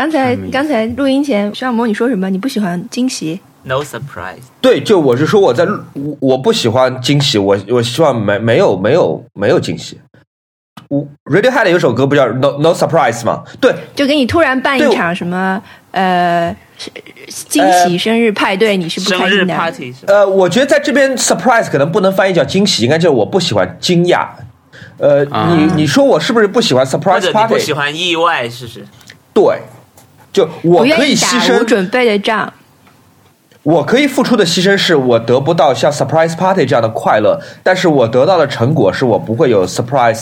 刚才录音前，徐小萌你说什么？你不喜欢惊喜 ？No surprise。 对，就我是说我不喜欢惊喜，我希望没有惊喜。Radiohead 有首歌不叫 No Surprise 吗？对， 就给你突然办一场什么惊喜生日派对，你是不开心的？ 生日 party 我觉得在这边 surprise 可能不能翻译叫惊喜，应该就是我不喜欢惊讶。你说我是不是不喜欢 surprise party？ 或者你不喜欢意外，是不是？ 对，就我可以牺牲无准备的仗。 我可以付出的牺牲是我得不到像 surprise party 这样的快乐，但是我得到的成果是我不会有 surprise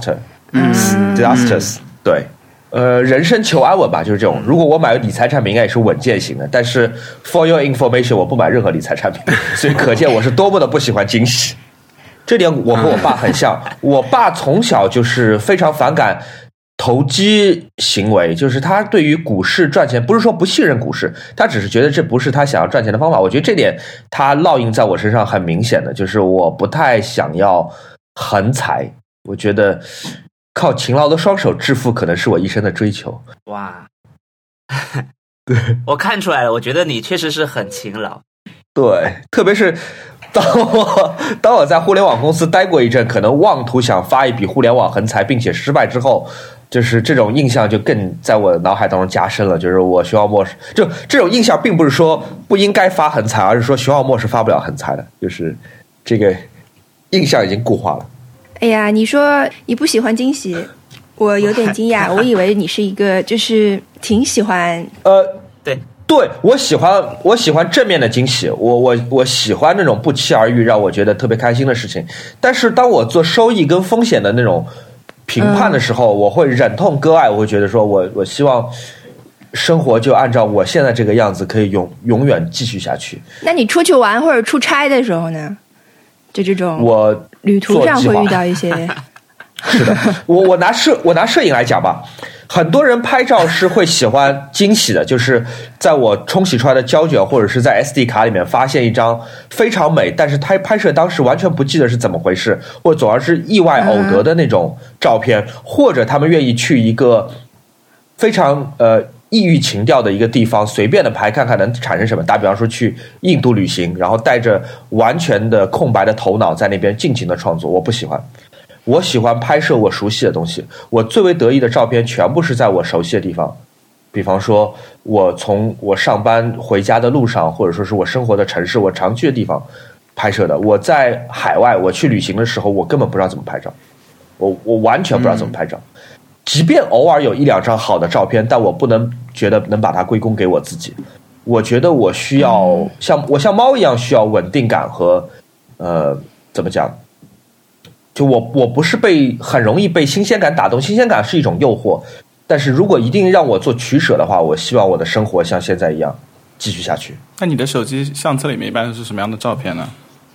disasters。对，人生求安稳吧，就是这种。如果我买理财产品，应该也是稳健型的。但是 for your information， 我不买任何理财产品，所以可见我是多么的不喜欢惊喜。这点我和我爸很像，我爸从小就是非常反感投机行为，就是他对于股市赚钱不是说不信任股市，他只是觉得这不是他想要赚钱的方法。我觉得这点他烙印在我身上很明显的，就是我不太想要横财，我觉得靠勤劳的双手致富可能是我一生的追求。 哇，对，我看出来了，我觉得你确实是很勤劳。 对，特别是当我在互联网公司待过一阵，可能妄图想发一笔互联网横财并且失败之后，就是这种印象就更在我脑海当中加深了。就是我徐浩墨就这种印象并不是说不应该发横财，而是说徐浩墨是发不了横财的，就是这个印象已经固化了。 哎呀，你说你不喜欢惊喜，我有点惊讶，我以为你是一个就是挺喜欢对，我喜欢正面的惊喜，我喜欢那种不期而遇让我觉得特别开心的事情。但是当我做收益跟风险的那种评判的时候，我会忍痛割爱，我会觉得说我希望生活就按照我现在这个样子可以永远继续下去。 那你出去玩或者出差的时候呢？就这种我旅途上会遇到一些是的，我拿摄影来讲吧，很多人拍照是会喜欢惊喜的，就是在我冲洗出来的胶卷或者是在 SD 卡里面发现一张非常美，但是拍摄当时完全不记得是怎么回事，或者总而是意外偶得的那种照片，或者他们愿意去一个非常异域情调的一个地方随便的拍看看能产生什么。打比方说去印度旅行，然后带着完全的空白的头脑在那边尽情的创作，我不喜欢。我喜欢拍摄我熟悉的东西，我最为得意的照片全部是在我熟悉的地方，比方说我从我上班回家的路上，或者说是我生活的城市我常去的地方拍摄的。我在海外我去旅行的时候，我根本不知道怎么拍照，我完全不知道怎么拍照，即便偶尔有一两张好的照片，但我不能觉得能把它归功给我自己。我觉得我需要像猫一样需要稳定感和怎么讲，就我不是很容易被新鲜感打动，新鲜感是一种诱惑，但是如果一定让我做取舍的话，我希望我的生活像现在一样继续下去。 那你的手机相册里面一般是什么样的照片呢？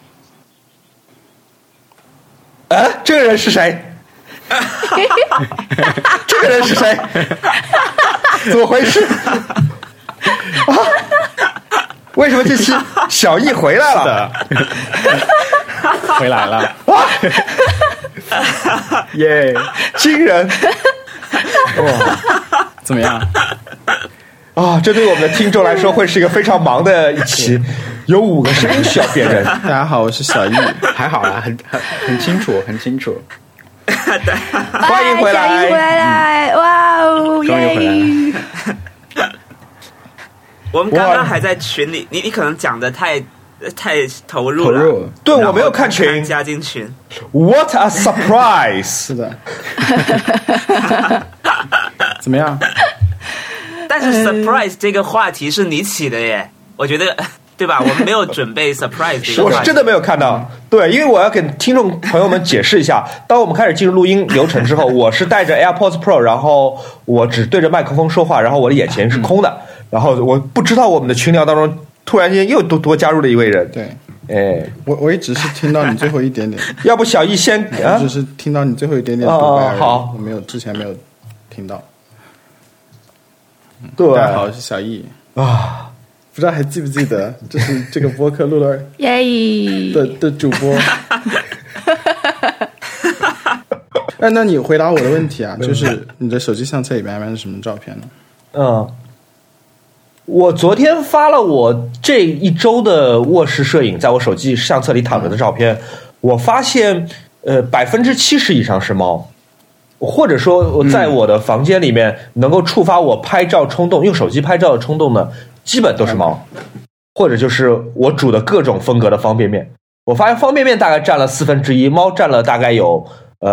这个人是谁？这个人是谁？怎么回事？为什么这期小易回来了？ 回来了！ 耶，惊人！哇， 怎么样？ 这对我们的听众来说会是一个非常忙的一期，有5个声音需要辨认。 大家好，我是小易， 还好啦，很清楚，很清楚。 欢迎回来！ 小易回来！哇哦， 终于回来了。 我们刚刚还在群里，你可能讲的太投入了， 对，我没有看群， 加进群。 What a surprise！ 是的，怎么样？ 但是 surprise 这个话题是你起的耶，我觉得对吧？我们没有准备 surprise 这个话题。 我是真的没有看到，对，因为我要给听众朋友们解释一下，当我们开始进入录音流程之后，我是带着 AirPods Pro， 然后我只对着麦克风说话，然后我的眼前是空的，然后我不知道我们的群聊当中突然间又多加入了一位人。 对，我也只是听到你最后一点点。 要不小易先我只是听到你最后一点点独白而已， 好， 我之前没有听到。 对， 大家好，我是小易啊， 不知道还记不记得，就是这个播客录了的主播。那你回答我的问题啊，就是你的手机相册里边一般是什么照片呢？ 我昨天发了我这一周的卧室摄影，在我手机相册里躺着的照片，我发现70%以上是猫，或者说在我的房间里面能够触发我拍照冲动，用手机拍照的冲动呢，基本都是猫，或者就是我煮的各种风格的方便面。我发现方便面大概占了1/4，猫占了大概有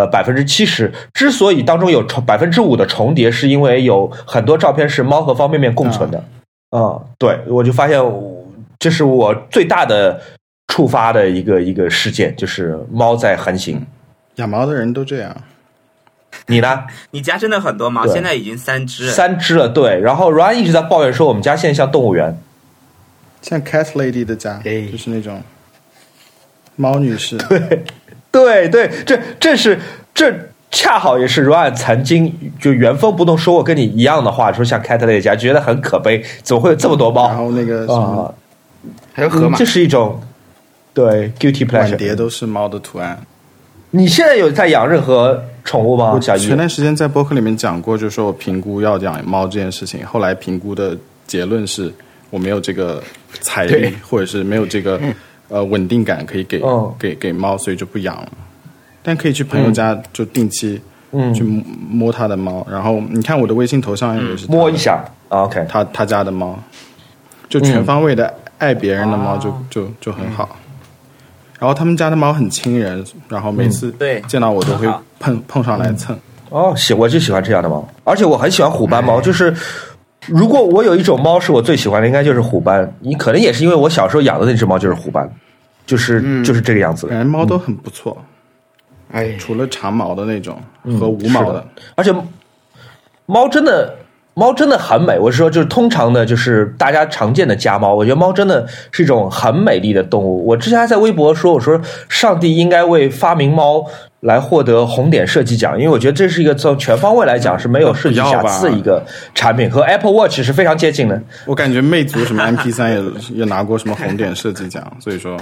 70%。之所以当中有5%的重叠，是因为有很多照片是猫和方便面共存的。对，我就发现这是我最大的触发的一个事件，就是猫在横行。 养猫的人都这样。 你呢？ 你家真的很多猫，现在已经3只了。对，然后 Ryan 一直在抱怨说我们家现在像动物园， 像 Cat Lady 的家，就是那种猫女士。 对，这恰好也是 Ryan 曾经就原封不动说过跟你一样的话，说像 Cat Lady 家觉得很可悲，怎么会有这么多猫？ 然后那个什么， 还有河马， 这是一种对 guilty pleasure。 碗碟都是猫的图案。 你现在有在养任何宠物吗？ 我前段时间在播客里面讲过，就是说我评估要养猫这件事情，后来评估的结论是我没有这个财力，或者是没有这个稳定感可以给猫，所以就不养了。但可以去朋友家就定期去摸他的猫，然后你看我的微信头像也是摸一下 ，OK， 他家的猫，就全方位的爱别人的猫就很好。然后他们家的猫很亲人，然后每次见到我都会碰上来蹭。 我就喜欢这样的猫，而且我很喜欢虎斑猫。就是如果我有一种猫是我最喜欢的，应该就是虎斑。你可能也是因为我小时候养的那只猫就是虎斑，就是这个样子的。 感觉猫都很不错，除了长毛的那种和无毛的， 而且猫真的很美。我是说，就是通常的，就是大家常见的家猫，我觉得猫真的是一种很美丽的动物。我之前还在微博说，我说上帝应该为发明猫来获得红点设计奖，因为我觉得这是一个从全方位来讲是没有设计瑕疵的一个产品，和 Apple Watch 是非常接近的。 我感觉魅族什么 MP3 也拿过什么红点设计奖，所以说。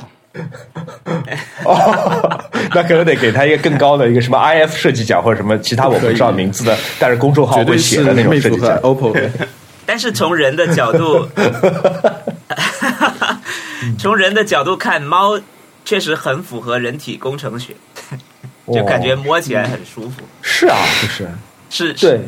那可能得给他一个更高的一个什么 IF 设计奖或者什么其他我不知道名字的，但是公众号会写的那种设计奖。 OPPO 的。 但是从人的角度，从人的角度看，猫确实很符合人体工程学，就感觉摸起来很舒服。 是啊，是对。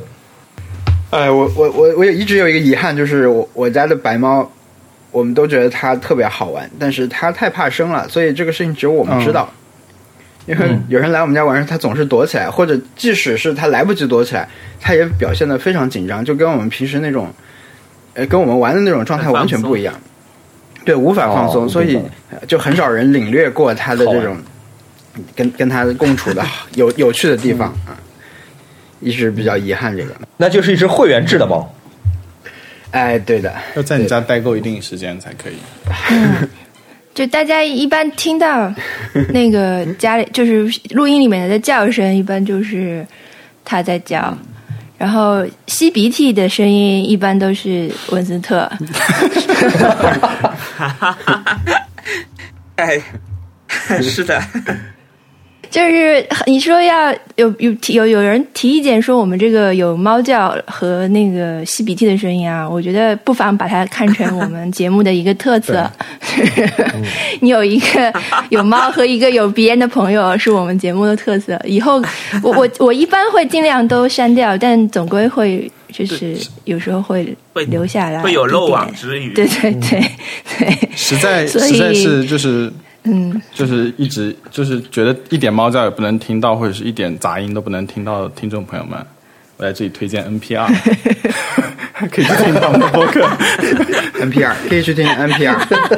我一直有一个遗憾，就是我家的白猫。我们都觉得它特别好玩，但是它太怕生了，所以这个事情只有我们知道。因为有人来我们家玩，它总是躲起来，或者即使是它来不及躲起来，它也表现得非常紧张，就跟我们平时那种，跟我们玩的那种状态完全不一样。对，无法放松，所以就很少人领略过它的这种跟它共处的有趣的地方啊，一直比较遗憾这个。 那就是一只会员制的猫。 对的， 要在你家待够一定时间才可以。 就大家一般听到那个家里就是录音里面的叫声，一般就是他在叫，然后吸鼻涕的声音一般都是文斯特。 是的。 就是你说要有人提意见说我们这个有猫叫和那个吸鼻涕的声音啊，我觉得不妨把它看成我们节目的一个特色。你有一个有猫和一个有鼻炎的朋友是我们节目的特色。以后我一般会尽量都删掉，但总归会就是有时候会留下来， 会有漏网之鱼。 对， 实在是就是一直就是觉得一点猫叫也不能听到，或者是一点杂音都不能听到的听众朋友们，我在这里推荐 NPR， 可以去听他们的播客。 NPR 可以去听 NPR。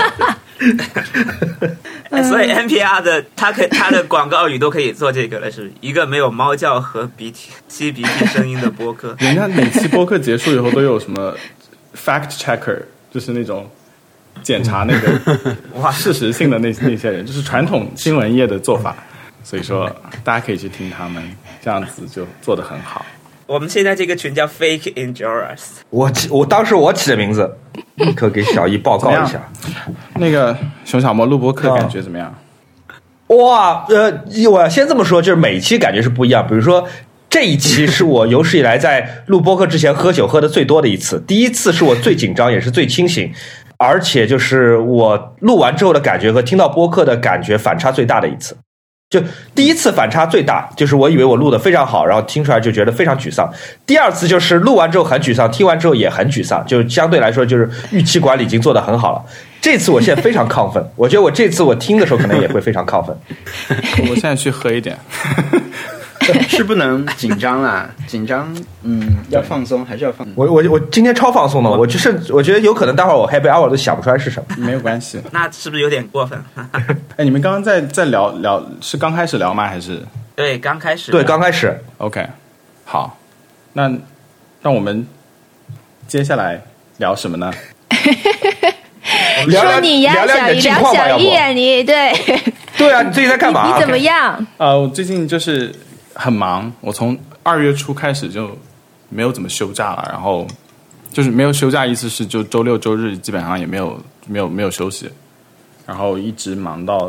所以 NPR 的它的广告语都可以做这个了，是一个没有猫叫和吸鼻涕声音的播客。 人家每期播客结束以后都有什么 fact checker， 就是那种检查那个事实性的那些人，就是传统新闻业的做法，所以说大家可以去听他们，这样子就做得很好。 我们现在这个群叫 Fake Enjoyers。 我当时我起的名字，立刻给小易报告一下。 那个熊小莫录播课感觉怎么样？ 哇，我要先这么说，就是每期感觉是不一样。比如说这一期是我有史以来在录播客之前喝酒喝的最多的一次，第一次是我最紧张也是最清醒，而且就是我录完之后的感觉和听到播客的感觉反差最大的一次。就第一次反差最大，就是我以为我录得非常好，然后听出来就觉得非常沮丧。第二次就是录完之后很沮丧，听完之后也很沮丧，就相对来说就是预期管理已经做得很好了。这次我现在非常亢奋，我觉得我这次我听的时候可能也会非常亢奋。 我现在去喝一点。 是不能紧张啦，紧张，要放松，还是要放松。 我今天超放松的，我觉得有可能待会儿我 Happy Hour 都想不出来是什么。 没有关系， 那是不是有点过分？ 哎，你们刚刚在聊是刚开始聊吗？还是对刚开始？ 对，刚开始。 OK， 好，那我们接下来聊什么呢？ 说你呀，小姨聊小姨啊，你对啊，你最近在干嘛？ 你怎么样？ 我最近就是很忙，我从2月初开始就没有怎么休假了，然后就是没有休假，意思是就周六周日基本上也没有休息，然后一直忙到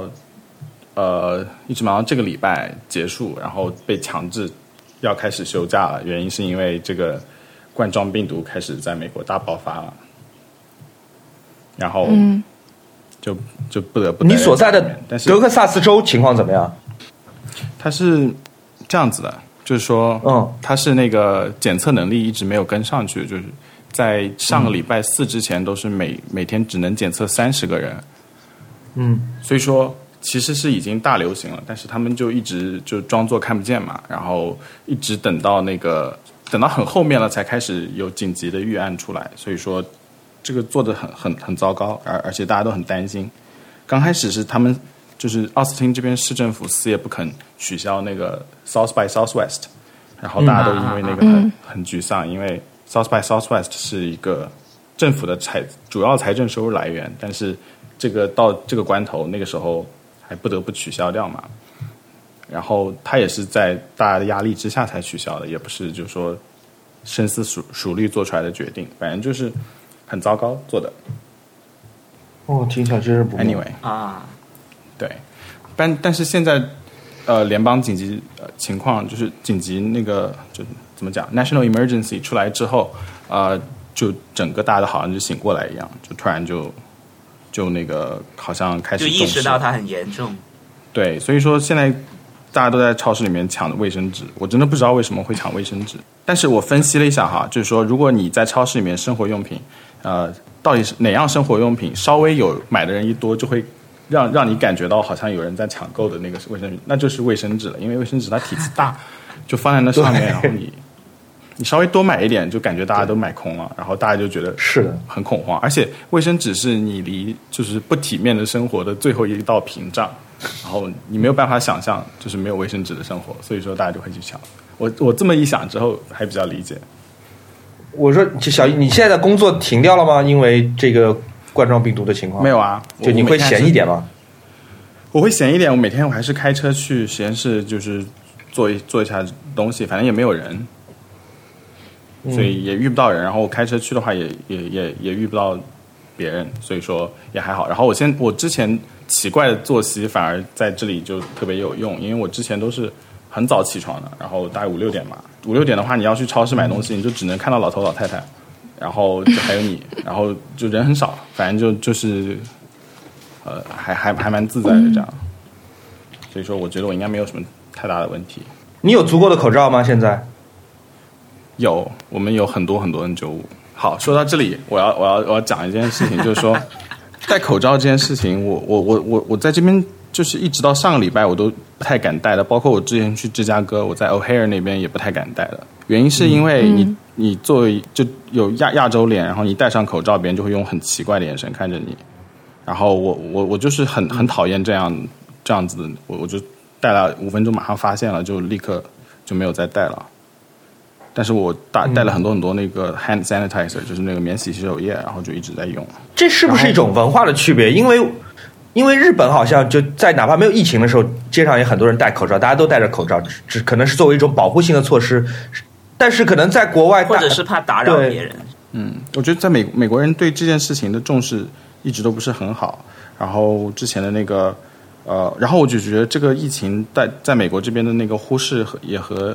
这个礼拜结束，然后被强制要开始休假了，原因是因为这个冠状病毒开始在美国大爆发了。然后就不得不你所在的德克萨斯州情况怎么样？ 它是这样子的，就是说，它是那个检测能力一直没有跟上去，就是在上个礼拜4之前都是每天只能检测30个人，所以说其实是已经大流行了，但是他们就一直就装作看不见嘛，然后一直等到很后面了才开始有紧急的预案出来，所以说。这个做得很糟糕，而且大家都很担心。刚开始是他们就是奥斯汀这边市政府死也不肯取消那个 South by Southwest， 然后大家都因为那个很沮丧，因为 South by Southwest 是一个政府的主要财政收入来源，但是这个到这个关头，那个时候还不得不取消掉嘛。然后他也是在大家的压力之下才取消的，也不是就是说深思熟虑做出来的决定，反正就是。很糟糕做的， 听起来真是不 anyway 对，但是现在联邦紧急情况就是紧急那个就怎么讲 national emergency 出来之后，就整个大家好像就醒过来一样，就突然就那个好像开始就意识到它很严重。 对，所以说现在大家都在超市里面抢卫生纸，我真的不知道为什么会抢卫生纸。但是我分析了一下哈，就是说如果你在超市里面生活用品。到底是哪样生活用品稍微有买的人一多，就会让你感觉到好像有人在抢购的那个卫生纸，那就是卫生纸了。因为卫生纸它体积大，就放在那上面，然后你稍微多买一点，就感觉大家都买空了，然后大家就觉得是的很恐慌。而且卫生纸是你离就是不体面的生活的最后一道屏障，然后你没有办法想象就是没有卫生纸的生活，所以说大家就会去抢。我这么一想之后还比较理解。 我说小姨，你现在的工作停掉了吗？因为这个冠状病毒的情况？ 没有啊， 就你会闲一点吗？ 我会闲一点，我每天我还是开车去实验室，就是做一下东西，反正也没有人，所以也遇不到人。然后我开车去的话也遇不到别人，所以说也还好。然后我之前奇怪的作息反而在这里就特别有用，因为我之前都是很早起床的，然后大概5、6点吧。5、6点的话，你要去超市买东西，你就只能看到老头老太太，然后就还有你，然后就人很少，反正就是还蛮自在的这样。所以说，我觉得我应该没有什么太大的问题。 你有足够的口罩吗？现在有，我们有很多很多 N95。好，说到这里，我要讲一件事情，就是说戴口罩这件事情，我在这边。就是一直到上个礼拜我都不太敢戴的，包括我之前去芝加哥，我在 O'Hare 那边也不太敢戴的。原因是因为你作为就有亚洲脸，然后你戴上口罩，别人就会用很奇怪的眼神看着你。然后我就是很讨厌这样子的，我就戴了5分钟，马上发现了，就立刻就没有再戴了。但是我带了很多很多那个 hand sanitizer， 就是那个免洗洗手液，然后就一直在用。 这是不是一种文化的区别？因为日本好像就在哪怕没有疫情的时候，街上也很多人戴口罩，大家都戴着口罩，只可能是作为一种保护性的措施。但是可能在国外， 或者是怕打扰别人。 我觉得在美国人对这件事情的重视一直都不是很好。然后之前的那个然后我就觉得这个疫情在美国这边的那个忽视也和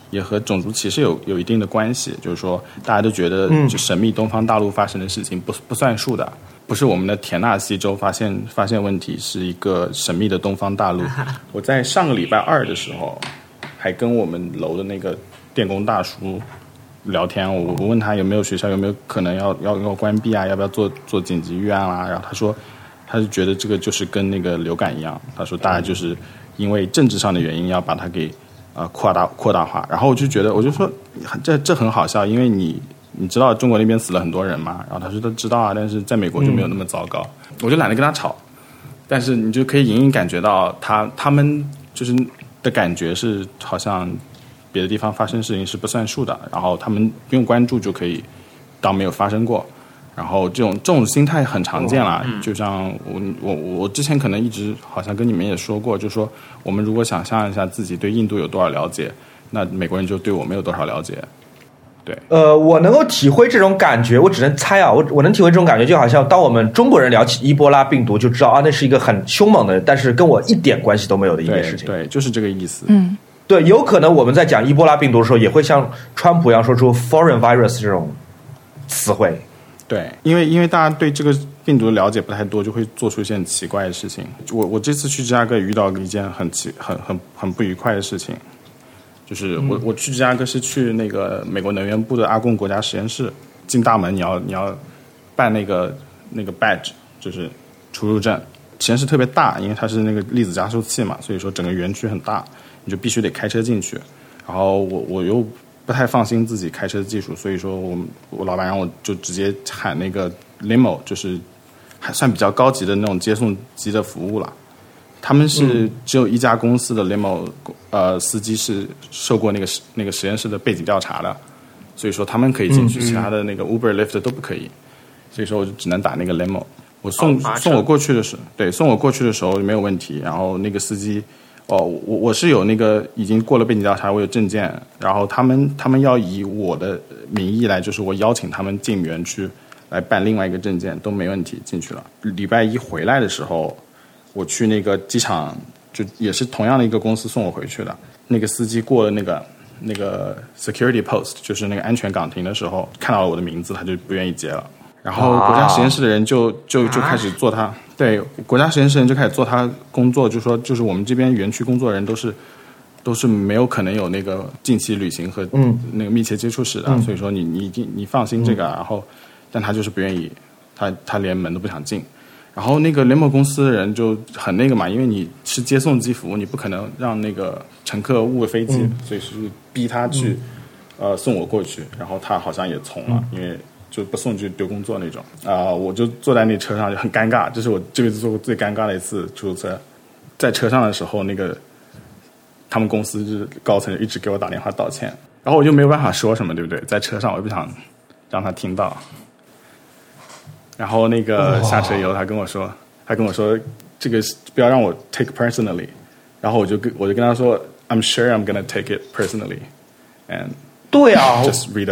也和种族歧视有一定的关系，就是说大家都觉得就神秘东方大陆发生的事情不算数的，不是我们的田纳西州发现问题，是一个神秘的东方大陆。我在上个礼拜二的时候还跟我们楼的那个电工大叔聊天，我问他有没有学校有没有可能要关闭啊，要不要做紧急预案啊，然后他说他是觉得这个就是跟那个流感一样，他说大家就是因为政治上的原因要把它给扩大化，然后我就说这很好笑，因为你知道中国那边死了很多人嘛，然后他说他知道啊，但是在美国就没有那么糟糕，我就懒得跟他吵，但是你就可以隐隐感觉到他们就是的感觉是好像别的地方发生事情是不算数的，然后他们不用关注就可以当没有发生过，然后这种心态很常见啦，就像我之前可能一直好像跟你们也说过，就是说我们如果想象一下自己对印度有多少了解，那美国人就对我们有多少了解。对， 我能够体会这种感觉，我只能猜啊，我能体会这种感觉，就好像当我们中国人聊起伊波拉病毒，就知道啊，那是一个很凶猛的，但是跟我一点关系都没有的一件事情。 对，就是这个意思。 对，有可能我们在讲伊波拉病毒的时候，也会像川普一样说出 foreign virus 这种词汇。 对，因为大家对这个病毒的了解不太多，就会做出一些很奇怪的事情。我这次去芝加哥遇到一件很不愉快的事情，就是我去芝加哥是去那个美国能源部的阿贡国家实验室，进大门你要办那个 badge， 就是出入证。实验室特别大，因为它是那个粒子加速器嘛，所以说整个园区很大，你就必须得开车进去。然后我又不太放心自己开车的技术，所以说我老板让我就直接喊那个 limo， 就是还算比较高级的那种接送机的服务了。他们是只有一家公司的 limo 司机是受过那个实验室的背景调查的，所以说他们可以进去，其他的那个 Uber、Lyft 都不可以。所以说我就只能打那个 limo。我送我过去的时候，对，送我过去的时候没有问题。然后那个司机，我是有那个已经过了背景调查，我有证件。然后他们要以我的名义来，就是我邀请他们进园区来办另外一个证件，都没问题，进去了。礼拜一回来的时候，我去那个机场，就也是同样的一个公司送我回去的。那个司机过了那个 security post， 就是那个安全岗亭的时候，看到了我的名字，他就不愿意接了。然后国家实验室的人就开始做他，对，国家实验室人就开始做他工作，就说就是我们这边园区工作的人都是没有可能有那个近期旅行和那个密切接触史的，所以说你放心这个，然后但他就是不愿意，他连门都不想进。然后那个联盟公司的人就很那个嘛，因为你是接送机服务，你不可能让那个乘客误了飞机，所以是逼他去送我过去，然后他好像也从了，因为就不送就丢工作那种我就坐在那车上就很尴尬，这是我这辈子坐过最尴尬的一次出租车。在车上的时候，那个他们公司就是高层一直给我打电话道歉，然后我就没有办法说什么，对不对？在车上我也不想让他听到。然后那个下车以后，他跟我说这个不要让我 take personally， 然后我就跟他说 I'm sure I'm gonna take it personally and 对啊 just read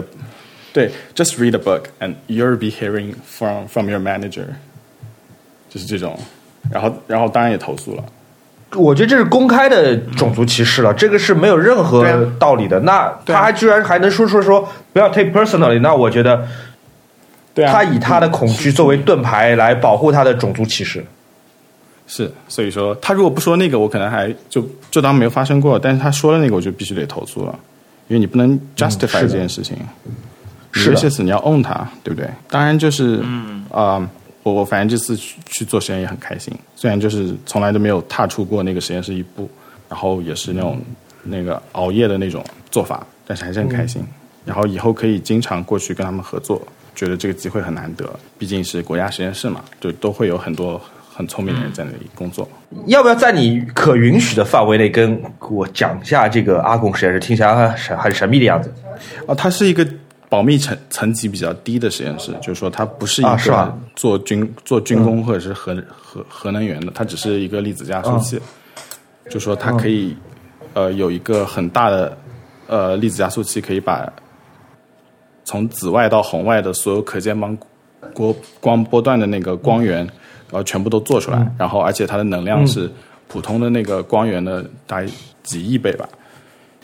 a book and you'll be hearing from your manager， 就是这种。然后当然也投诉了。 我觉得这是公开的种族歧视了，这个是没有任何道理的。那他还居然还能说不要 take personally， 那我觉得他以他的恐惧作为盾牌来保护他的种族歧视。 是，所以说他如果不说那个，我可能还就当没有发生过，但是他说了那个，我就必须得投诉了，因为你不能 justify 这件事情。是的，你要 own 它，对不对？当然就是我反正这次去做实验也很开心，虽然就是从来都没有踏出过那个实验室一步，然后也是那个熬夜的那种做法，但是还是很开心。然后以后可以经常过去跟他们合作，觉得这个机会很难得，毕竟是国家实验室嘛，就都会有很多很聪明的人在那里工作。 要不要在你可允许的范围内跟我讲一下这个阿贡实验室？听起来很神秘的样子。 它是一个保密层级比较低的实验室，就是说它不是一个做军工或者是核能源的，它只是一个粒子加速器。就是说它可以有一个很大的粒子加速器，可以把从紫外到红外的所有可见光波段的那个光源全部都做出来，然后而且它的能量是普通的那个光源的大概几亿倍吧。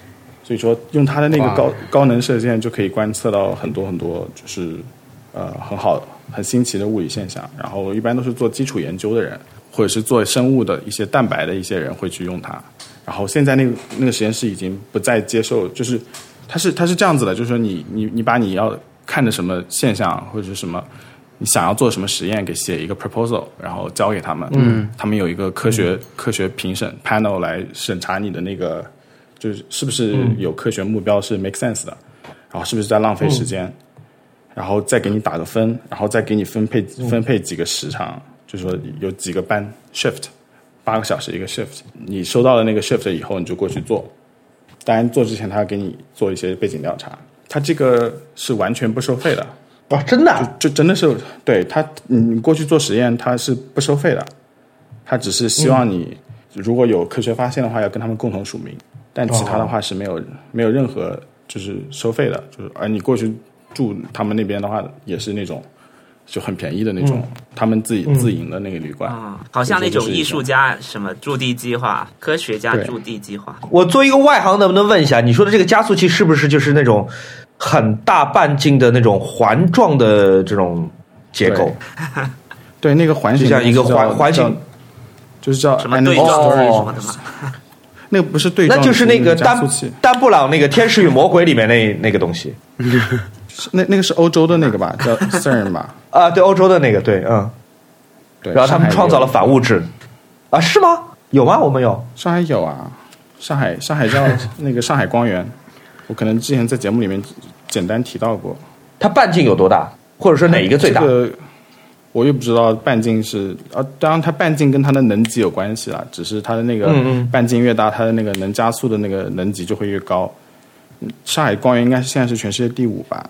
所以说用它的那个高能射线就可以观测到很多很多就是很好很新奇的物理现象。然后一般都是做基础研究的人，或者是做生物的一些蛋白的一些人会去用它。然后现在那个实验室已经不再接受，就是它是这样子的，就是说你把你要看的什么现象或者是什么你想要做什么实验给写一个 proposal， 然后交给他们，他们有一个科学评审 panel 来审查你的那个就是是不是有科学目标是 make sense 的，然后是不是在浪费时间，然后再给你打个分，然后再给你分配几个时长，就是说有几个班 shift。8个小时一个 shift， 你收到了那个 shift 以后，你就过去做。当然，做之前他要给你做一些背景调查，他这个是完全不收费的。 哇，真的、啊？ 就真的是对他，你过去做实验，他是不收费的。他只是希望你如果有科学发现的话，要跟他们共同署名，但其他的话是没有任何就是收费的。就是而你过去住他们那边的话，也是那种。就很便宜的那种，他们自营的那个旅馆好像那种艺术家什么驻地计划、科学家驻地计划。 我作为一个外行，能不能问一下，你说的这个加速器是不是就是那种很大半径的那种环状的这种结构？ 对，那个环形就像一个环形， 就是叫什么对撞什么的吗？ 那个不是对撞， 那就是那个丹布朗那个《天使与魔鬼》里面那个东西。 那个是欧洲的那个吧，叫 CERN 吧？ 啊，对，欧洲的那个，对，对。然后他们创造了反物质，啊，是吗？有吗？我们有， 上海有啊，上海叫那个上海光源，我可能之前在节目里面简单提到过。 它半径有多大？或者说哪一个最大？ 我也不知道半径是当然它半径跟它的能级有关系啦，只是它的那个半径越大，它的那个能加速的那个能级就会越高。上海光源应该现在是全世界第5吧？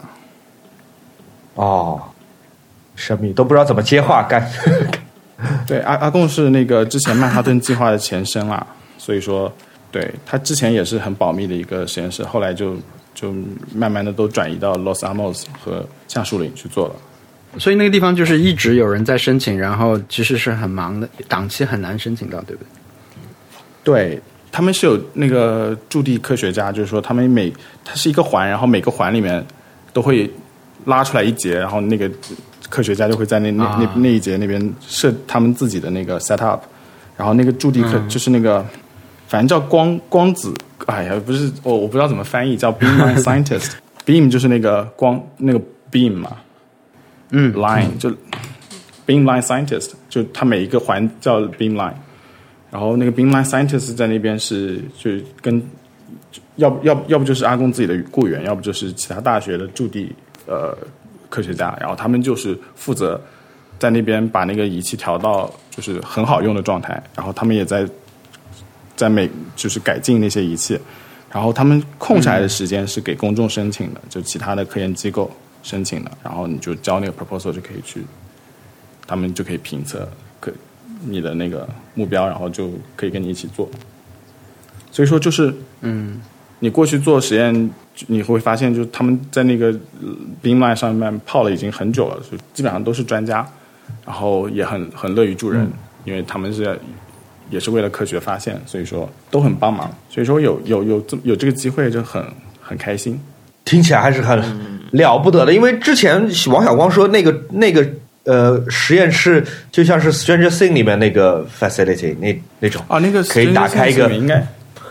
哦，神秘都不知道怎么接话干。 对，阿贡是那个之前曼哈顿计划的前身啦，所以说，对他之前也是很保密的一个实验室，后来就慢慢的都转移到 Los Alamos 和橡树岭去做了。 所以那个地方就是一直有人在申请，然后其实是很忙的，档期很难申请到，对不对？ 对。他们是有那个驻地科学家，就是说他们它是一个环，然后每个环里面都会拉出来一节，然后那个科学家就会在那一节那边设他们自己的那个 set up， 然后那个驻地就是那个反正叫光子，哎呀，不是我不知道怎么翻译，叫 beamline scientist，beam 就是那个光那个 beam 嘛，line 就 beamline scientist， 就它每一个环叫 beamline。然后那个 beamline scientist 在那边是就跟要不就是阿贡自己的雇员，要不就是其他大学的驻地科学家，然后他们就是负责在那边把那个仪器调到就是很好用的状态，然后他们也在就是改进那些仪器，然后他们空下来的时间是给公众申请的，就其他的科研机构申请的，然后你就交那个 proposal 就可以去，他们就可以评测你的那个目标，然后就可以跟你一起做。所以说就是你过去做实验，你会发现就他们在那个 beamline 上面泡了已经很久了，所以基本上都是专家，然后也很乐于助人，因为他们也是为了科学发现，所以说都很帮忙，所以说有这个机会就很开心。 听起来还是很了不得的，因为之前王小光说那个实验室就像是 Stranger Things 里面那个 facility 那种那个可以打开一个应该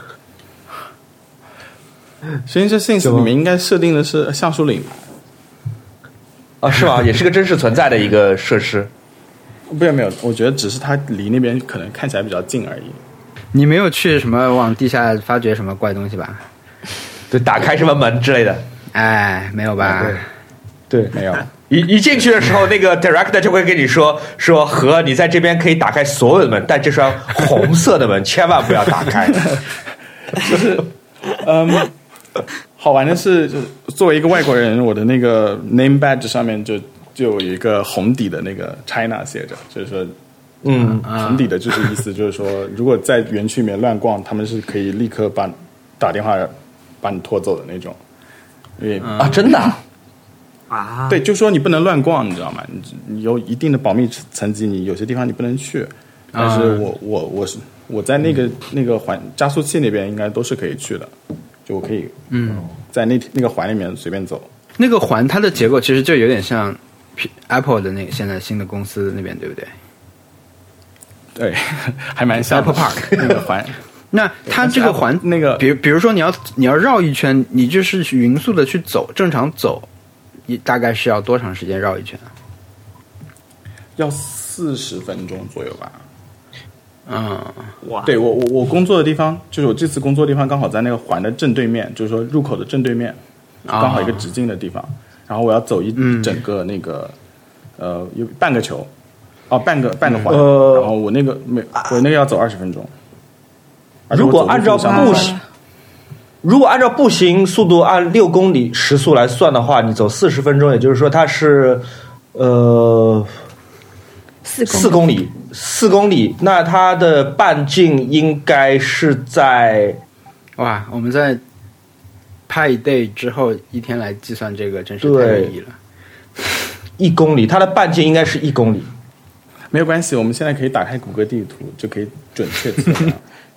Stranger Things 里面应该设定的是橡树岭是吗？也是个真实存在的一个设施。 没有，我觉得只是它离那边可能看起来比较近而已。 你没有去什么往地下发掘什么怪东西吧？ 对，打开什么门之类的？ 哎，没有吧？ 对，没有。一进去的时候，那个 director 就会跟你说和你在这边可以打开所有的门，但这双红色的门千万不要打开。 就是好玩的是，就作为一个外国人，我的那个 name badge 上面就有一个红底的那个 China 写着，就是说红底的就是意思就是说，如果在园区里面乱逛，他们是可以立刻打电话把你拖走的那种。因为真的对，就说你不能乱逛，你知道吗？你有一定的保密层级，你有些地方你不能去。但是我在那个加速器那边应该都是可以去的， 就我可以在那个环里面随便走。 那个环它的结构其实就有点像 Apple 的那个现在新的公司那边，对不对？ 对，还蛮像 Apple Park 那个环。 那它这个环那个， 比如说你要绕一圈，你就是匀速的去走，正常走，你大概是要多长时间绕一圈啊？ 要40分钟左右吧。 哇！ 对，我工作的地方，就是我这次工作的地方刚好在那个环的正对面，就是说入口的正对面，刚好一个直径的地方。然后我要走一整个那个有半个球，半个环。然后我那个要走20分钟。 如果按照步行速度按6公里时速来算的话，你走40分钟，也就是说它是4公里，那它的半径应该是在哇，我们在Pi Day 之后一天来计算这个，真是太有意义了。 1公里，它的半径应该是1公里。 没有关系，我们现在可以打开谷歌地图，就可以准确测量。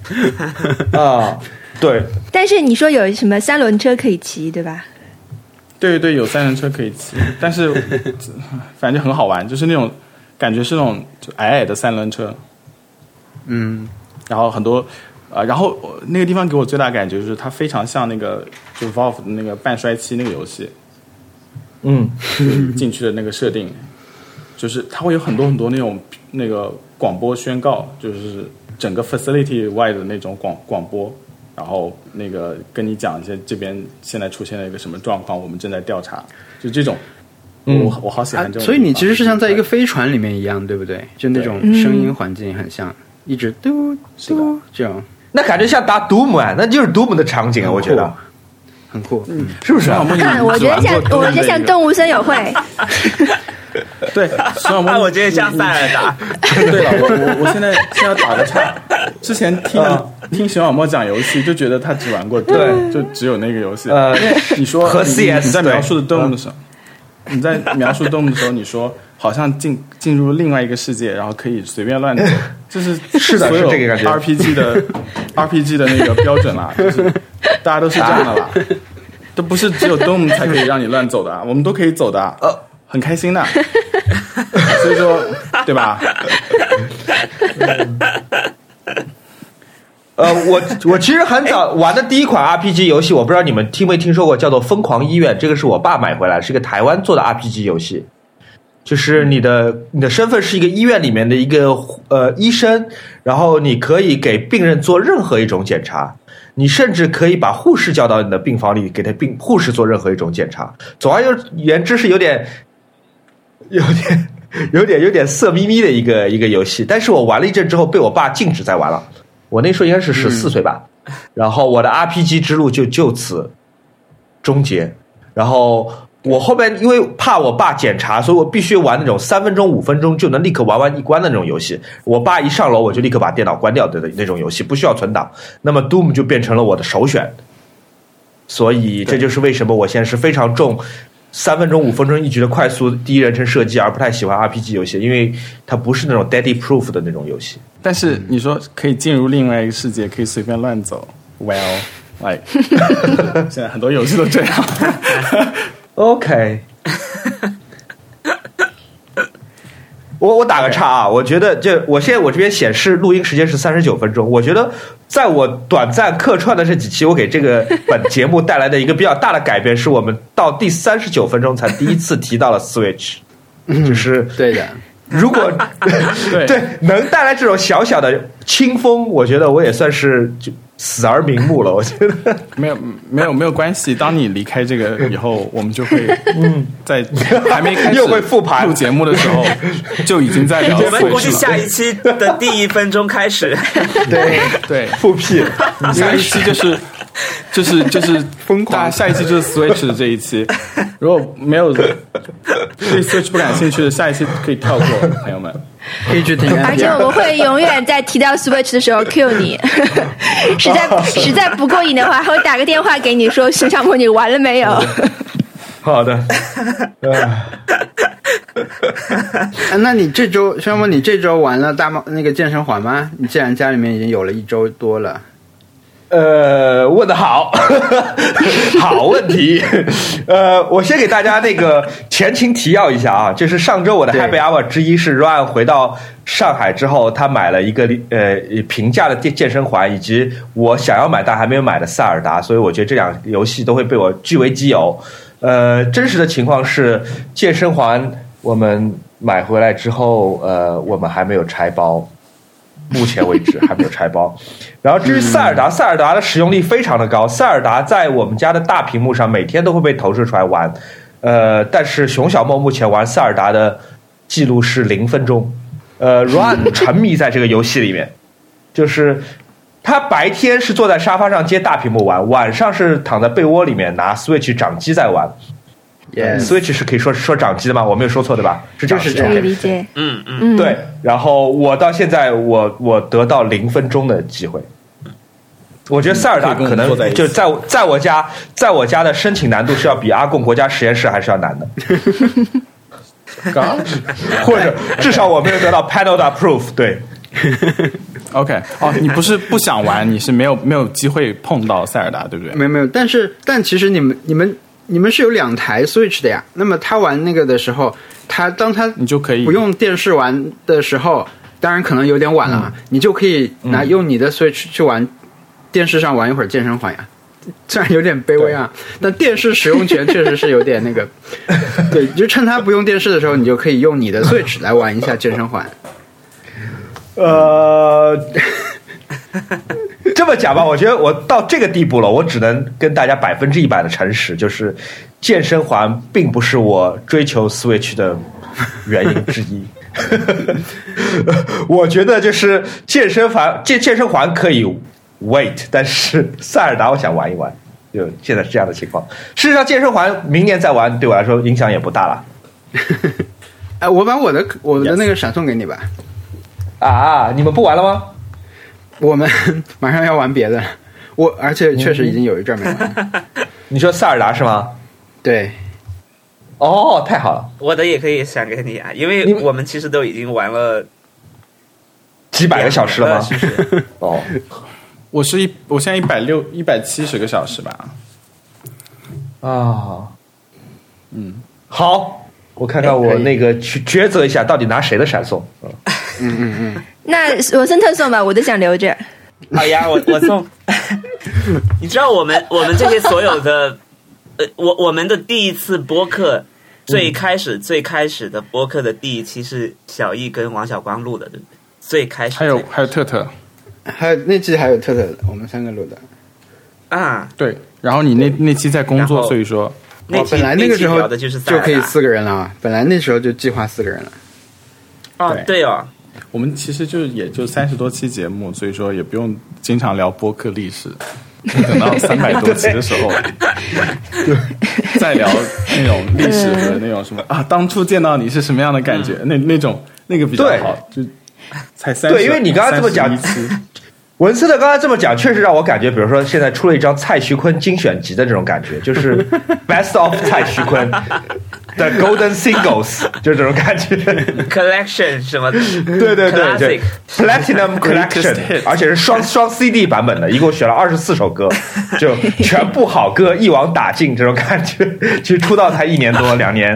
对。 但是你说有什么3轮车可以骑，对吧？ 对，有3轮车可以骑，但是反正很好玩，就是那种感觉是那种就矮的3轮车。然后很多然后那个地方给我最大的感觉就是它非常像那个就 Valve 的那个半衰期那个游戏。进去的那个设定，就是它会有很多很多那个广播宣告，就是整个 facility 外的那种广播，然后那个跟你讲一些这边现在出现了一个什么状况，我们正在调查，就这种。我好喜欢这种。 所以你其实是像在一个飞船里面一样，对不对？就那种声音环境很像，一直嘟嘟这样。 那感觉像打 Doom 啊，那就是 Doom 的场景啊，我觉得。 很酷， 是不是啊？ 看，我觉得像动物森友会。 对， 我觉得像塞尔达。 对了，我现在要打个岔。之前听熊小莫讲游戏，就觉得他只玩过 Doom，就只有那个游戏。你说和 CS 你在描述 Doom 的时候，你说好像进入另外一个世界，然后可以随便乱走，就是所有 RPG 的那个标准啦，就是大家都是这样的啦，都不是只有 Doom 才可以让你乱走的，我们都可以走的，很开心的，所以说，对吧？ 我其实很早玩的第一款 RPG 游戏，我不知道你们听没听说过，叫做《疯狂医院》，这个是我爸买回来，是一个台湾做的 RPG 游戏。就是你的身份是一个医院里面的一个医生，然后你可以给病人做任何一种检查，你甚至可以把护士叫到你的病房里，给护士做任何一种检查。总而言之是有点色眯眯的一个游戏。但是我玩了一阵之后，被我爸禁止再玩了。我那时候应该是14岁吧，然后我的 RPG 之路就此终结。然后我后面因为怕我爸检查，所以我必须玩那种3分钟5分钟就能立刻玩完一关的那种游戏。我爸一上楼我就立刻把电脑关掉的那种游戏，不需要存档。那么 Doom 就变成了我的首选。所以这就是为什么我现在是非常重3分钟5分钟一局的快速第一人称射击，而不太喜欢 RPG 游戏，因为它不是那种 daddy proof 的那种游戏。 但是你说可以进入另外一个世界，可以随便乱走 ，Well， like 现在很多游戏都这样。 OK， 我打个岔啊，我觉得我现在这边显示录音时间是39分钟，我觉得在我短暂客串的这几期，我给这个本节目带来的一个比较大的改变，是我们到第39分钟才第一次提到了 Switch， 就是对的。 如果对能带来这种小小的清风，我觉得我也算是就死而瞑目了。我觉得没有关系。当你离开这个以后，我们就会在还没开始又会复盘录节目的时候，就已经在聊。 我们估计下一期的第1分钟开始， 对复辟， 下一期就是疯狂，下一期就是 Switch 的这一期。如果没有对 Switch 不感兴趣的，下一期可以跳过，朋友们可以去听。 而且我们会永远在提到 Switch 的时候 cue 你，实在不过瘾的话，会打个电话给你说熊小莫你玩了没有？ 好的。 那你这周熊小莫，你这周玩了那个健身环吗？你既然家里面已经有了1周多了。 问得好，好问题。我先给大家那个前情提要一下啊，就是上周我的 Happy Hour 之一是 Ryan 回到上海之后，他买了一个平价的健身环，以及我想要买但还没有买的塞尔达，所以我觉得这两游戏都会被我据为己有。真实的情况是，健身环我们买回来之后，我们还没有拆包。目前为止还没有拆包。然后至于塞尔达，塞尔达的使用率非常的高，塞尔达在我们家的大屏幕上每天都会被投射出来玩。但是熊小梦目前玩塞尔达的记录是0分钟。Run 沉迷在这个游戏里面，就是他白天是坐在沙发上接大屏幕玩，晚上是躺在被窝里面拿 Switch 掌机在玩。Switch 是可以说掌机的吗？我没有说错对吧？是掌机， 可以理解。 对。然后我到现在我得到0分钟的机会。我觉得塞尔达可能就在我家的申请难度是要比阿贡国家实验室还是要难的。或者至少我没有得到 panel approve。对。 OK， 你不是不想玩，你是没有机会碰到塞尔达，对不对？ 没有，但其实你们是有2台 Switch 的呀。那么他玩那个的时候，当他你就可以不用电视玩的时候，当然可能有点晚了，你就可以用你的 Switch 去玩电视上玩一会儿健身环呀。虽然有点卑微啊，但电视使用权确实是有点那个。对，就趁他不用电视的时候，你就可以用你的 Switch 来玩一下健身环。 这么讲吧，我觉得我到这个地步了，我只能跟大家100%的诚实，就是健身环并不是我追求 Switch 的原因之一。我觉得就是健身环可以 wait， 但是塞尔达我想玩一玩，就现在是这样的情况。事实上，健身环明年再玩对我来说影响也不大了。 我把我的那个闪送给你吧。 你们不玩了吗？ 我们马上要玩别的，而且确实已经有一阵没玩。 你说塞尔达是吗？ 对。 太好了， 我的也可以闪给你啊，因为我们其实都已经玩了几百个小时了吗？ 是不是？ 我现在170个小时吧。 好，我看看我那个去抉择一下，到底拿谁的闪送。 那我送特送吧，我都想留着。 好呀，我送。你知道我们这些所有的，我们的第一次播客，最开始的播客的第一期是小易跟王小光录的，对不对？最开始还有特特， 还有那期还有特特的，我们3个录的啊。 对，然后你那期在工作，所以说本来那个时候就可以4个人了，本来那时候就计划4个人了。 对哦。 我们其实也就30多期节目，所以说也不用经常聊播客历史，等到300多期的时候，再聊那种历史和那种什么当初见到你是什么样的感觉，那个比较好，就才30。 对，因为你刚刚这么讲，文斯特刚才这么讲，确实让我感觉，比如说现在出了一张蔡徐坤精选集的这种感觉，就是 Best of 蔡徐坤的 Golden Singles， 就这种感觉 ，Collection 什么的， 对 ，Platinum Collection， 而且是双 CD 版本的，一共选了24首歌，就全部好歌一网打尽这种感觉。其实出道才1年多2年，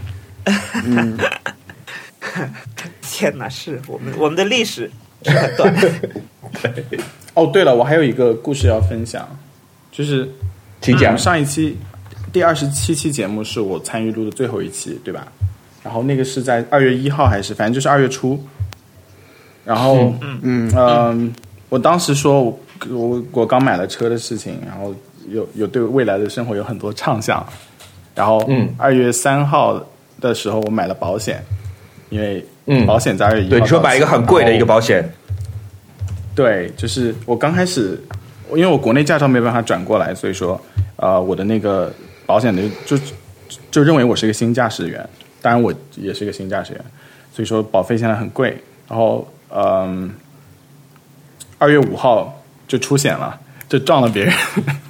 天哪，是我们的历史是很短的。 对了，我还有一个故事要分享，就是请讲。 上一期第27期节目是我参与录的最后一期，对吧？然后那个是在2月1号还是反正就是2月初。然后我当时说我刚买了车的事情，然后有对未来的生活有很多畅想。然后2月3号的时候我买了保险，因为保险在2月1号。 对，你说买一个很贵的一个保险。 对，就是我刚开始，因为我国内驾照没办法转过来，所以说我的那个保险的就认为我是一个新驾驶员，当然我也是一个新驾驶员，所以说保费现在很贵。然后2月5号就出险了，就撞了别人。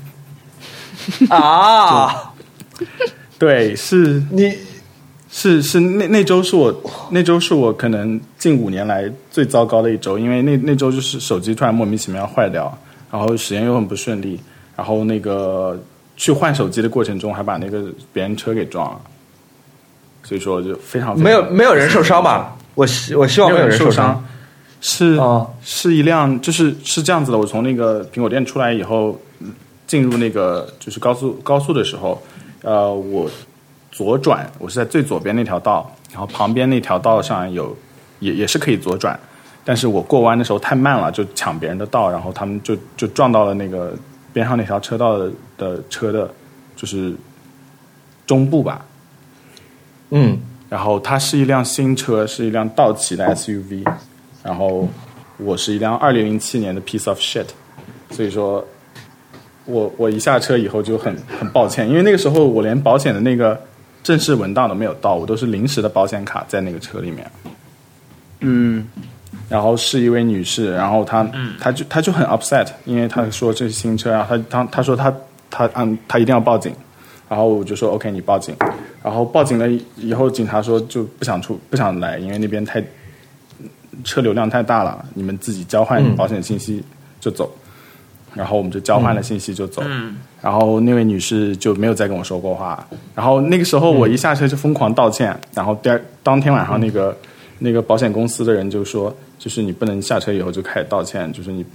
对，是你。是那周是我可能近5年来最糟糕的一周，因为那周就是手机突然莫名其妙坏掉， 然后时间又很不顺利，然后那个去换手机的过程中还把那个别人车给撞了，所以说就非常没有人受伤吧？我希望没有人受伤。是一辆是这样子的，我从那个苹果店出来以后，进入那个就是高速的时候，我左转，我是在最左边那条道，然后旁边那条道上也是可以左转，但是我过弯的时候太慢了，就抢别人的道，然后他们就撞到了那个边上那条车道的车的，就是中部吧。然后它是一辆新车，是一辆道奇的 SUV， 然后我是一辆2007年的 piece of shit， 所以说我一下车以后就很抱歉，因为那个时候我连保险的那个正式文档都没有到，我都是临时的保险卡在那个车里面。然后是一位女士，然后她就很 upset， 因为她说这是新车，然后她说她一定要报警，然后我就说 OK 你报警，然后报警了以后警察说就不想来，因为那边车流量太大了，你们自己交换保险信息就走。然后我们就交换了信息就走，然后那位女士就没有再跟我说过话。然后那个时候我一下车就疯狂道歉，然后当天晚上那个保险公司的人就说，就是你不能下车以后就开始道歉，就是你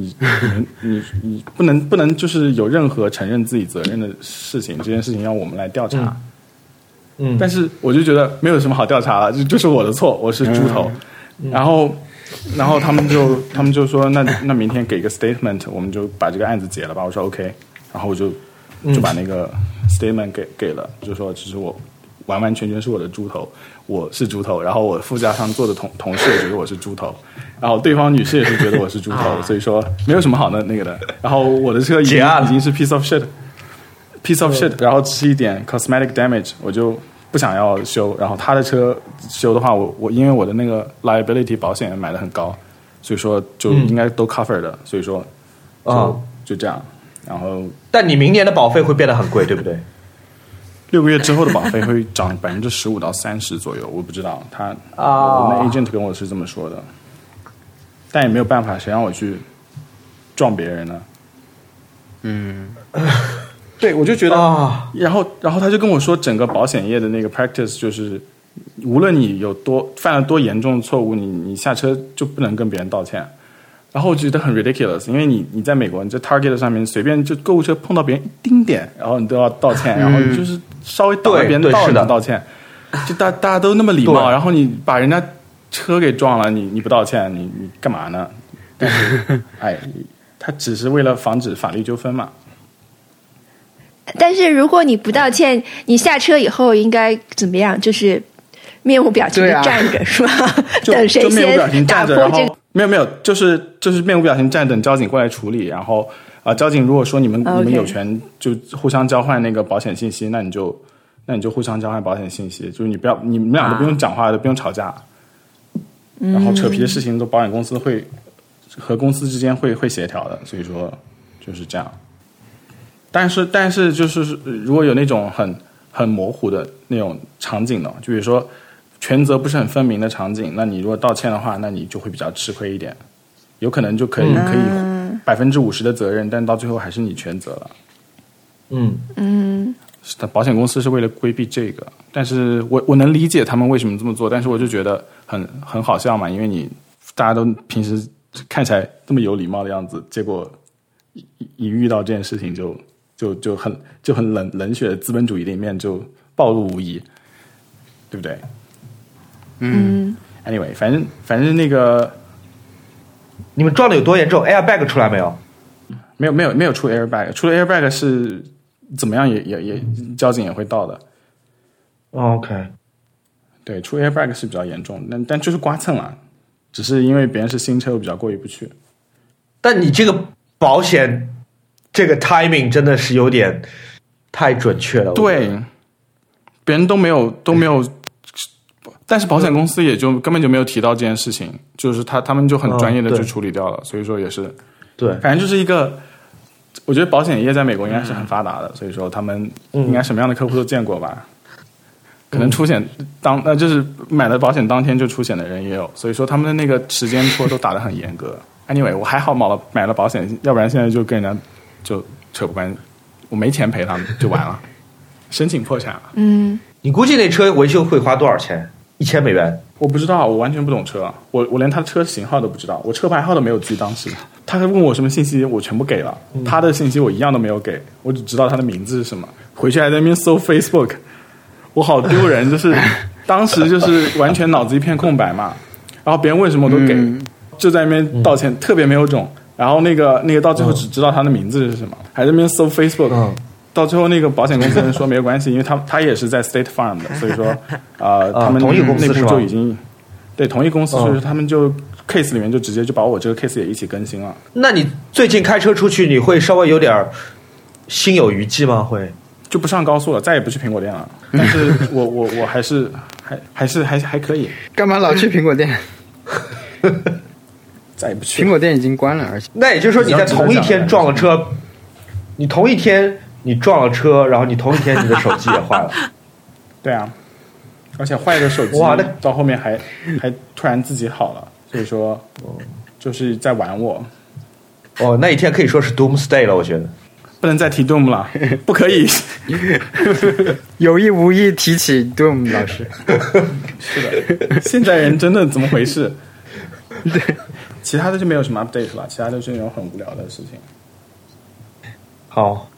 不能就是有任何承认自己责任的事情，这件事情要我们来调查。但是我就觉得没有什么好调查了，就是我的错，我是猪头。然后他们就说那明天给个 statement， 我们就把这个案子结了吧。我说 OK， 然后我就把那个 statement 给了，就说其实我完完全全是我的猪头，我是猪头。然后我副驾上坐的同事也觉得我是猪头，然后对方女士也是觉得我是猪头，所以说没有什么好那个的。然后我的车已经是 piece of shit， 然后是一点 cosmetic damage， 我就不想要修，然后他的车修的话，我因为我的那个 liability 保险买的很高，所以说就应该都 cover 的，所以说就这样。然后，但你明年的保费会变得很贵，对不对 ？6个月之后的保费会涨15%到30%左右，我不知道我的 agent 跟我是这么说的，但也没有办法，谁让我去撞别人呢？对，我就觉得然后他就跟我说，整个保险业的那个 practice 就是，无论你犯了多严重的错误，你下车就不能跟别人道歉。然后我觉得很 ridiculous， 因为你在美国，你在 Target 上面随便就购物车碰到别人一丁点，然后你都要道歉，然后你就是稍微挡了别人的道你就道歉，就大家都那么礼貌，然后你把人家车给撞了，你不道歉，你干嘛呢？但是他只是为了防止法律纠纷嘛。 但是如果你不道歉，你下车以后应该怎么样？就是面无表情的站着，是吧？等谁先打破这个？ 没有，就是面无表情站等交警过来处理。然后交警如果说你们有权就互相交换那个保险信息，那你就互相交换保险信息，就是你们俩都不用讲话，都不用吵架。然后扯皮的事情都保险公司会和公司之间会协调的，所以说就是这样。但是就是如果有那种很模糊的那种场景呢，就比如说权责不是很分明的场景，那你如果道歉的话，那你就会比较吃亏一点，有可能就可以50%的责任，但到最后还是你全责了。保险公司是为了规避这个，但是我能理解他们为什么这么做，但是我就觉得很好笑嘛，因为大家都平时看起来这么有礼貌的样子，结果一遇到这件事情就很冷血的资本主义的一面就暴露无遗，对不对？Anyway， 反正那个你们撞的有多严重 ？Airbag 出来没有？ 没有出 Airbag， 出了 Airbag 是怎么样也交警也会到的。 OK， 对，出 Airbag 是比较严重，但就是刮蹭了，只是因为别人是新车，我比较过意不去。 但你这个保险这个 timing 真的是有点太准确了。 对，别人都没有，但是保险公司也就根本就没有提到这件事情，就是他们就很专业的去处理掉了，所以说也是对， 反正就是一个，我觉得保险业在美国应该是很发达的，所以说他们应该什么样的客户都见过吧。可能出险就是买了保险当天就出险的人也有，所以说他们的那个时间戳都打得很严格。 Anyway， 我还好买了保险，要不然现在就跟人家就扯不关系，我没钱赔他们就完了，申请破产了。 你估计那车维修会花多少钱？$1000？ 我不知道，我完全不懂车，我连他的车型号都不知道，我车牌号都没有记当时。他问我什么信息，我全部给了，他的信息我一样都没有给，我只知道他的名字是什么。回去还在那边搜 Facebook， 我好丢人，就是当时就是完全脑子一片空白嘛。然后别人问什么我都给，就在那边道歉，特别没有种。然后那个到最后只知道他的名字是什么，还在那边搜 Facebook。到最后那个保险公司人说没有关系，因为他也是在 State Farm 的，所以说他们同一公司内部就已经对同一公司，所以说他们就 case 里面就直接就把我这个 case 也一起更新了。 那你最近开车出去，你会稍微有点心有余悸吗？会就不上高速了，再也不去苹果店了。但是我还是还可以。 干嘛老去苹果店？ 再也不去。 苹果店已经关了，而且那也就是说你在同一天撞了车，你同一天你撞了车，然后你同一天你的手机也坏了。 对啊，而且坏的手机哇，那到后面还突然自己好了，所以说就是在玩我。 哦，那一天可以说是 Doomsday 了，我觉得。 不能再提 Doom 了，不可以。 有意无意提起 Doom 老师。 是的，现在人真的怎么回事？对，其他的就没有什么 update 了，其他都是那种很无聊的事情。 好。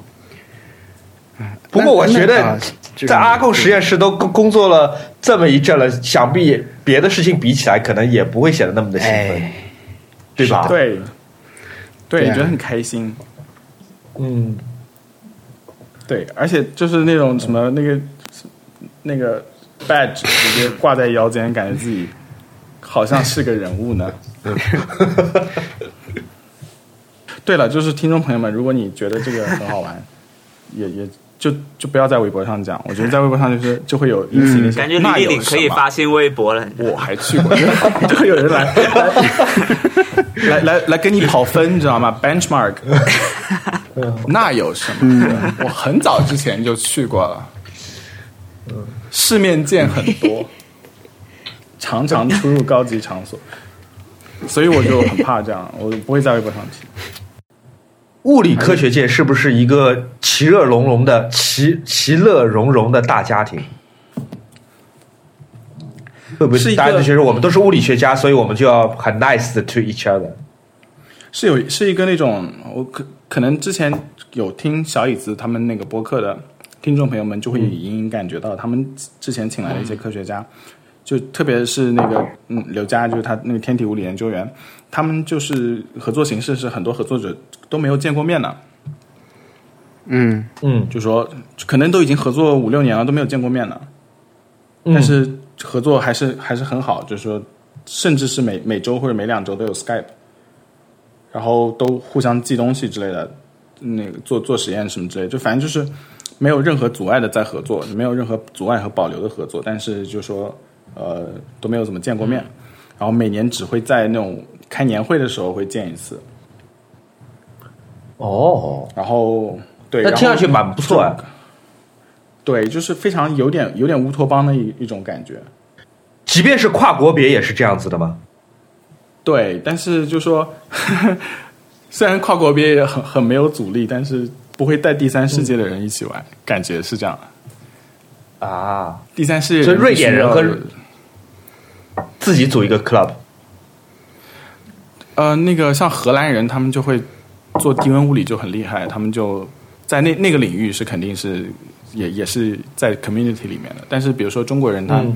不过我觉得在阿贡实验室都工作了这么一阵了，想必别的事情比起来，可能也不会显得那么的兴奋，对吧？ 对，对，觉得很开心。对，而且就是那种什么那个 badge 直接挂在腰间，感觉自己好像是个人物呢。对了，就是听众朋友们，如果你觉得这个很好玩，也就不要在微博上讲。我觉得在微博上就会有引起那些感觉李鼎可以发新微博了。 我还去过，就会有人来跟你跑分，你知道吗 ？benchmark。那有什么？我很早之前就去过了。世面见很多，常常出入高级场所，所以我就很怕这样，我不会在微博上提。 物理科学界是不是一个其乐融融的大家庭？会不会是大家就觉得我们都是物理学家，所以我们就要很 nice to each other？ 是一个那种，我可能之前有听小椅子他们那个播客的听众朋友们就会隐隐感觉到，他们之前请来的一些科学家，就特别是那个刘佳，就是他那个天体物理研究员，他们就是合作形式是很多合作者都没有见过面的。就说可能都已经合作5-6年了，都没有见过面了。但是合作还是很好，就是说，甚至是每周或者每2周都有 Skype， 然后都互相寄东西之类的，那个做实验什么之类的，就反正就是没有任何阻碍的在合作，没有任何阻碍和保留的合作，但是就说都没有怎么见过面，然后每年只会在那种开年会的时候会见一次。 哦， 然后对， 那听上去蛮不错啊。 对，就是非常有点乌托邦的一种感觉。 即便是跨国别也是这样子的吗？ 对，但是就说虽然跨国别也很没有阻力，但是不会带第三世界的人一起玩，感觉是这样的啊。 第三世界， 所以瑞典人和自己组一个 club。 那个像荷兰人，他们就会做低温物理就很厉害，他们就在那个领域是肯定是也是在 community 里面的。但是比如说中国人他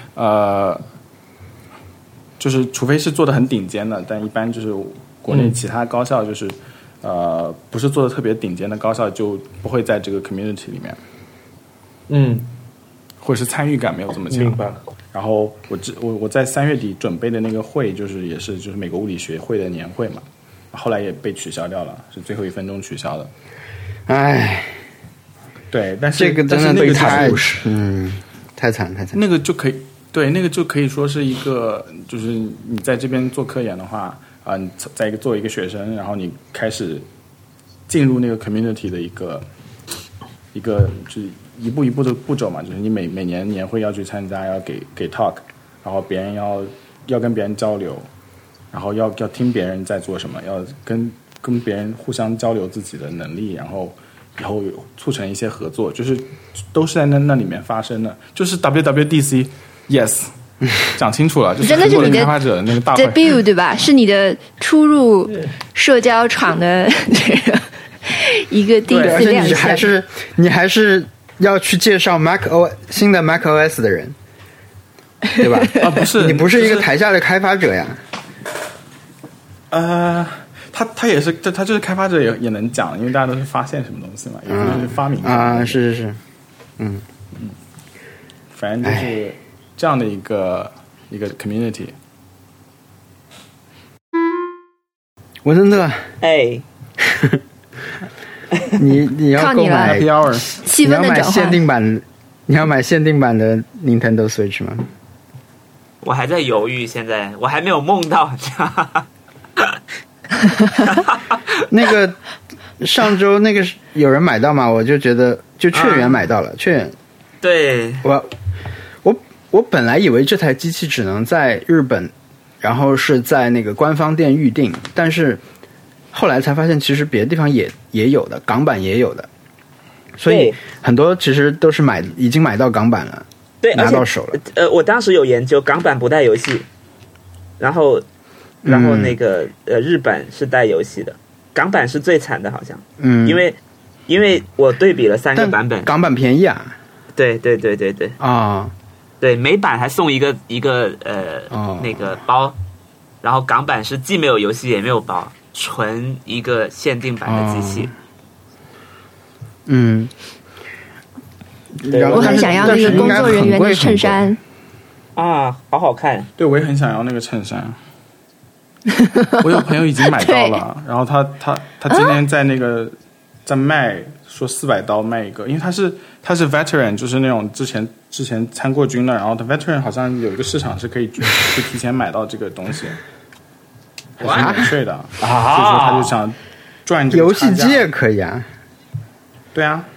就是除非是做的很顶尖的，但一般就是国内其他高校就是不是做的特别顶尖的高校就不会在这个 community 里面，或者是参与感没有这么强。 明白。 然后我在3月底准备的那个会也是美国物理学会的年会嘛，后来也被取消掉了，是最后1分钟取消的。 唉， 对，但是这个真的那个太惨。 那个就可以对，那个就可以说是一个，就是你在这边做科研的话你在作为一个学生，然后你开始进入那个 community 的一个就是一步一步的步骤嘛，就是你每年年会要去参加，要给 talk， 然后别人要跟别人交流， 然后要听别人在做什么，要跟别人互相交流自己的能力，然后以后促成一些合作，就是都是在那里面发生的。就是 WWDC yes 讲清楚了，就是真的是你的开发者那个大会 debut 对吧？是你的初入社交场的这个一个第一次亮相。 你还是要去介绍 新的 macOS 的人，对吧？ 啊，不是， 你不是一个台下的开发者呀。 他也是，他就是开发者也能讲，因为大家都是发现什么东西嘛，也不是发明啊，是， 反正就是这样的一个 community。 文森特， 哎， 你要购买 Happy Hour， 气氛的转换。 你要买限定版的 Nintendo Switch 吗？ 我还在犹豫，现在我还没有梦到。 那个上周那个有人买到吗？我就觉得就雀园买到了，雀园。 对， 我本来以为这台机器只能在日本，然后是在那个官方店预定，但是后来才发现其实别的地方也有的，港版也有的，所以很多其实都是已经买到港版了， 对， 拿到手了。 我当时有研究港版不带游戏，然后那个日版是带游戏的，港版是最惨的，好像，因为我对比了3个版本， 港版便宜啊， 对啊， 对，美版还送一个那个包，然后港版是既没有游戏也没有包，纯一个限定版的机器。 我很想要那个工作人员的衬衫啊，好好看。 对，我也很想要那个衬衫。我有朋友已经买到了，然后他今天在那个在卖，说$400卖一个，因为他是 veteran， 就是那种之前参过军的，然后他 veteran 好像有一个市场是可以提前买到这个东西，还是免税的啊，所以说他就想赚这个游戏机也可以啊， 对啊，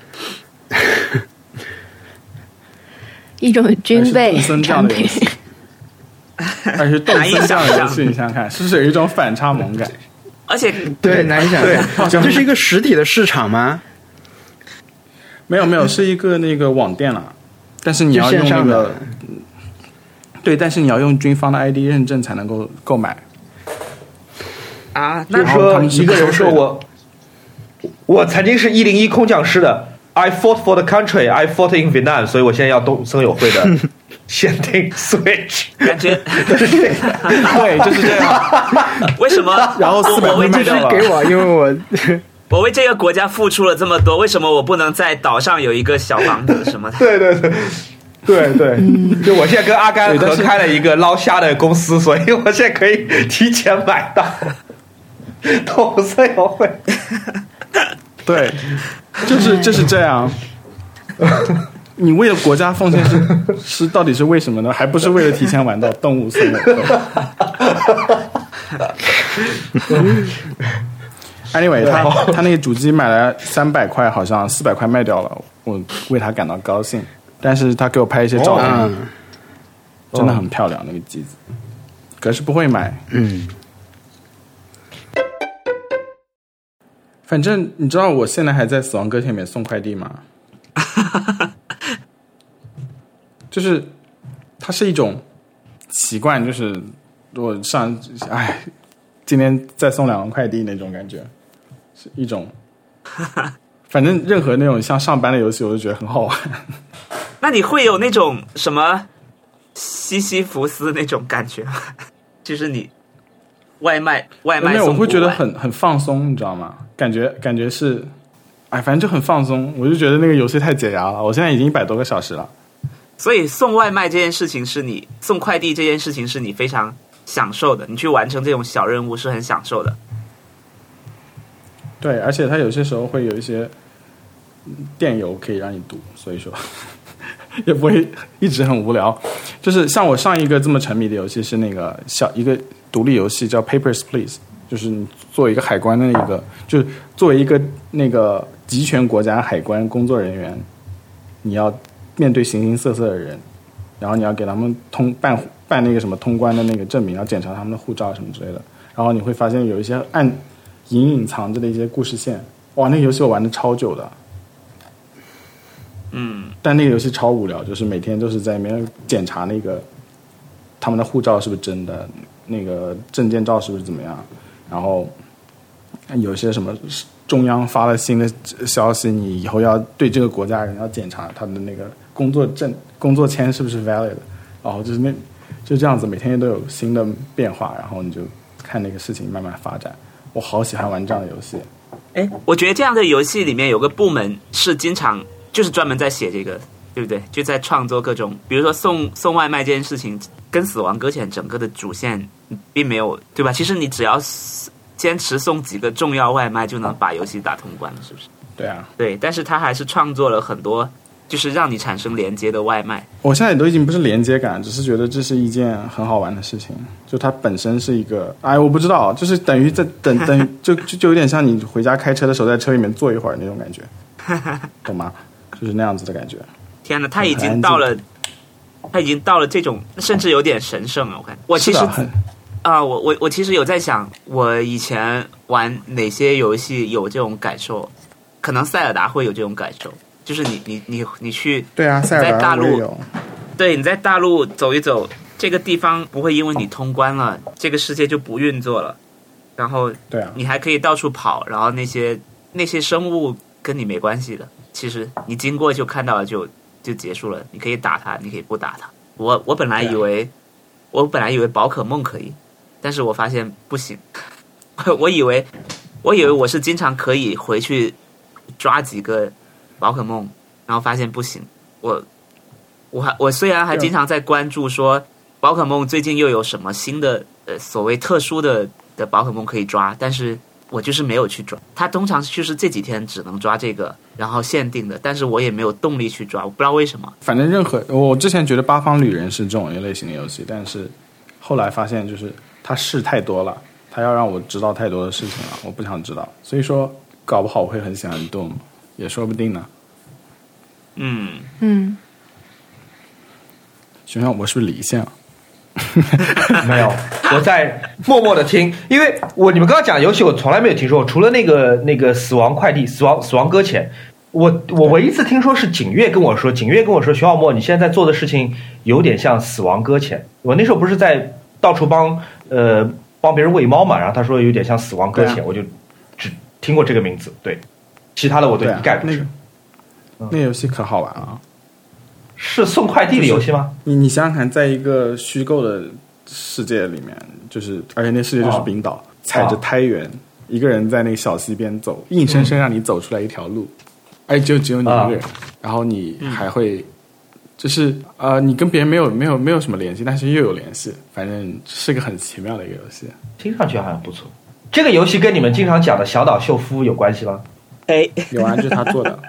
一种军备产品。 而且动森这样的游戏，你想想看，是不是有一种反差萌感？ 而且对，难以想象，这是一个实体的市场吗？ 没有，是一个那个网店了，但是你要用那个，对，但是你要用军方的 ID 认证才能够购买。 啊， 就是说一个人说我曾经是101空降师的 ，I fought for the country, I fought in Vietnam， 所以我现在要动森友会的限定 Switch， 感觉对，就是这样。 为什么？ 然后400块卖掉了， 给我，因为我为这个国家付出了这么多，为什么我不能在岛上有一个小房子什么的？ 对，就我现在跟阿甘合开了一个捞虾的公司，所以我现在可以提前买到动森友会。 对，就是这样。你为了国家奉献是到底是为什么呢？还不是为了提前玩到动物森友会。Anyway， 他那个主机买了300块，好像400块卖掉了，我为他感到高兴。但是他给我拍一些照片，真的很漂亮，那个机子，可是不会买。反正你知道我现在还在死亡搁浅里面送快递吗？就是它是一种习惯，就是我今天再送2个快递那种感觉，是一种反正任何那种像上班的游戏我都觉得很好玩。 那你会有那种什么西西弗斯那种感觉吗？就是你外卖没有，我会觉得很放松，你知道吗？感觉是反正就很放松，我就觉得那个游戏太解压了。我现在已经100多个小时了。 所以送外卖这件事情是你送快递这件事情是你非常享受的，你去完成这种小任务是很享受的。 对，而且它有些时候会有一些电邮可以让你读，所以说也不会一直很无聊。就是像我上一个这么沉迷的游戏是那个一个独立游戏叫 Papers Please， 就是你作为一个海关的一个，就是作为一个那个集权国家海关工作人员，你要面对形形色色的人，然后你要给他们办那个什么通关的那个证明，要检查他们的护照什么之类的。然后你会发现有一些隐藏着的一些故事线。哇，那个游戏我玩的超久的。但那个游戏超无聊，就是每天都是在里面检查那个他们的护照是不是真的，那个证件照是不是怎么样，然后有些什么中央发了新的消息，你以后要对这个国家人要检查他的那个工作签是不是 valid， 然后就这样子，每天都有新的变化，然后你就看那个事情慢慢发展。我好喜欢玩这样的游戏。 我觉得这样的游戏里面有个部门是经常就是专门在写这个，对不对？就在创作各种，比如说送外卖这件事情，跟死亡搁浅整个的主线并没有，对吧？其实你只要坚持送几个重要外卖，就能把游戏打通关了，是不是？ 对啊， 对，但是他还是创作了很多，就是让你产生连接的外卖。 我现在都已经不是连接感，只是觉得这是一件很好玩的事情。就它本身是一个，我不知道，就是等于在等于就有点像你回家开车的时候，在车里面坐一会儿那种感觉，懂吗？就是那样子的感觉。 天哪，他已经到了这种，甚至有点神圣了。我看，我其实我其实有在想，我以前玩哪些游戏有这种感受？可能塞尔达会有这种感受，就是你去， 对啊，塞尔达在大陆有， 对，你在大陆走一走，这个地方不会因为你通关了，这个世界就不运作了，然后对啊， 你还可以到处跑，然后那些生物跟你没关系的，其实你经过就看到了就结束了，你可以打它，你可以不打它。我本来以为宝可梦可以，但是我发现不行。我以为我是经常可以回去抓几个宝可梦，然后发现不行。我虽然还经常在关注说宝可梦最近又有什么新的所谓特殊的宝可梦可以抓，但是我就是没有去抓。它通常就是这几天只能抓这个，然后限定的，但是我也没有动力去抓，我不知道为什么。 反正我之前觉得八方旅人是这种类型的游戏，但是后来发现就是它事太多了，它要让我知道太多的事情了，我不想知道。所以说搞不好我会很喜欢 Doom， 也说不定呢。熊熊，我是不是离线了？ 没有，我在默默的听，因为你们刚刚讲的游戏我从来没有听说过，除了那个死亡快递、死亡搁浅，我唯一一次听说是景月跟我说，徐浩墨，你现在在做的事情有点像死亡搁浅。我那时候不是在到处帮别人喂猫嘛，然后他说有点像死亡搁浅，我就只听过这个名字，对，其他的我都一概不知。 那游戏可好玩啊！ 是送快递的游戏吗？ 你想想看，在一个虚构的世界里面，就是而且那世界就是冰岛，踩着胎原，一个人在那个小溪边走，硬生生让你走出来一条路，而且只有你一个人，然后你还会就是你跟别人没有什么联系，但是又有联系，反正是个很奇妙的一个游戏。 听上去好像不错。这个游戏跟你们经常讲的小岛秀夫有关系吗？ 有啊，就是他做的。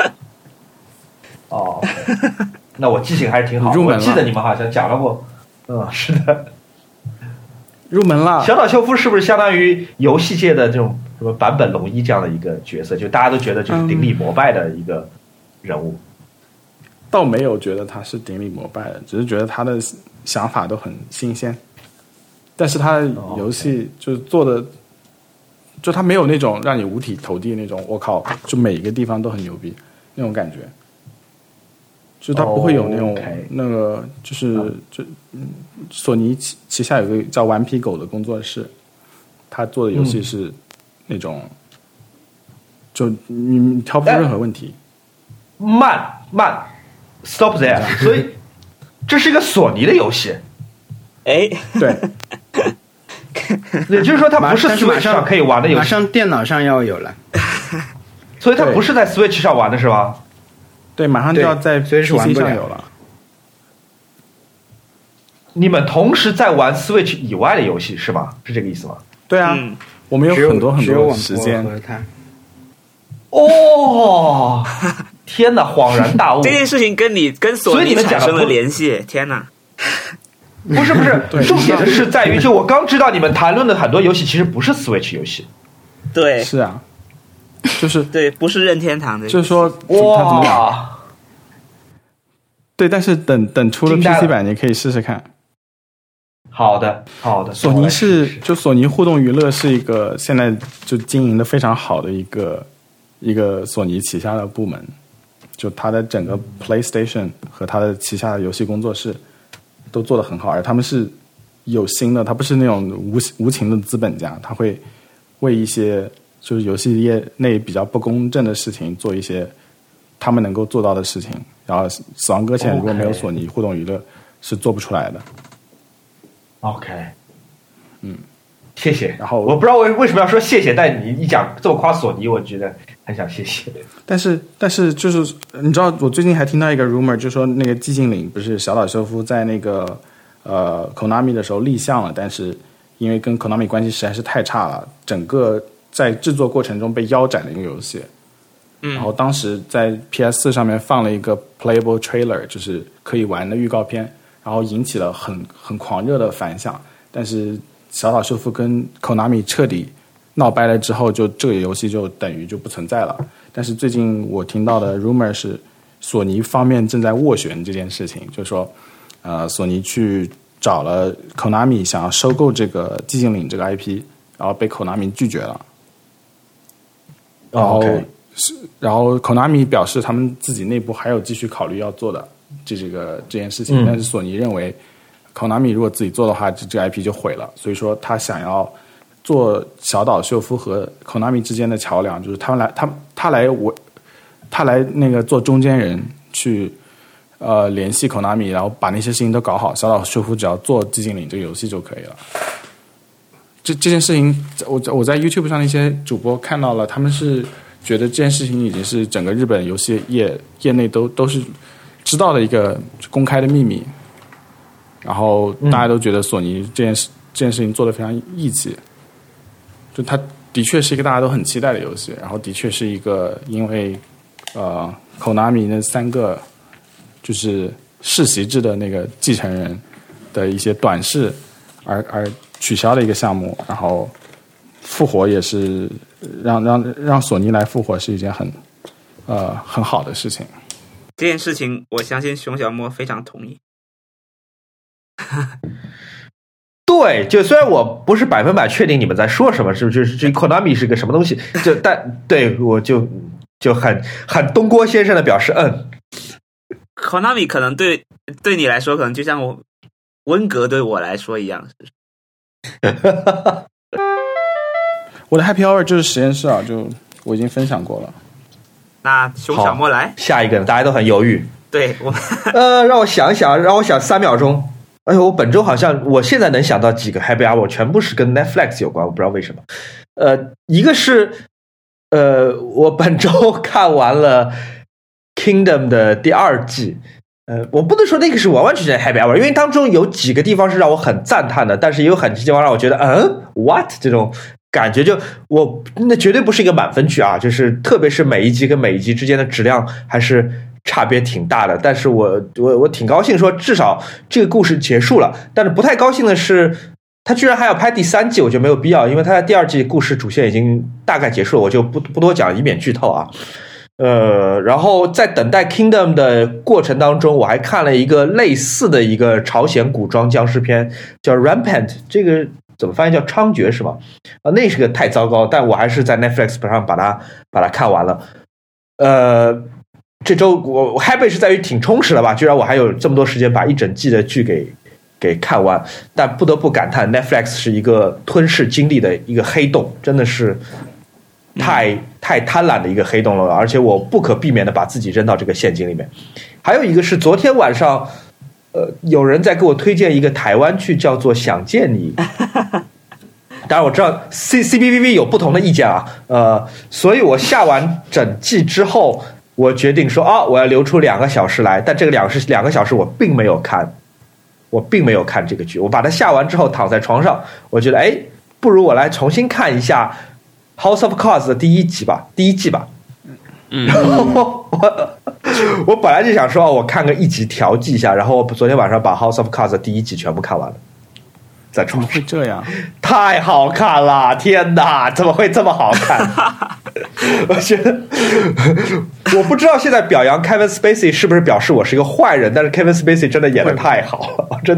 哦，那我记性还是挺好。我记得你们好像讲了过。是的， 入门了。 小岛秀夫是不是相当于游戏界的这种什么坂本龙一这样的一个角色？就大家都觉得就是顶礼膜拜的一个人物。 倒没有觉得他是顶礼膜拜的，只是觉得他的想法都很新鲜。但是他的游戏就是做的，就他没有那种让你五体投地那种，我靠，就每一个地方都很牛逼那种感觉。就他不会有那种那个，就是索尼旗下有个叫顽皮狗的工作室，他做的游戏是那种，就你挑不出任何问题。 慢 ，stop there。所以这是一个索尼的游戏。 对， 也就是说它不是 Switch 上可以玩的游戏， 马上电脑上要有了。 所以它不是在 Switch 上玩的是吧？ 对，马上就要在 PC 上有了。 你们同时在玩 Switch 以外的游戏是吧？是这个意思吗？ 对啊，我们有很多很多时间。 哦，天哪，恍然大悟！ 这件事情跟索尼产生了联系，天哪！ 不是，重点的是在于，就我刚知道你们谈论的很多游戏其实不是 Switch 游戏。 对， 是啊。就是对，不是任天堂的， 就是说他怎么样？对，但是等出了 PC 版，你可以试试看。 好的。 索尼互动娱乐是一个现在就经营的非常好的一个索尼旗下的部门，就它的整个 PlayStation 和它的旗下的游戏工作室都做得很好，而他们是有心的，他不是那种无情的资本家，他会为一些就是游戏业内比较不公正的事情做一些他们能够做到的事情，然后死亡搁浅如果没有索尼互动娱乐是做不出来的。 OK， 谢谢。然后我不知道为什么要说谢谢，但你一讲这么夸索尼，我觉得很想谢谢。 但是就是你知道，我最近还听到一个 rumor， 就说那个寂静岭不是小岛秀夫在那个Konami 的时候立项了，但是因为跟 Konami 关系实在是太差了，整个在制作过程中被腰斩的一个游戏。然后当时在 PS4 上面放了一个 playable trailer， 就是可以玩的预告片，然后引起了很狂热的反响。但是小岛秀夫跟 Konami 彻底闹掰了之后，就这个游戏就等于就不存在了。但是最近我听到的 rumor 是索尼方面正在斡旋这件事情，就是说索尼去找了 Konami 想要收购这个寂静岭这个 IP， 然后被 Konami 拒绝了。然后 Konami 表示他们自己内部还有继续考虑要做的这件事情，但是索尼认为 Konami 如果自己做的话，这 IP 就毁了，所以说他想要做小岛秀夫和 Konami 之间的桥梁，就是他来那个做中间人去联系 Konami， 然后把那些事情都搞好，小岛秀夫只要做寂静岭这个游戏就可以了。这件事情我在 YouTube 上的一些主播看到了，他们是觉得这件事情已经是整个日本游戏业内都是知道的一个公开的秘密，然后大家都觉得索尼这件事情做得非常义气，就它的确是一个大家都很期待的游戏，然后的确是一个因为Konami 那3个就是世袭制的那个继承人的一些短视而取消的一个项目，然后复活也是让索尼来复活是一件很好的事情。 这件事情我相信熊小莫非常同意。 对，就虽然我不是100%确定你们在说什么，是不是这 Konami 是个什么东西，但对我就很东郭先生的表示 Konami 可能对你来说可能就像温格对我来说一样。 我的 Happy Hour 就是实验室啊，就我已经分享过了。 那熊小莫来下一个，大家都很犹豫。 对， 让我想3秒钟。哎呦，我本周好像我现在能想到几个 Happy Hour 全部是跟 Netflix 有关，我不知道为什么。一个是我本周看完了 Kingdom 的第2季。我不能说那个是完完全全 Happy Hour， 因为当中有几个地方是让我很赞叹的，但是也有很多地方让我觉得what 这种感觉，就那绝对不是一个满分剧啊，就是特别是每一集跟每一集之间的质量还是差别挺大的。但是我挺高兴说至少这个故事结束了，但是不太高兴的是他居然还要拍第3季，我觉得没有必要，因为他的第2季故事主线已经大概结束了，我就不多讲，以免剧透啊。然后在等待 Kingdom 的过程当中，我还看了一个类似的一个朝鲜古装僵尸片，叫 Rampant， 这个怎么翻译叫猖獗是吗？那是个太糟糕，但我还是在 Netflix 上把它看完了。这周我 happy 是在于挺充实了吧，居然我还有这么多时间把一整季的剧给看完。但不得不感叹 Netflix 是一个吞噬精力的一个黑洞，真的是太贪婪的一个黑洞了，而且我不可避免的把自己扔到这个陷阱里面。还有一个是昨天晚上有人在给我推荐一个台湾剧叫做《想见你》当然我知道 CBBB 有不同的意见啊，所以我下完整季之后我决定说我要留出2个小时来，但这个2个小时我并没有看这个剧，我把它下完之后躺在床上，我觉得不如我来重新看一下House of Cards 的第一季吧。然后我本来就想说我看个1集调剂一下，然后我昨天晚上把 House of Cards 的第一季全部看完了，在床上。 怎么会这样？ 太好看了！天哪，怎么会这么好看？我觉得我不知道现在表扬 Kevin Spacey 是不是表示我是一个坏人，但是 Kevin Spacey 真的演得太好了，真的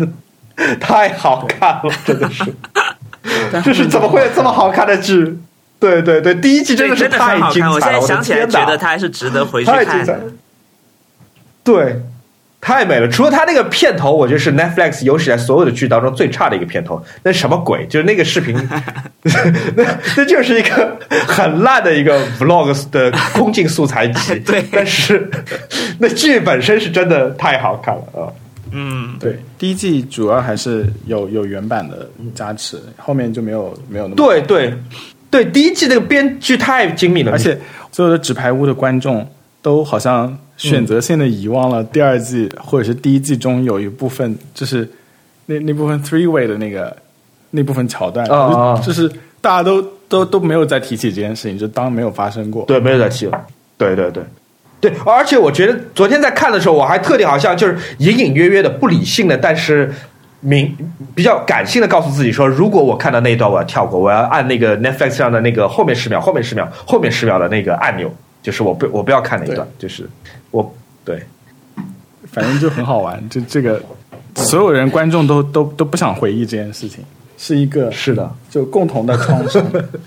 太好看了，真的是，这是怎么会有这么好看的剧？对对对，第一季真的是太精彩了， 我现在想起来觉得它还是值得回去看的。 对，太美了。除了它那个片头，我觉得是 Netflix 有史以来所有的剧当中最差的一个片头。那什么鬼？就是那个视频，那就是一个很烂的一个 vlog 的空镜素材集。 对， 但是那剧本身是真的太好看了啊。 对，第一季主要还是有原版的加持，后面就没有那么对对对，第一季那个编剧太精密了， 而且所有的纸牌屋的观众都好像选择性的遗忘了第二季或者是第一季中有一部分，就是那部分 three way 的那部分桥段，就是大家都没有再提起这件事情，就当没有发生过。 对，没有再提了。对对对。对，而且我觉得昨天在看的时候，我还特地好像就是隐隐约约的不理性的，但是比较感性的告诉自己说，如果我看到那一段，我要跳过，我要按那个 Netflix 上的那个后面10秒、后面10秒、后面10秒的那个按钮，就是我不要看那一段，就是我对， 反正就很好玩。这个所有人观众都不想回忆这件事情，是一个是的， 就共同的创伤。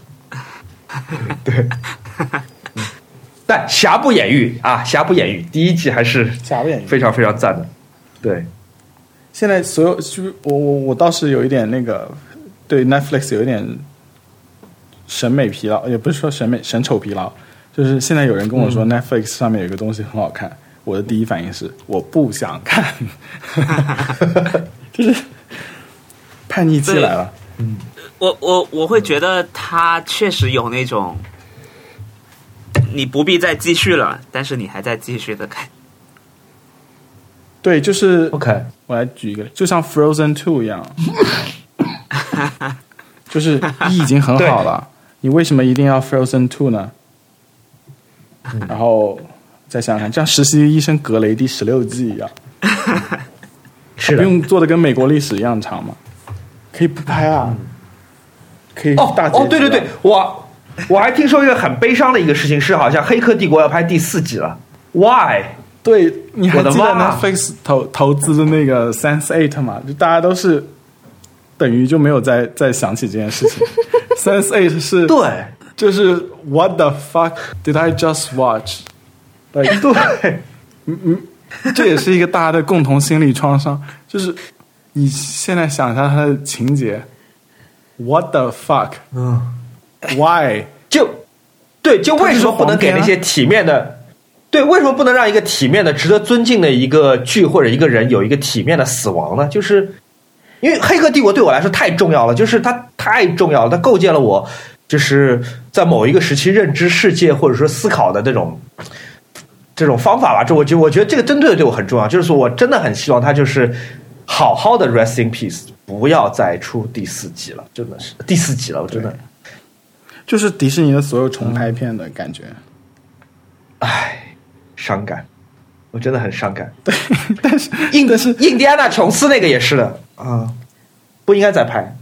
对。但瑕不掩瑜啊，瑕不掩瑜，第一季还是非常非常赞的。对， 现在所有我倒是有一点那个对 Netflix 有一点审美疲劳，也不是说审丑疲劳，就是现在有人跟我说 Netflix 上面有一个东西很好看，我的第一反应是我不想看，就是叛逆期来了。 我会觉得它确实有那种。你不必再继续了，但是你还在继续的看。 对，就是 OK。 我来举一个，就像 Frozen 2一样，就是一已经很好了，你为什么一定要 Frozen 2呢？然后再想想，像实习医生格雷第16季一样， 是不用做的跟美国历史一样长嘛？可以不拍啊？可以大结局。 对对对，我还听说一个很悲伤的一个事情，是好像《黑客帝国》要拍第4季了。Why？ 对，你还记得 Netflix 投资的那个 Sense8 吗？就大家都是等于就没有再想起这件事情。Sense8 是对， 就是 What the fuck did I just watch？ 对，这也是一个大家的共同心理创伤。就是你现在想一下它的情节 ，What the fuck？Why？ 就为什么不能给那些体面的？对，为什么不能让一个体面的、值得尊敬的一个剧或者一个人有一个体面的死亡呢？就是因为《黑客帝国》对我来说太重要了，就是它太重要了，它构建了我就是在某一个时期认知世界或者说思考的这种方法吧。我觉得这个针对的对我很重要，就是说我真的很希望它就是好好的 rest in peace， 不要再出第4季了，真的是第4集了，我真的。 就是迪士尼的所有重拍片的感觉， 伤感，我真的很伤感。 对，但是印第安纳琼斯那个也是的啊，不应该再拍。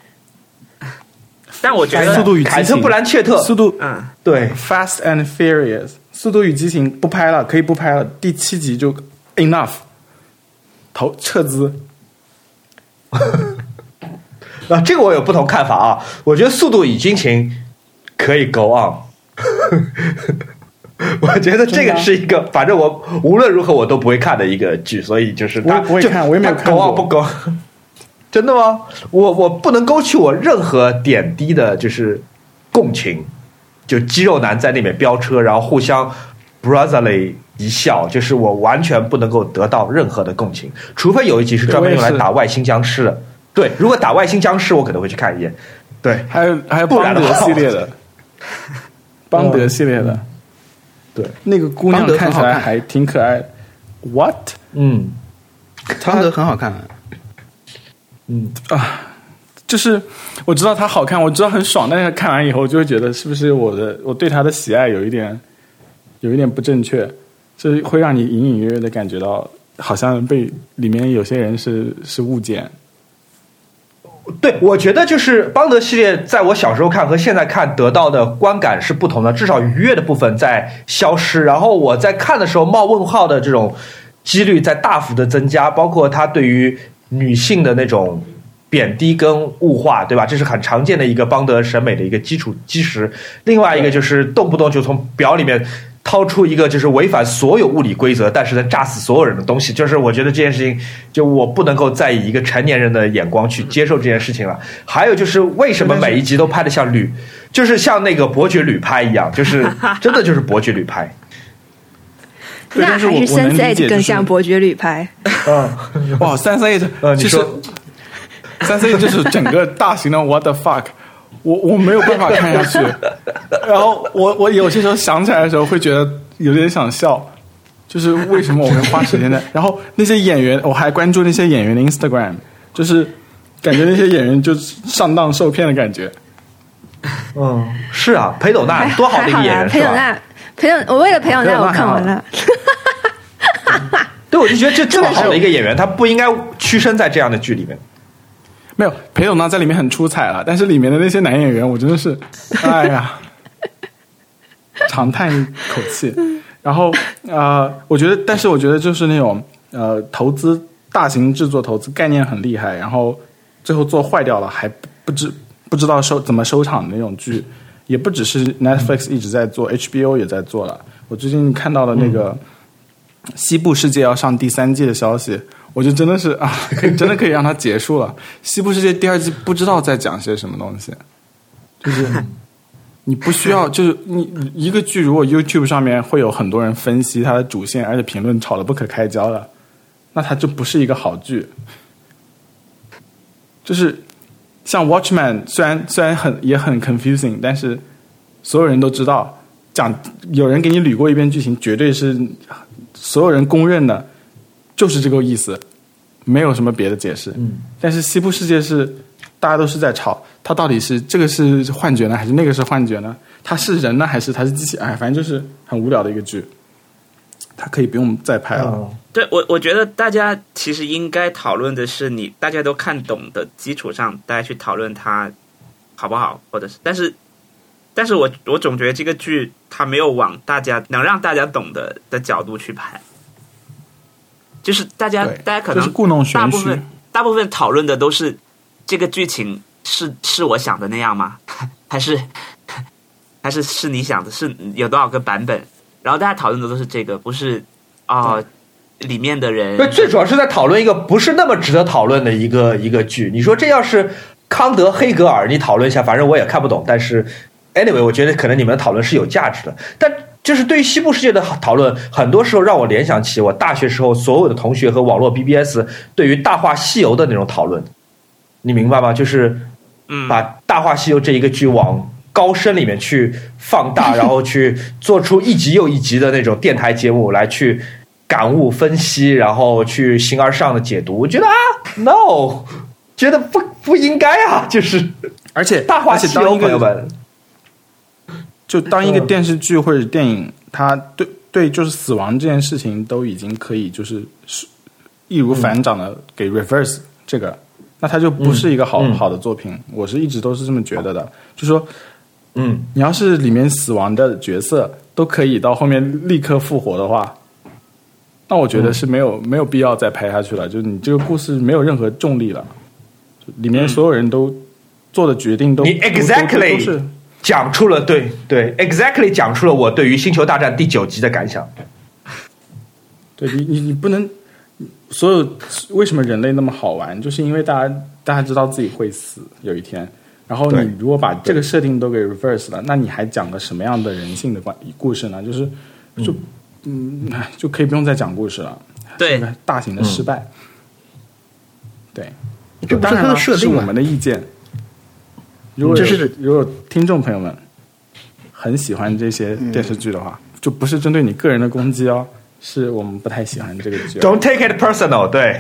但我觉得速度与激情， 凯特·布兰切特，对 ，Fast and Furious， 速度与激情不拍了，可以不拍了，第7集就 enough， 撤资。 这个我有不同看法啊，我觉得《速度与激情》可以 go on。我觉得这个是一个，反正我无论如何我都不会看的一个剧，所以就是我不会看，我也没有看过。 不勾，真的吗？我不能勾起我任何点滴的，就是共情。就肌肉男在那边飙车，然后互相 brotherly 一笑，就是我完全不能够得到任何的共情，除非有一集是专门用来打外星僵尸的。对，如果打外星僵尸，我可能会去看一眼。对， 还有邦德系列的，邦德系列的。 对， 那个姑娘看起来还挺可爱的。What？ 邦德很好看。 就是我知道她好看，我知道很爽，但是看完以后就会觉得是不是我对她的喜爱有一点不正确，就是会让你隐隐约约的感觉到好像被里面有些人是误解。 对，我觉得就是邦德系列，在我小时候看和现在看得到的观感是不同的，至少愉悦的部分在消失，然后我在看的时候冒问号的这种几率在大幅的增加，包括他对于女性的那种贬低跟物化，对吧？这是很常见的一个邦德审美的一个基石。另外一个就是动不动就从表里面掏出一个就是违反所有物理规则，但是能炸死所有人的东西，就是我觉得这件事情，就我不能够再以一个成年人的眼光去接受这件事情了。还有就是为什么每一集都拍得像就是像那个伯爵旅拍一样，就是真的就是伯爵旅拍。 那还是 Sense8 更像伯爵旅拍。 哇 ，Sense8，其实 Sense8 就是整个大型的 What the fuck。我没有办法看下去，然后我有些时候想起来的时候会觉得有点想笑，就是为什么我会花时间在，然后那些演员我还关注那些演员的 Instagram， 就是感觉那些演员就上当受骗的感觉。 是啊，裴斗娜多好的一个演员， 裴斗娜，我为了裴斗娜我看完了。 对，我就觉得这么好的一个演员，他不应该屈身在这样的剧里面。 没有，裴斗娜在里面很出彩了，但是里面的那些男演员，我真的是，哎呀，长叹一口气。然后我觉得，但是我觉得就是那种投资大型制作投资概念很厉害，然后最后做坏掉了，还不知道怎么收场的那种剧，也不只是 Netflix 一直在做 ，HBO 也在做了。我最近看到了那个《西部世界》要上第3季的消息。我就真的是真的可以让它结束了。西部世界第2季不知道在讲些什么东西，就是你不需要，就是你一个剧如果 YouTube 上面会有很多人分析它的主线，而且评论吵得不可开交了，那它就不是一个好剧。就是像 Watchmen 虽然也很 confusing， 但是所有人都知道，有人给你捋过一遍剧情，绝对是所有人公认的。就是这个意思，没有什么别的解释。但是西部世界是大家都是在吵，它到底是这个是幻觉呢，还是那个是幻觉呢？它是人呢，还是它是机器？哎，反正就是很无聊的一个剧，它可以不用再拍了。 对，我觉得大家其实应该讨论的是大家都看懂的基础上，大家去讨论它好不好，或者是，但是我总觉得这个剧它没有往能让大家懂的角度去拍。就是大家可能就是故弄玄虚， 大部分讨论的都是这个剧情是我想的那样吗？还是你想的？是有多少个版本？然后大家讨论的都是这个，不是里面的人。 对，最主要是在讨论一个不是那么值得讨论的一个剧。你说这要是康德、黑格尔，你讨论一下，反正我也看不懂。但是 anyway， 我觉得可能你们的讨论是有价值的，但。就是对于西部世界的讨论，很多时候让我联想起我大学时候所有的同学和网络 BBS 对于《大话西游》的那种讨论，你明白吗？就是把《大话西游》这一个剧往高深里面去放大，然后去做出一集又一集的那种电台节目来去感悟分析，然后去形而上的解读。我觉得no， 觉得不应该啊，就是而且 《大话西游》朋友们。 就当一个电视剧或者电影，它对就是死亡这件事情都已经可以就是易如反掌的给 reverse 这个，那它就不是一个好的作品。我是一直都是这么觉得的，就是说，你要是里面死亡的角色都可以到后面立刻复活的话，那我觉得是没有必要再拍下去了。就是你这个故事没有任何重力了，里面所有人都做的决定都你 exactly 都是。 讲出了对 exactly 讲出了我对于星球大战第9集的感想。 对，你不能所有为什么人类那么好玩，就是因为大家知道自己会死有一天，然后你如果把这个设定都给 reverse 了，那你还讲个什么样的人性的故事呢？就是就可以不用再讲故事了。 对， 大型的失败。对， 这不是它的设定， 是我们的意见。如果听众朋友们很喜欢这些电视剧的话，就不是针对你个人的攻击哦，是我们不太喜欢这个剧。 Don't take it personal， 对，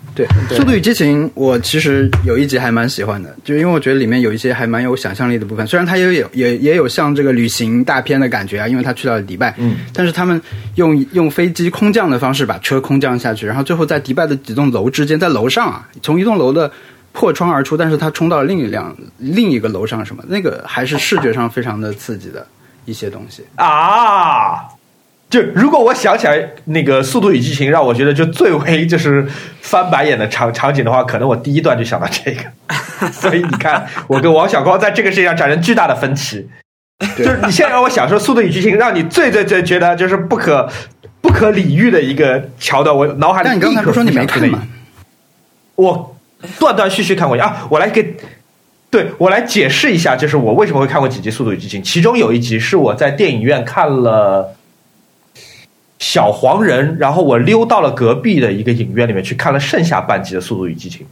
《速度与激情》我其实有一集还蛮喜欢的，就因为我觉得里面有一些还蛮有想象力的部分，虽然它也有像这个旅行大片的感觉啊，因为它去到了迪拜，但是他们用飞机空降的方式把车空降下去，然后最后在迪拜的几栋楼之间，在楼上啊，从一栋楼的破窗而出，但是他冲到了另一个楼上，什么那个还是视觉上非常的刺激的一些东西啊。 就如果我想起来那个《速度与激情》，让我觉得就最为就是翻白眼的场景的话，可能我第一段就想到这个。所以你看，我跟王小光在这个事情上产生巨大的分歧。就是你现在让我想说《速度与激情》，让你最觉得就是不可理喻的一个桥段，我脑海里。 但你刚才不说你没看吗？ 我断断续续看过啊，我来解释一下，就是我为什么会看过几集《速度与激情》，其中有一集是我在电影院看了小黄人，然后我溜到了隔壁的一个影院里面去看了剩下半集的《速度与激情》。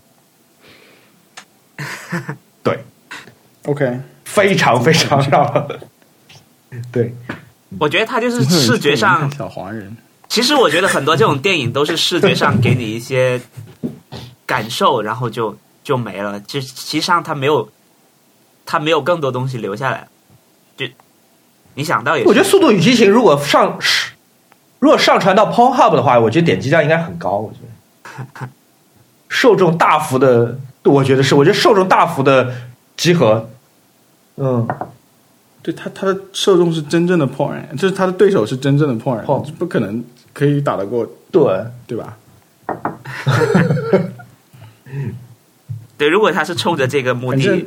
对 ，OK， 非常非常让对， 我觉得他就是视觉上小黄人。 其实我觉得很多这种电影都是视觉上给你一些感受，然后就没了。其实上他没有更多东西留下来。就你想到也是， 我觉得《速度与激情》如果上传到 Pornhub 的话，我觉得点击量应该很高。我觉得受众大幅的，我觉得受众大幅的集合。 对他的受众是真正的 porn， 就是他的对手是真正的 porn， 不可能可以打得过，对吧？ 对，如果他是冲着这个目的，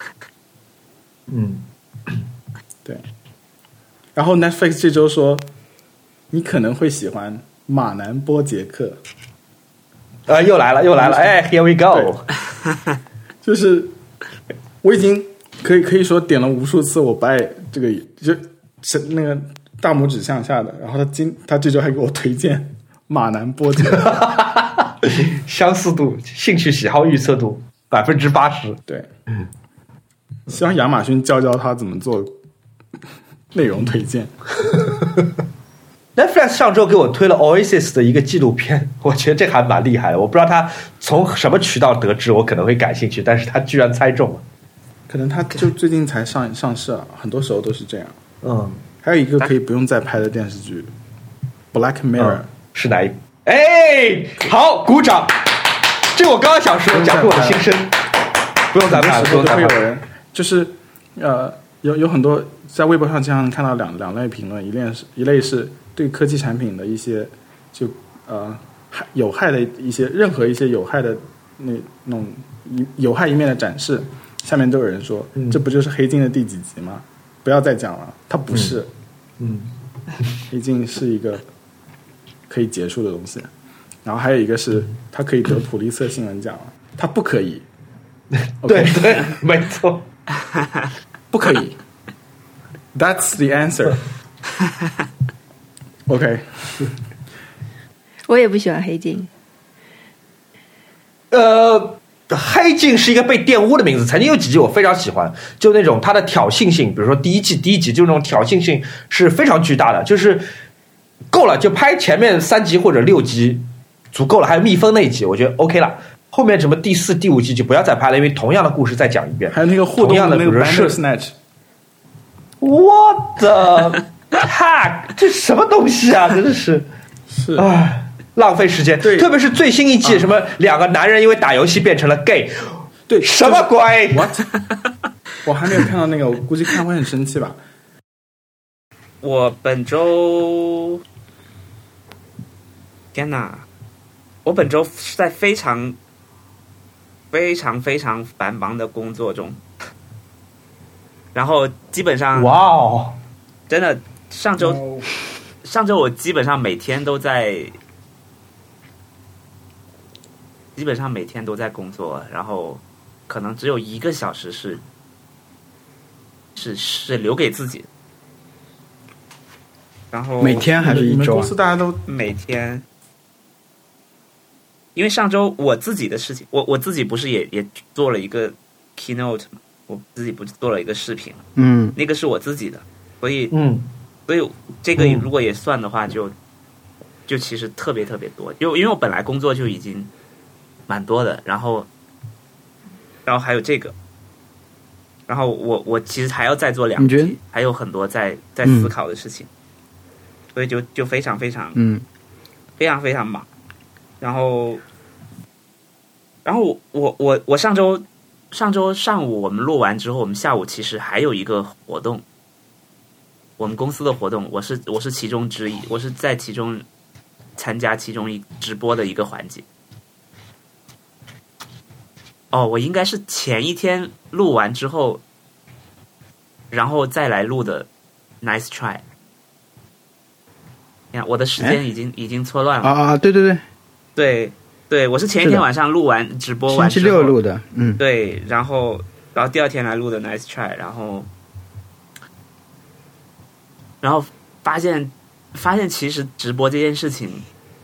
对。然后 Netflix 这周说，你可能会喜欢马南波杰克。 又来了，哎 ，Here we go， 就是我已经可以说点了无数次，我不爱这个，就是那个大拇指向下的。然后他这周还给我推荐马南波杰克， 相似度、兴趣喜好预测度80%。 对，希望亚马逊教他怎么做内容推荐。 Netflix 上周给我推了 Oasis 的一个纪录片，我觉得这还蛮厉害的。我不知道他从什么渠道得知我可能会感兴趣，但是他居然猜中了。 可能他就最近才上市啊，很多时候都是这样。还有一个可以不用再拍的电视剧，Black Mirror， 是哪一部？哎，好，鼓掌！这我刚刚想说，讲出我的心声。不用再拍，不用再拍。 会有人就是有很多在微博上经常看到两类评论，一类是对科技产品的一些就有害的一些任何一些有害的那种有害一面的展示，下面都有人说，这不就是黑镜的第几集吗？不要再讲了，它不是。黑镜是一个可以结束的东西。然后还有一个是它可以得普利策新闻奖了，它不可以。 对对，没错， 不可以。That's the answer. OK， 我也不喜欢黑镜。 黑镜是一个被玷污的名字。曾经有几集我非常喜欢，就那种它的挑衅性，比如说第一集就那种挑衅性是非常巨大的，就是够了就拍前面3集或者6集足够了。还有蜜蜂那一集我觉得 OK 了，后面什么第4、第5集就不要再拍了，因为同样的故事再讲一遍。 还有那个互动的那个 Bandersnatch， What the heck， 这什么东西啊，真的是唉，浪费时间。 对， 特别是最新一季，什么2个男人因为打游戏变成了 gay， 对， 什么鬼 ？What？ 我还没有看到那个，我估计看会很生气吧。 我本周，天哪！我本周在非常繁忙的工作中，然后基本上， 哇哦， 真的上周我基本上每天都在工作，然后可能只有1个小时是留给自己的。然后每天还是一周？ 你们公司大家都每天，因为上周我自己的事情，我自己不是也做了一个 keynote 嘛，我自己不是做了一个视频，那个是我自己的，所以这个如果也算的话，就其实特别多，因为我本来工作就已经蛮多的，然后还有这个，然后我其实还要再做2集，还有很多在思考的事情。所以就非常忙，然后我上周上午我们录完之后，我们下午其实还有一个活动我们公司的活动，我是其中之一，我是在其中参加其中直播的一个环节。哦，我应该是前一天录完之后，然后再来录的 Nice Try。你看我的时间已经错乱了啊！ 对，我是前一天晚上录完直播完之后， 星期六录的， 对，然后第二天来录的 Nice Try， 然后发现其实直播这件事情，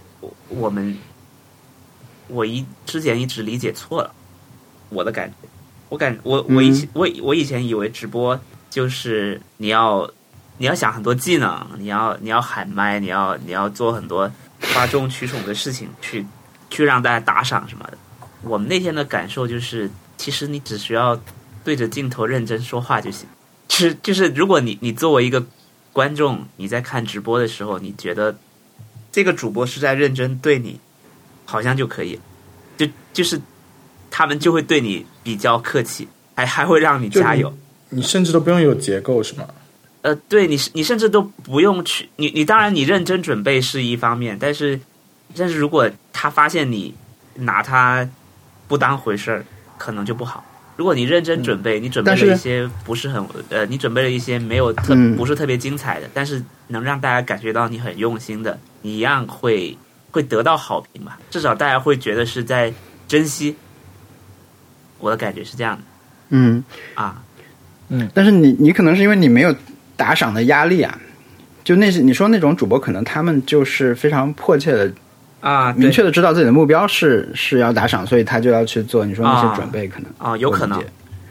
我之前一直理解错了，我的感觉，我以前以为直播就是你要想很多技能，你要喊麦，你要做很多哗众取宠的事情去让大家打赏什么的。我们那天的感受就是，其实你只需要对着镜头认真说话就行。就是如果你作为一个观众，你在看直播的时候，你觉得这个主播是在认真对你，好像就可以，就是他们就会对你比较客气，还会让你加油。 你甚至都不用有结构是吗？ 对，你甚至都不用去，你当然你认真准备是一方面，但是如果他发现你拿他不当回事儿，可能就不好。如果你认真准备，你准备了一些不是很你准备了一些没有不是特别精彩的，但是能让大家感觉到你很用心的，你一样会得到好评吧。至少大家会觉得是在珍惜。我的感觉是这样的。 但是你可能是因为你没有打赏的压力啊，就你说那种主播，可能他们就是非常迫切的明确的知道自己的目标是要打赏，所以他就要去做你说那些准备，可能有可能，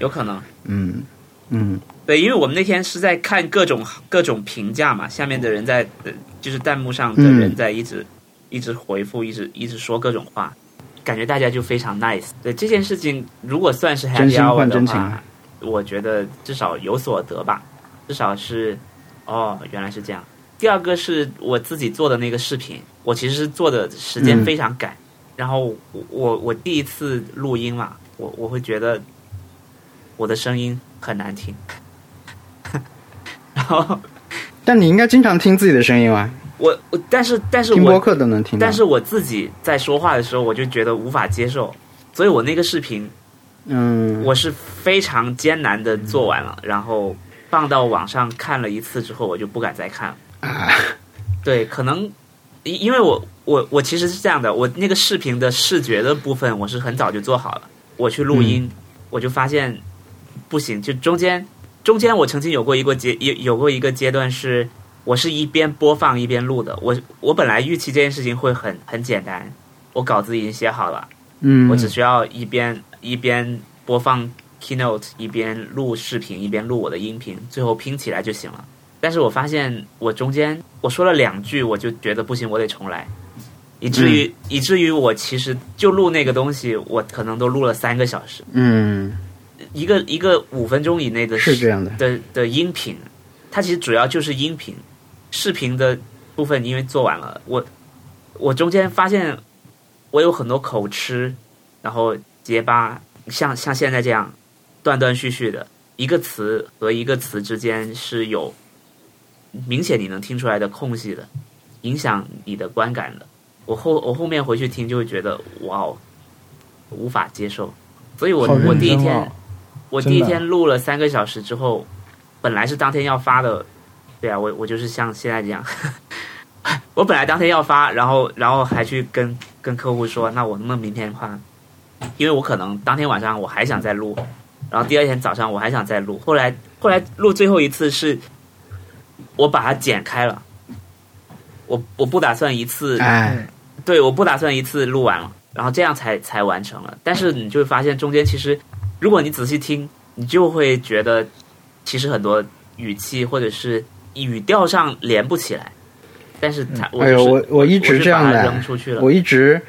对，因为我们那天是在看各种评价嘛，下面的人在就是弹幕上的人在一直回复，一直说各种话，感觉大家就非常 nice。对这件事情，如果算是 happy hour 的话，我觉得至少有所得吧，至少是原来是这样。第二个是我自己做的那个视频，我其实是做的时间非常赶，然后我第一次录音嘛，我会觉得我的声音很难听，然后但你应该经常听自己的声音啊。 但是听播客都能听到， 但是我自己在说话的时候，我就觉得无法接受，所以我那个视频，我是非常艰难的做完了，然后放到网上看了一次之后，我就不敢再看了。对，可能因为我其实是这样的，我那个视频的视觉的部分我是很早就做好了，我去录音，我就发现不行，就中间我曾经有过一个阶段是，我是一边播放一边录的。我本来预期这件事情会很简单，我稿子已经写好了，我只需要一边播放 Keynote 一边录视频一边录我的音频，最后拼起来就行了。但是我发现我中间我说了2句，我就觉得不行，我得重来，以至于我其实就录那个东西，我可能都录了3个小时。一个5分钟以内的是这样的音频，它其实主要就是音频，视频的部分因为做完了，我中间发现我有很多口吃，然后结巴，像现在这样断断续续的，一个词和一个词之间是有明显你能听出来的空隙的，影响你的观感的。我后面回去听就会觉得哇，无法接受。所以我第一天录了3个小时之后，本来是当天要发的，对啊，我就是像现在这样，我本来当天要发，然后还去跟客户说，那我能不能明天发？因为我可能当天晚上我还想再录，然后第2天早上我还想再录，后来录最后一次是我把它剪开了，我不打算一次，对，我不打算一次录完了，然后这样才完成了。但是你就会发现中间其实如果你仔细听，你就会觉得其实很多语气或者是语调上连不起来，但是我一直这样的， 扔出去了， 我一直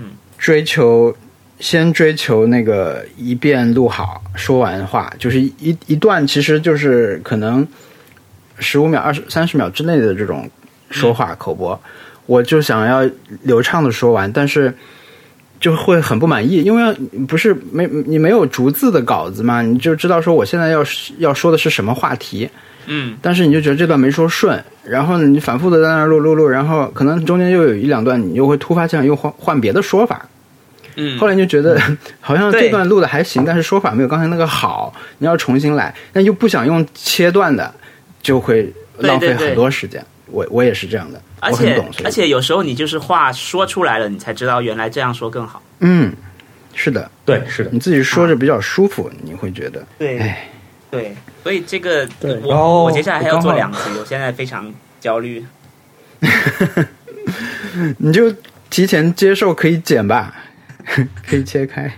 先追求那个一遍录好说完话，就是一段其实就是可能15秒、30秒之内的这种说话口播，我就想要流畅的说完，但是就会很不满意，因为不是你没有逐字的稿子嘛，你就知道说我现在要说的是什么话题， 但是你就觉得这段没说顺，然后你反复的在那录，然后可能中间又有一两段你又会突发奇想又换别的说法。后来你就觉得好像这段录的还行，但是说法没有刚才那个好，你要重新来，但又不想用切断的，就会浪费很多时间。我也是这样的，我很懂。 而且有时候你就是话说出来了，你才知道原来这样说更好。 是的， 对，是的， 你自己说着比较舒服，你会觉得对，所以这个我接下来还要做2集，我现在非常焦虑。 你就提前接受可以剪吧。可以切开。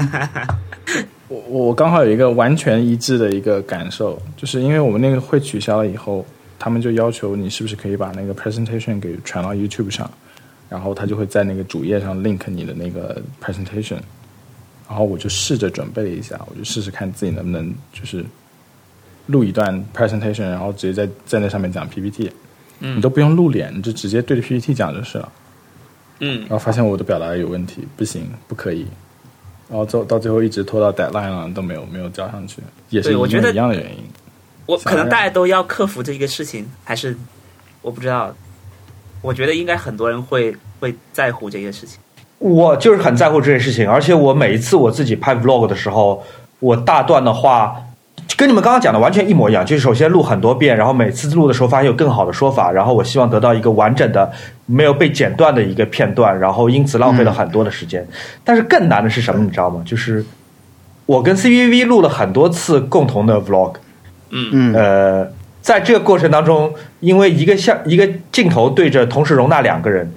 我刚好有一个完全一致的一个感受，就是因为我们那个会取消了以后，他们就要求你是不是可以把那个 presentation 给传到 YouTube 上，然后他就会在那个主页上 link 你的那个 presentation， 然后我就试着准备了一下，我就试试看自己能不能就是录一段 presentation， 然后直接在那上面讲 PPT，你都不用露脸，你就直接对着 PPT 讲就是了。然后发现我的表达有问题，不行，不可以，然后到最后一直拖到 deadline 了都没有交上去，也是我觉得一样的原因。 我可能大家都要克服这个事情，还是我不知道。我觉得应该很多人会在乎这个事情。 我就是很在乎这件事情，而且我每一次我自己拍 vlog 的时候，我大段的话跟你们刚刚讲的完全一模一样，就是首先录很多遍，然后每次录的时候发现有更好的说法，然后我希望得到一个完整的没有被剪断的一个片段，然后因此浪费了很多的时间。但是更难的是什么你知道吗？就是我跟 CVV 录了很多次共同的 vlog，在这个过程当中，因为一个镜头对着同时容纳2个人，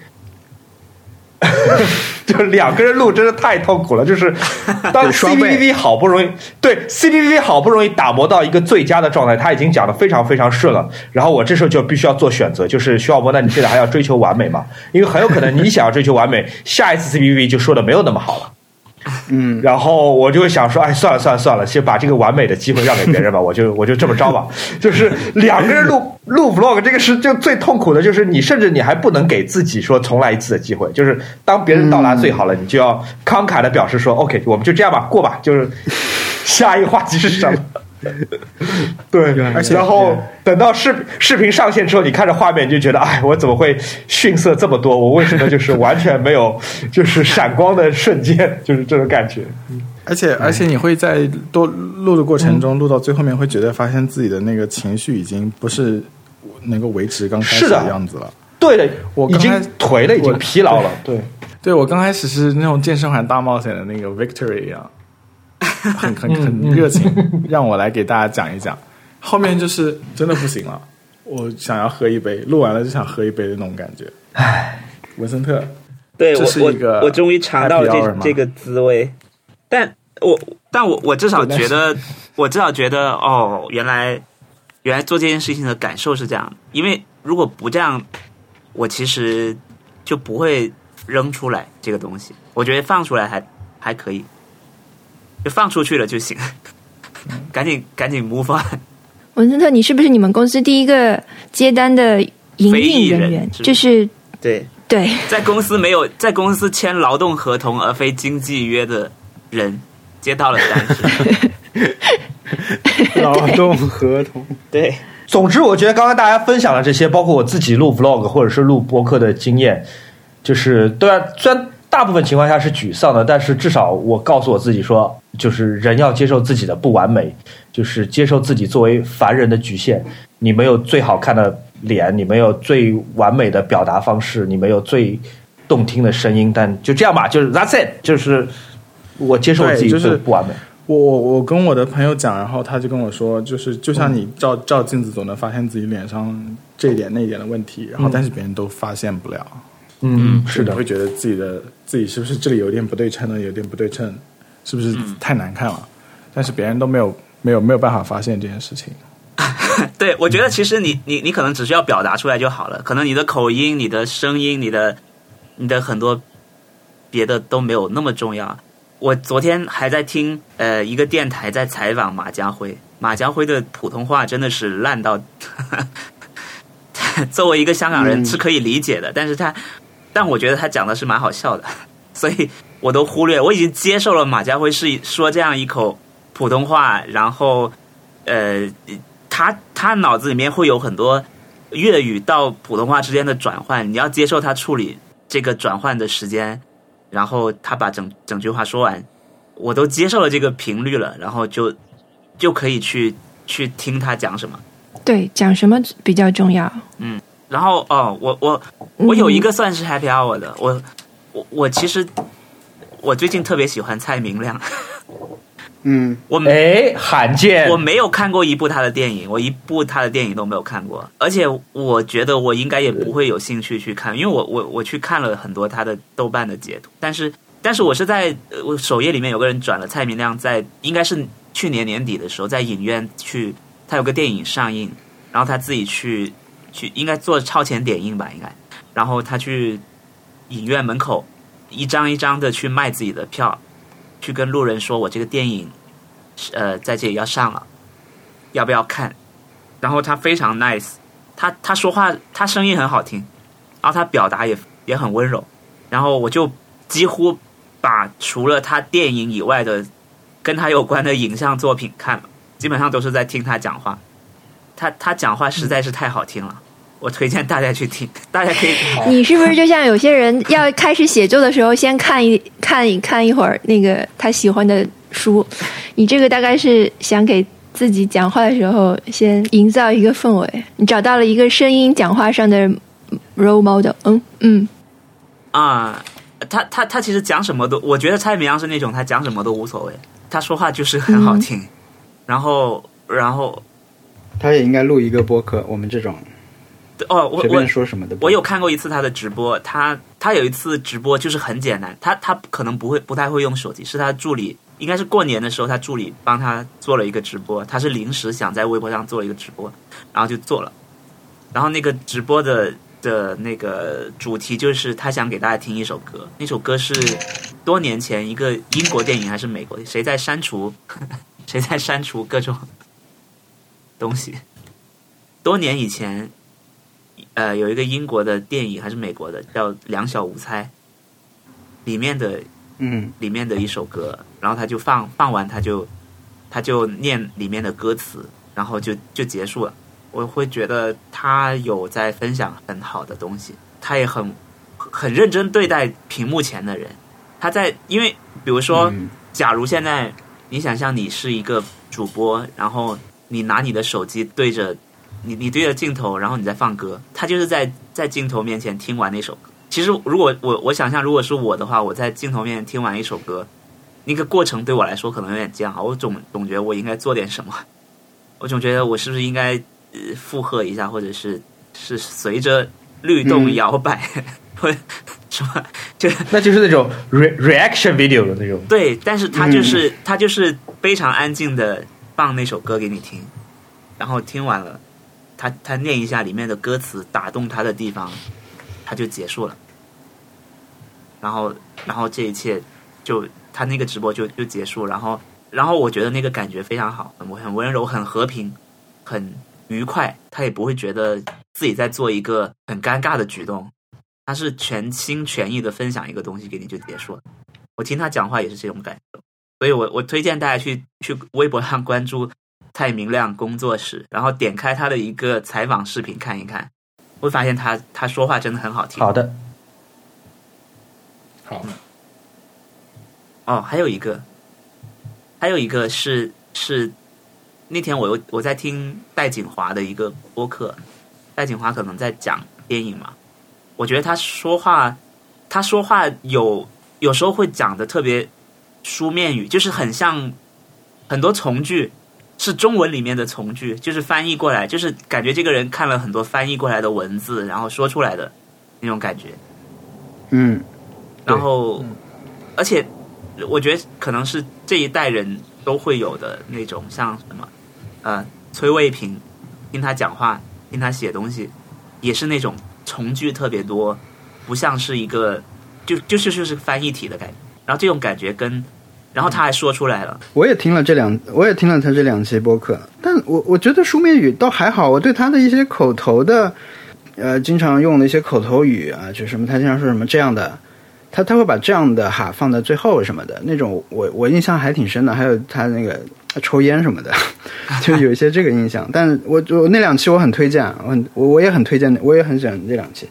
就2个人录真的太痛苦了。就是当 CVV 好不容易打磨到一个最佳的状态，他已经讲得非常非常顺了，然后我这时候就必须要做选择，就是徐小波，那你现在还要追求完美吗？因为很有可能你想要追求完美，下一次 CVV 就说的没有那么好了。然后我就会想说，哎，算了，先把这个完美的机会让给别人吧，我就这么着吧。就是2个人录 vlog， 这个是就最痛苦的，就是你甚至你还不能给自己说重来一次的机会，就是当别人到达最好了，你就要慷慨的表示说 OK， 我们就这样吧，过吧，就是下一个话题是什么？对，然后等到视频上线之后，你看着画面你就觉得，哎，我怎么会逊色这么多？我为什么就是完全没有就是闪光的瞬间，就是这种感觉。 而且你会在多录的过程中，录到最后面会觉得发现自己的那个情绪已经不是能够维持刚开始的样子了。对的， 我已经颓了，已经疲劳了。 对，我刚开始是那种健身环大冒险的那个 Victory 一样。很热情，让我来给大家讲一讲。后面就是真的不行了，我想要喝一杯，录完了就想喝一杯的那种感觉。唉，文森特， 对，我终于尝到了这个滋味。但我至少觉得，哦，原来做这件事情的感受是这样。因为如果不这样，我其实就不会扔出来这个东西。我觉得放出来还可以。就放出去了就行，赶紧 move on。 文森特，你是不是你们公司第一个接单的营运人员？就是对，在公司签劳动合同而非经纪约的人接到了单。 劳动合同， 对。 总之，我觉得刚刚大家分享了这些，包括我自己录 vlog 或者是录播客的经验，就是虽然大部分情况下是沮丧的，但是至少我告诉我自己说，就是人要接受自己的不完美，就是接受自己作为凡人的局限。你没有最好看的脸，你没有最完美的表达方式，你没有最动听的声音，但就这样吧，就是 that's it， 就是我接受自己的不完美。 我跟我的朋友讲，然后他就跟我说，就是就像你照镜子总能发现自己脸上这一点那一点的问题，然后但是别人都发现不了。是的，会觉得自己是不是这里有点不对称呢？有点不对称，是不是太难看了？但是别人都没有办法发现这件事情。 对，我觉得其实你可能只需要表达出来就好了，可能你的口音、你的声音、你的很多别的都没有那么重要。我昨天还在听一个电台在采访马家辉的普通话真的是烂到作为一个香港人是可以理解的，但我觉得他讲的是蛮好笑的，所以我都忽略，我已经接受了马家辉是说这样一口普通话，然后他脑子里面会有很多粤语到普通话之间的转换，你要接受他处理这个转换的时间，然后他把整句话说完，我都接受了这个频率了，然后就可以去听他讲什么。 对，讲什么比较重要。 然后我有一个算是 happy hour 的，我其实我最近特别喜欢蔡明亮。 罕见， 我没有看过一部他的电影，我一部他的电影都没有看过，而且我觉得我应该也不会有兴趣去看，因为我去看了很多他的豆瓣的截图，但是我是在我首页里面有个人转了蔡明亮在应该是去年年底的时候在影院去，他有个电影上映，然后他自己去应该做超前点映吧应该，然后他去影院门口一张一张的去卖自己的票，去跟路人说我这个电影在这里要上了，要不要看？然后他非常 nice， 他说话他声音很好听，然后他表达也很温柔，然后我就几乎把除了他电影以外的跟他有关的影像作品看了，基本上都是在听他讲话。他讲话实在是太好听了，我推荐大家去听，大家可以。 你是不是就像有些人要开始写作的时候，先看一会儿那个他喜欢的书？你这个大概是想给自己讲话的时候先营造一个氛围，你找到了一个声音讲话上的 role model。 他其实讲什么都，我觉得蔡明亮是那种他讲什么都无所谓，他说话就是很好听，然后他也应该录一个播客，我们这种随便说什么的。 我有看过一次他的直播，他有一次直播就是很简单，他可能不太会用手机，是他助理，应该是过年的时候他助理帮他做了一个直播，他是临时想在微博上做一个直播，然后就做了，然后那个直播的那个主题就是他想给大家听一首歌，那首歌是多年前一个英国电影还是美国谁在删除各种东西，多年以前有一个英国的电影还是美国的叫《两小无猜》，里面的一首歌，然后他就放完他就念里面的歌词，然后就结束了。我会觉得他有在分享很好的东西，他也很认真对待屏幕前的人。他在因为比如说假如现在你想象你是一个主播，然后你拿你的手机对着你对着镜头，然后你在放歌，他就是在镜头面前听完那首歌。其实如果我想象如果是我的话，我在镜头面前听完一首歌，那个过程对我来说可能有点煎熬，我总觉得我应该做点什么，我总觉得我是不是应该附和一下，或者是随着律动摇摆，或者什么， 那就是那种 reaction video 的那种。 对，但是他就是非常安静的放那首歌给你听，然后听完了，他念一下里面的歌词，打动他的地方，他就结束了。然后这一切就他那个直播就结束，然后我觉得那个感觉非常好，很温柔，很和平，很愉快，他也不会觉得自己在做一个很尴尬的举动，他是全心全意的分享一个东西给你就结束了。我听他讲话也是这种感受，所以我推荐大家去微博上关注蔡明亮工作室，然后点开他的一个采访视频看一看，会发现他说话真的很好听。 好的， 好。 还有一个是那天我在听戴锦华的一个播客，戴锦华可能在讲电影嘛，我觉得他说话有时候会讲的特别书面语，就是很像很多从句是中文里面的从句，就是翻译过来，就是感觉这个人看了很多翻译过来的文字，然后说出来的那种感觉。然后而且我觉得可能是这一代人都会有的那种，像什么崔卫平，听他讲话听他写东西也是那种从句特别多，不像是一个就是翻译体的感觉，然后这种感觉然后他还说出来了。我也听了他这两期播客，但我觉得书面语倒还好，我对他的一些口头的经常用的一些口头语啊，就什么他经常说什么这样的，他会把这样的哈放在最后什么的那种，我印象还挺深的。还有他那个抽烟什么的，就有一些这个印象。但我那2期我很推荐，我也很推荐，我也很喜欢这2期。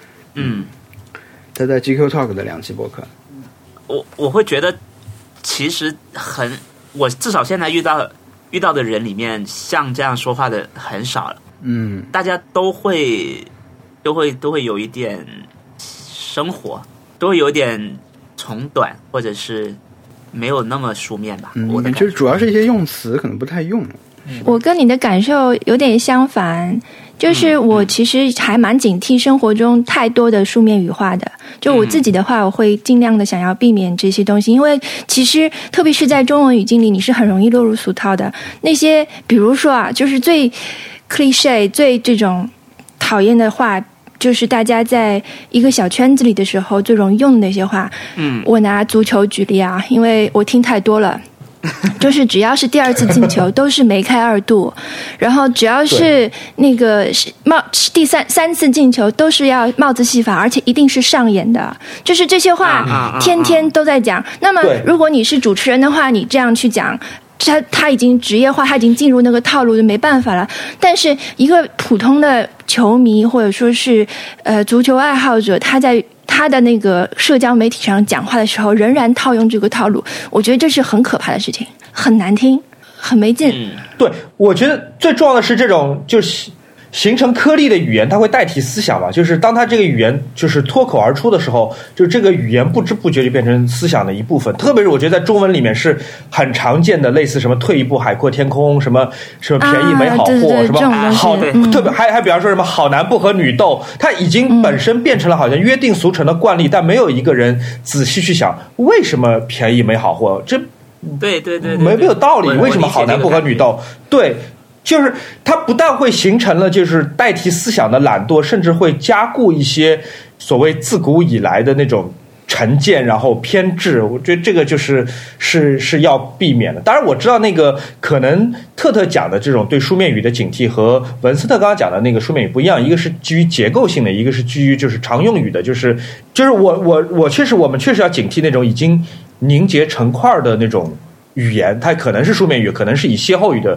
他在 GQ Talk 的2期播客， 我会觉得其实我至少现在遇到的人里面，像这样说话的很少了。大家都会有一点生活，都会有一点从短，或者是没有那么书面吧。我的就是主要是一些用词可能不太用。 我跟你的感受有点相反，就是我其实还蛮警惕生活中太多的书面语化的。就我自己的话，我会尽量的想要避免这些东西，因为其实特别是在中文语境里，你是很容易落入俗套的。那些比如说啊，就是最 cliché 最这种讨厌的话，就是大家在一个小圈子里的时候最容易用的那些话。我拿足球举例啊，因为我听太多了。就是只要是第2次进球都是梅开2度，然后只要是那个第三次进球都是要帽子戏法，而且一定是上演的，就是这些话天天都在讲。那么如果你是主持人的话，你这样去讲，他已经职业化，他已经进入那个套路，就没办法了。但是一个普通的球迷或者说是足球爱好者，他在他的那个社交媒体上讲话的时候仍然套用这个套路，我觉得这是很可怕的事情，很难听，很没劲。 对，我觉得最重要的是这种就是形成颗粒的语言，它会代替思想嘛，就是当它这个语言就是脱口而出的时候，就这个语言不知不觉就变成思想的一部分。特别是我觉得在中文里面是很常见的，类似什么退一步海阔天空，什么便宜没好货， 对什么好特别还比方说什么好男不和女斗，它已经本身变成了好像约定俗成的惯例，但没有一个人仔细去想为什么便宜没好货，这对没有道理，为什么好男不和女斗？对。就是它不但会形成了就是代替思想的懒惰，甚至会加固一些所谓自古以来的那种成见，然后偏执。我觉得这个就是要避免的。当然我知道那个可能特讲的这种对书面语的警惕和文斯特刚刚讲的那个书面语不一样，一个是基于结构性的，一个是基于就是常用语的，就是我们确实要警惕那种已经凝结成块的那种语言，它可能是书面语，可能是以歇后语的。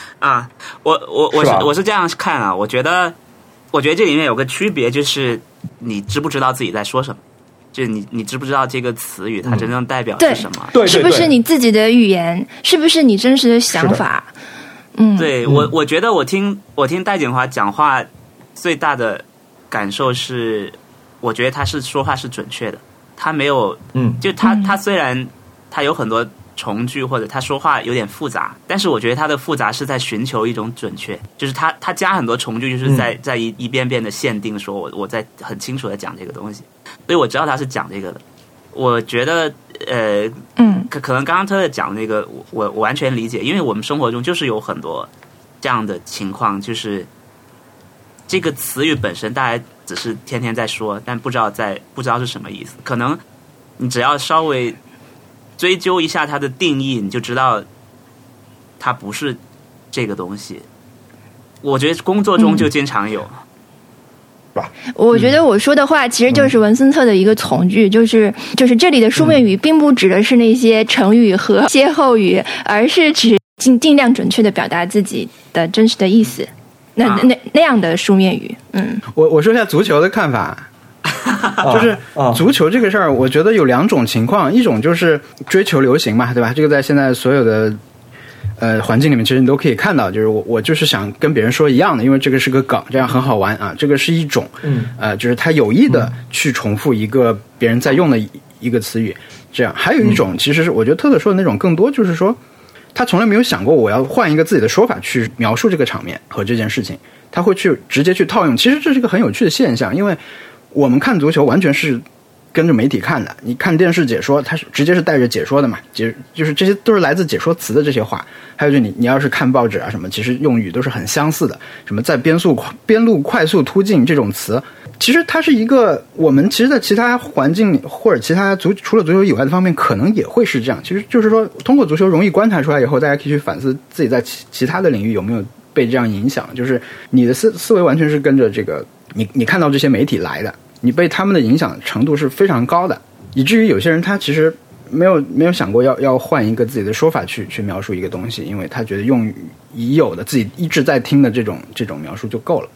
我是这样看啊，我觉得这里面有个区别，就是你知不知道自己在说什么，就是你知不知道这个词语它真正代表是什么？ 对， 是不是你自己的语言？是不是你真实的想法？ 对，我觉得我听戴锦华讲话最大的感受是，我觉得他是说话是准确的，他没有就他虽然他有很多重句或者他说话有点复杂，但是我觉得他的复杂是在寻求一种准确，就是他加很多重句，就是在一遍遍的限定说我在很清楚的讲这个东西，所以我知道他是讲这个的。我觉得可能刚刚特讲那个我完全理解，因为我们生活中就是有很多这样的情况，就是这个词语本身大家只是天天在说，但不知道是什么意思，可能你只要稍微追究一下它的定义，你就知道它不是这个东西。我觉得工作中就经常有。 我觉得我说的话其实就是文森特的一个从句，就是这里的书面语并不指的是那些成语和歇后语，而是指尽量准确的表达自己的真实的意思。那样的书面语。 我说一下足球的看法。就是足球这个事儿，我觉得有2种情况，一种就是追求流行嘛，对吧？这个在现在所有的环境里面，其实你都可以看到，就是我就是想跟别人说一样的，因为这个是个梗，这样很好玩啊。这个是一种，就是他有意的去重复一个别人在用的一个词语，这样。还有一种，其实是我觉得特说的那种更多，就是说他从来没有想过我要换一个自己的说法去描述这个场面和这件事情，他会去直接去套用。其实这是一个很有趣的现象，因为我们看足球完全是跟着媒体看的，你看电视解说，它是直接是带着解说的嘛，就是这些都是来自解说词的这些话。还有就你要是看报纸啊什么，其实用语都是很相似的，什么在边路快速突进这种词，其实它是一个我们其实在其他环境或者其他除了足球以外的方面可能也会是这样。其实就是说通过足球容易观察出来以后，大家可以去反思自己在其他的领域有没有被这样影响，就是你的思维完全是跟着这个你看到这些媒体来的，你被他们的影响程度是非常高的，以至于有些人他其实没有想过要换一个自己的说法去描述一个东西，因为他觉得用已有的自己一直在听的这种描述就够了。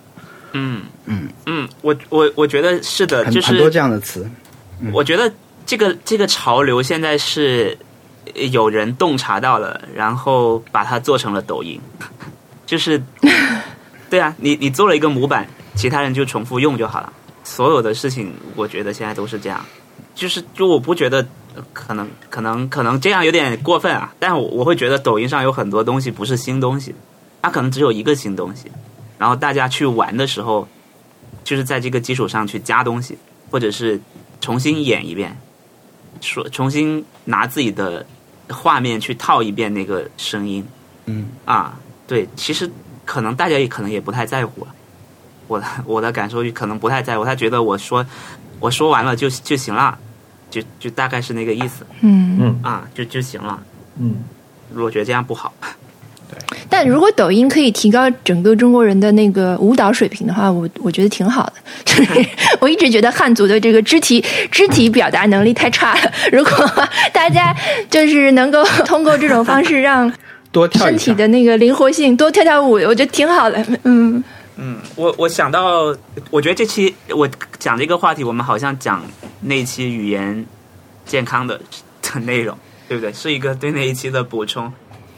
我觉得是的，就是很多这样的词。 我觉得这个潮流现在是有人洞察到了，然后把它做成了抖音，就是对啊，你做了一个模板，其他人就重复用就好了。所有的事情，我觉得现在都是这样，就我不觉得可能这样有点过分啊，但我会觉得抖音上有很多东西不是新东西，它可能只有一个新东西，然后大家去玩的时候，就是在这个基础上去加东西，或者是重新演一遍，重新拿自己的画面去套一遍那个声音。对，其实可能大家也不太在乎，我的感受可能不太在乎，他觉得我说完了就行了，就大概是那个意思。就行了。我觉得这样不好。 对，但如果抖音可以提高整个中国人的那个舞蹈水平的话，我觉得挺好的。就是我一直觉得汉族的这个肢体表达能力太差了，如果大家就是能够通过这种方式让多跳一下身体的那个灵活性多跳跳舞，我觉得挺好的。 我想到，我觉得这期我讲这个话题，我们好像讲那一期语言健康的内容，对不对？是一个对那一期的补充。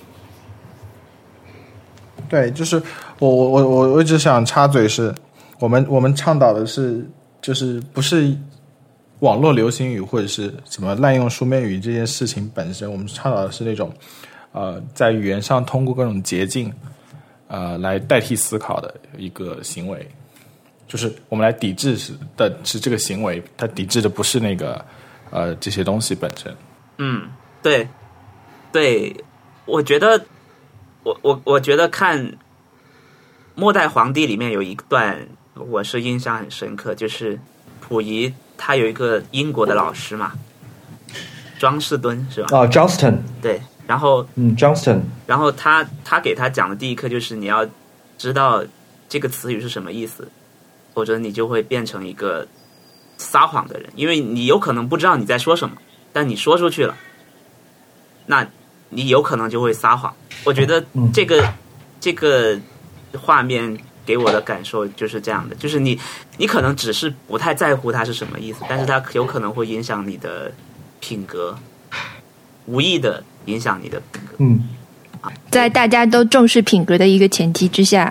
对，就是我一直想插嘴是，我们倡导的是，就是不是网络流行语或者是什么滥用书面语这件事情本身，我们倡导的是那种在语言上通过各种捷径来代替思考的一个行为，就是我们来抵制是这个行为，它抵制的不是那个这些东西本身。 对，我觉得我觉得看《末代皇帝》里面有一段我是印象很深刻，就是溥仪他有一个英国的老师嘛，庄士敦是吧 ？Johnston。 对，然后 Johnston， 然后他给他讲的第一课就是你要知道这个词语是什么意思，否则你就会变成一个撒谎的人，因为你有可能不知道你在说什么，但你说出去了，那你有可能就会撒谎。我觉得这个画面给我的感受就是这样的，就是你可能只是不太在乎它是什么意思，但是它有可能会影响你的品格，无意的影响你的品格。 在大家都重视品格的一个前提之下，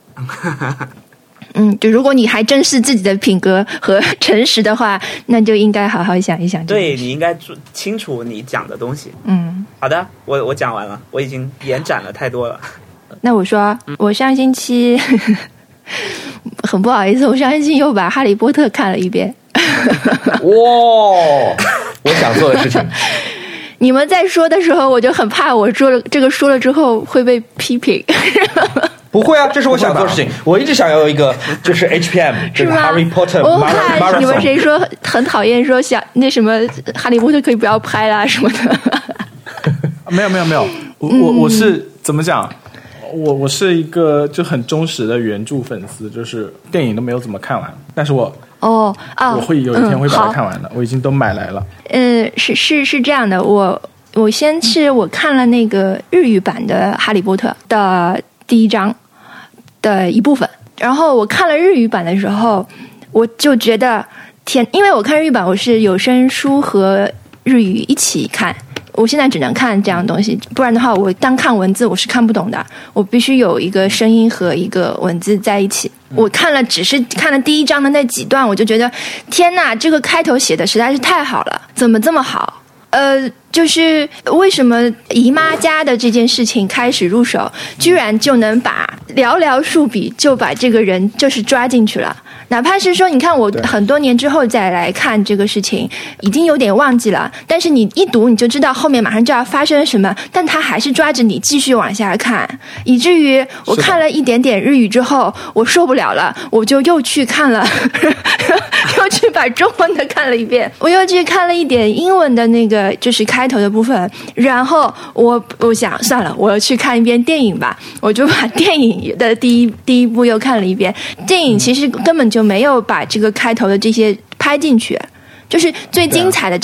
就如果你还珍视自己的品格和诚实的话，那就应该好好想一想。 对，你应该清楚你讲的东西。好的，我讲完了，我已经延展了太多了。 那我说，我上星期很不好意思，我上星期又把《哈利波特》看了一遍。 哇，我想做的事情。 你们在说的时候，我就很怕我说了之后会被批评。 不会啊，这是我想做的事情。我一直想要有一个就是 HPM， 就是 Harry Potter。 我看你们谁说很讨厌，说想那什么哈利波特可以不要拍啦什么的。 没有，我是怎么讲？我是一个就很忠实的原著粉丝，就是电影都没有怎么看完，但是我会有一天会把它看完的，我已经都买来了。 是这样的，我先是我看了那个日语版的《哈利波特》的第一章的一部分，然后我看了日语版的时候，我就觉得天，因为我看日语版我是有声书和日语一起看。我现在只能看这样的东西，不然的话我单看文字我是看不懂的，我必须有一个声音和一个文字在一起。我只是看了第一章的那几段，我就觉得天哪，这个开头写的实在是太好了，怎么这么好？就是为什么姨妈家的这件事情开始入手，居然就能把寥寥数笔就把这个人就是抓进去了。哪怕是说你看我很多年之后再来看这个事情已经有点忘记了，但是你一读你就知道后面马上就要发生什么，但他还是抓着你继续往下看，以至于我看了一点点日语之后我受不了了，我就又去看了又去把中文的看了一遍，我又去看了一点英文的那个就是开头的部分，然后我想算了，我要去看一遍电影吧，我就把电影的第一部又看了一遍。电影其实根本就没有把这个开头的这些拍进去，就是最精彩的这个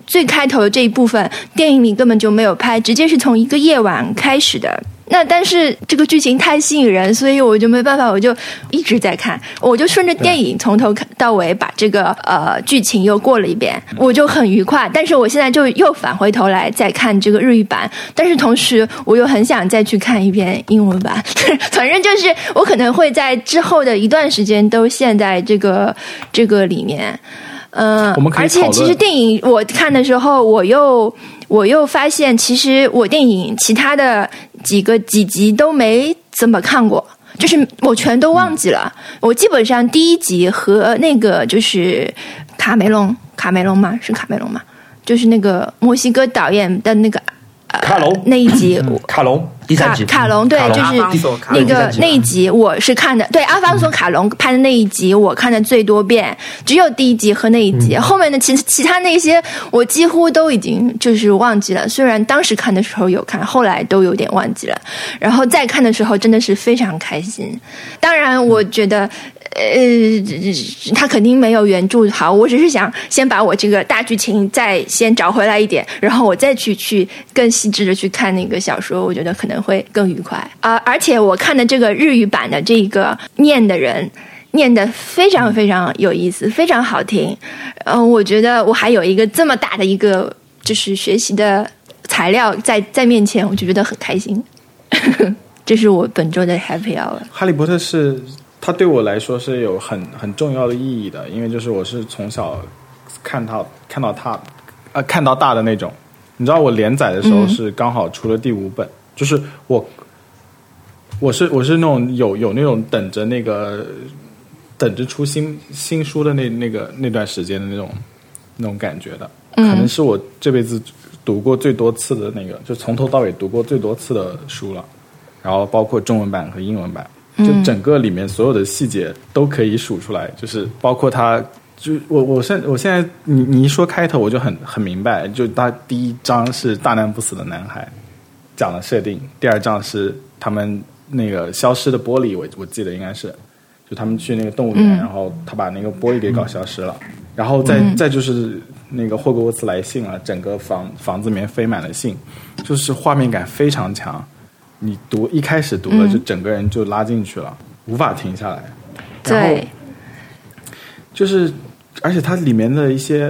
最开头的这一部分电影里根本就没有拍，直接是从一个夜晚开始的。那但是这个剧情太吸引人，所以我就没办法，我就一直在看，我就顺着电影从头到尾把这个剧情又过了一遍，我就很愉快。但是我现在就又返回头来再看这个日语版，但是同时我又很想再去看一遍英文版。反正就是我可能会在之后的一段时间都陷在这个里面。而且其实电影我看的时候，我又发现，其实我电影其他的几集都没怎么看过，就是我全都忘记了。我基本上第一集和那个就是卡梅隆吗？是卡梅隆吗？就是那个墨西哥导演的那个卡隆那一集， 卡隆第3集， 卡隆对，就是那一集我是看的，对，阿方索卡隆拍的那一集我看的最多遍，只有第一集和那一集，后面的其他那些我几乎都已经就是忘记了，虽然当时看的时候有看，后来都有点忘记了，然后再看的时候真的是非常开心。当然我觉得他肯定没有原著好，我只是想先把我这个大剧情再先找回来一点，然后我再去更细致的去看那个小说，我觉得可能会更愉快而且我看的这个日语版的这个念的人念得非常非常有意思，非常好听。我觉得我还有一个这么大的一个就是学习的材料在面前，我就觉得很开心。这是我本周的 Happy Hour。 哈利波特是它对我来说是有很重要的意义的，因为就是我是从小看到它看到大的那种。你知道我连载的时候是刚好出了第5本，就是我是那种有那种等着出新书的那段时间的那种感觉的，可能是我这辈子读过最多次的那个，就从头到尾读过最多次的书了，然后包括中文版和英文版，就整个里面所有的细节都可以数出来，就是包括它。就我现在你一说开头我就很明白，就他第1章是大难不死的男孩讲的设定，第2章是他们那个消失的玻璃，我记得应该是就他们去那个动物园，然后他把那个玻璃给搞消失了，然后再就是那个霍格沃茨来信了，整个房子里面飞满了信，就是画面感非常强，你一开始读了就整个人就拉进去了，无法停下来。 对， 就是而且它里面的一些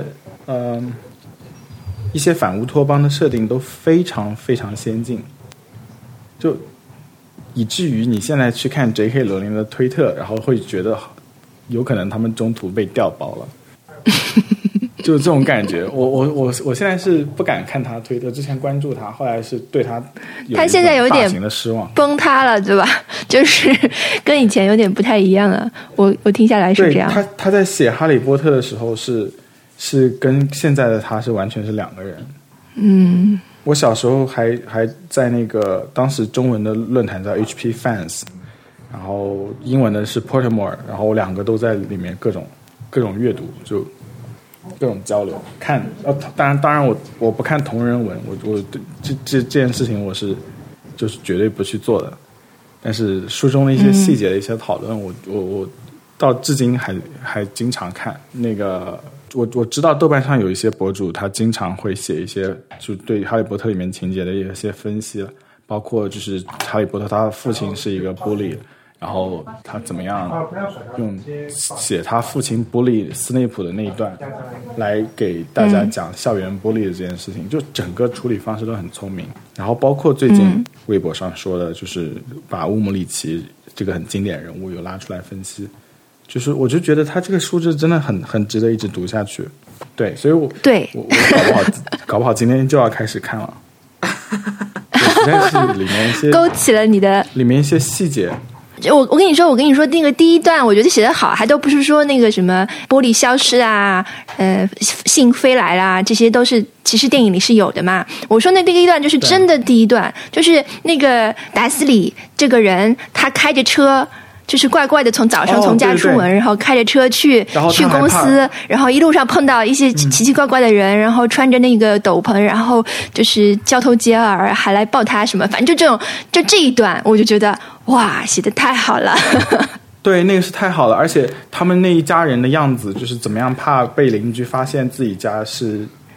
反乌托邦的设定都非常非常先进，就以至于你现在去看 J.K. 罗琳的推特，然后会觉得有可能他们中途被调包了。就这种感觉。我现在是不敢看他推特，之前关注他，后来是对他现在有点大型的失望， 崩塌了，对吧？就是跟以前有点不太一样了。我听下来是这样。 对，他在写哈利波特的时候是跟现在的他是完全是两个人。 嗯， 我小时候还在那个当时中文的论坛叫 HP Fans， 然后英文的是 Pottermore， 然后我两个都在里面各种阅读，就各种交流看。当然我不看同人文，我这件事情我是就是绝对不去做的。但是书中的一些细节的一些讨论，我到至今还经常看那个。我知道豆瓣上有一些博主，他经常会写一些就对哈利波特里面情节的一些分析，包括就是哈利波特他父亲是一个 bully， 然后他怎么样用写他父亲 bully 斯内普的那一段来给大家讲校园 bully 的这件事情，就整个处理方式都很聪明。然后包括最近微博上说的，就是把乌姆里奇这个很经典人物有拉出来分析。就是我就觉得他这个书是真的很值得一直读下去，对，所以我搞不好今天就要开始看了。实在是里面一些勾起了你的里面一些细节。 我跟你说那个第一段我觉得写得好，还都不是说那个什么玻璃消失啊，信飞来啦，这些都是其实电影里是有的嘛。我说那第一段就是真的第一段，就是那个达斯里这个人他开着车。就是怪怪的，从早上从家出门，然后开着车去公司，然后一路上碰到一些奇奇怪怪的人，然后穿着那个斗篷，然后就是交头接耳，还来抱他什么，反正就这一段，我就觉得哇，写得太好了。 对，那个是太好了，而且他们那一家人的样子，就是怎么样怕被邻居发现自己家是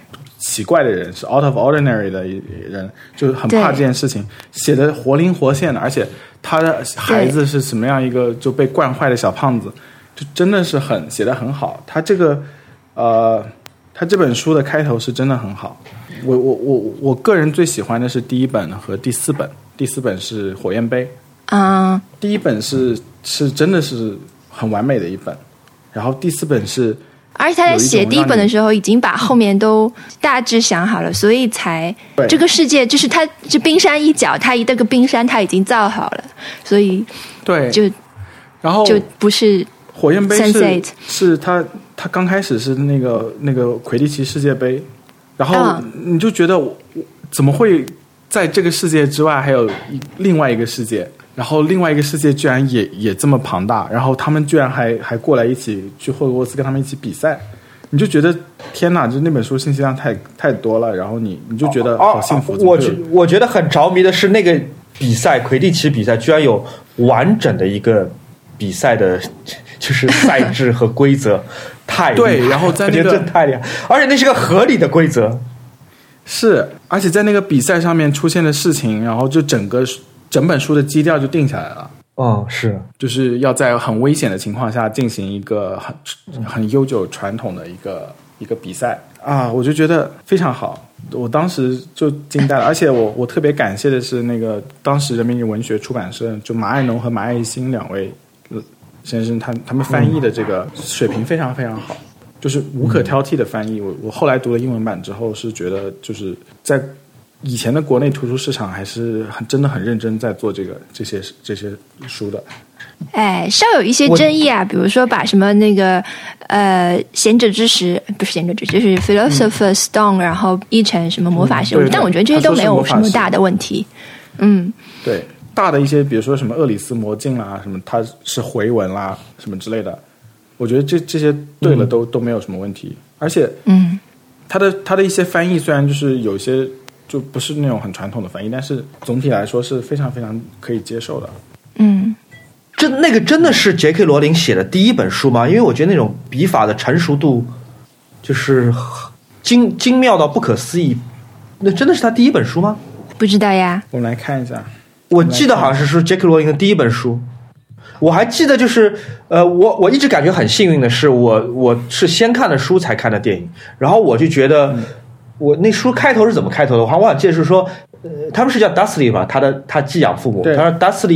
奇怪的人，是 out of ordinary 的人，就很怕这件事情，写的活灵活现的，而且他的孩子是什么样一个就被惯坏的小胖子，就真的是写得很好。他这个他这本书的开头是真的很好。我个人最喜欢的是第一本和第四本，第四本是火焰杯啊， 第一本是真的是很完美的一本，然后第四本是。 而且他在写第一本的时候，已经把后面都大致想好了，所以才这个世界就是它是冰山一角，它这个冰山它已经造好了，所以对，然后就不是火焰杯是他刚开始是那个魁地奇世界杯，然后你就觉得怎么会在这个世界之外还有另外一个世界？然后另外一个世界居然也这么庞大，然后他们居然还过来一起去霍格沃茨跟他们一起比赛，你就觉得天哪，就那本书信息量太多了，然后你就觉得好幸福。 我觉得很着迷的是那个比赛，魁地奇比赛居然有完整的一个比赛的，就是赛制和规则，太对，然后在那个真太厉害，而且那是个合理的规则， 是，而且在那个比赛上面出现的事情，然后就整本书的基调就定下来了。 是， 就是要在很危险的情况下进行一个很悠久传统的一个比赛啊，我就觉得非常好，我当时就惊呆了。而且我特别感谢的是那个当时人民文学出版社，就马爱农和马爱新两位先生，他们翻译的这个水平非常非常好，就是无可挑剔的翻译。我后来读了英文版之后，是觉得就是在以前的国内图书市场还是真的很认真在做这些书的。 稍有一些争议啊，比如说把什么那个贤者之石，不是贤者之石，就是 Philosopher's Stone，然后译成什么魔法石，但我觉得这些都没有什么大的问题。 对，大的一些，比如说什么厄里斯魔镜啦，什么它是回文啦，什么之类的，我觉得这些对了都没有什么问题。而且它的一些翻译虽然就是有一些就不是那种很传统的翻译，但是总体来说是非常非常可以接受的。 那个真的是 J.K. 罗琳写的第一本书吗？因为我觉得那种笔法的成熟度就是精妙到不可思议，那真的是他第一本书吗？ 不知道呀， 我们来看一下。 我记得好像是说 J.K. 罗琳的第一本书。我还记得就是我一直感觉很幸运的是我是先看的书才看的电影，然后我就觉得我那书开头是怎么开头的？我好像记得是说他们是叫 Dursley 嘛，他寄养父母，他说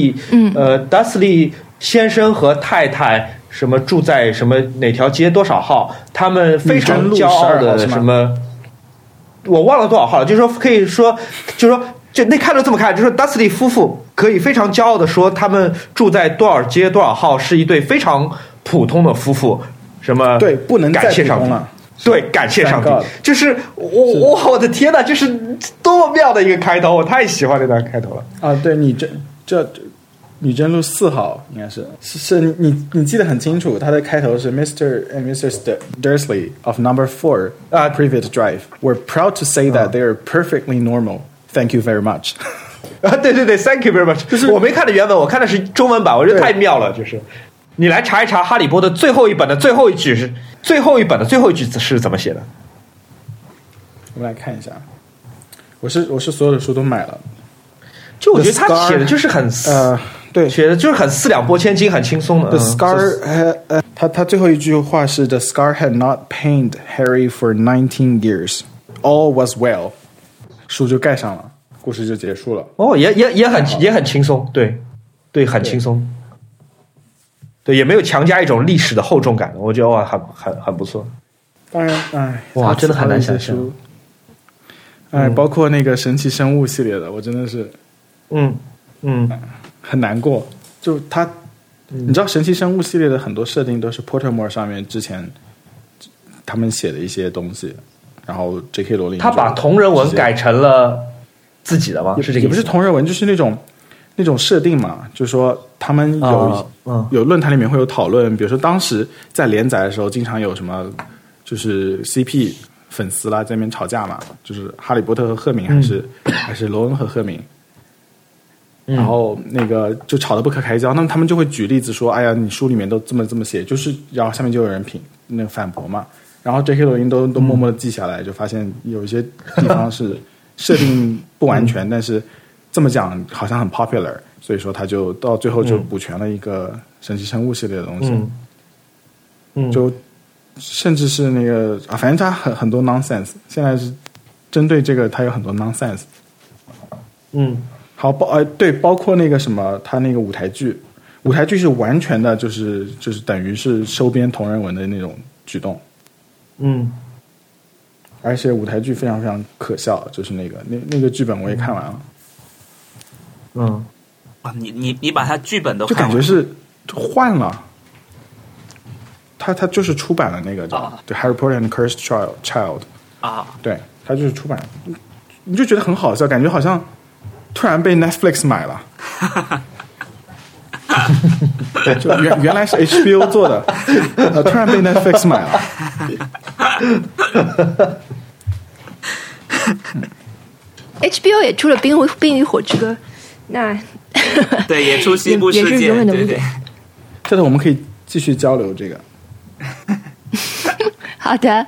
Dursley 先生和太太什么住在什么哪条街多少号，他们非常骄傲的什么，我忘了多少号了，就是说可以说就是说就那看着这么看，就是说 Dursley 夫妇可以非常骄傲的说他们住在多少街多少号是一对非常普通的夫妇，什么对，不能再普通了。 对，感谢上帝，就是我的天哪，就是多么妙的一个开头，我太喜欢这段开头了啊！对，你这女真路4号应该是你记得很清楚，它的开头是 Mr. and Mrs. Dursley of Number 4 Privet Drive were proud to say that they are perfectly normal. Thank you very much. 对 ，Thank you very much。就是我没看的原文，我看的是中文版，我觉得太妙了，就是。你来查一查《哈利波特》最后一本的最后一句是怎么写的？ 我们来看一下。我是所有的书都买了。 就我觉得他写的就是很对， 写的就是很四两拨千斤，很轻松的。 The scar，他最后一句话是 The scar had not pained Harry for 19 years. All was well. 书就盖上了，故事就结束了。 也很轻松，对，很轻松。对，也没有强加一种历史的厚重感，我觉得哇，很不错。 当然， 哇，真的很难想象。 包括那个神奇生物系列的，我真的是，很难过。就你知道神奇生物系列的很多设定都是 Pottermore 上面之前他们写的一些东西，然后 J.K. 罗琳他把同人文改成了自己的吗？是这个意思？ 也不是同人文，就是那种设定嘛，就是说他们有论坛里面会有讨论，比如说当时在连载的时候，经常有什么就是 CP 粉丝啦在那边吵架嘛，就是哈利波特和赫敏还是罗恩和赫敏，然后那个就吵得不可开交，那么他们就会举例子说，哎呀，你书里面都这么写，就是然后下面就有人那个反驳嘛， 然后 J.K. 罗琳都默默的记下来，就发现有一些地方是设定不完全，但是这么讲好像很 popular， 所以说他就到最后就补全了一个神奇生物系列的东西，就甚至是那个反正他很多 nonsense， 现在是针对这个他有很多 nonsense。好，对，包括那个什么，他那个舞台剧是完全的，就是等于是收编同人文的那种举动。而且舞台剧非常非常可笑，就是那个剧本我也看完了。 你把他剧本都就看完感觉是换了，他就是出版了那个对 Harry Potter and the Cursed Child 啊， 对，他就是出版，你就觉得很好笑，感觉好像突然被 Netflix 买了。对，就原来是 HBO 做的，突然被 Netflix 买了。 HBO 也出了冰与火之歌，那对，也出西部世界，对对。 这次我们可以继续交流这个。 好的。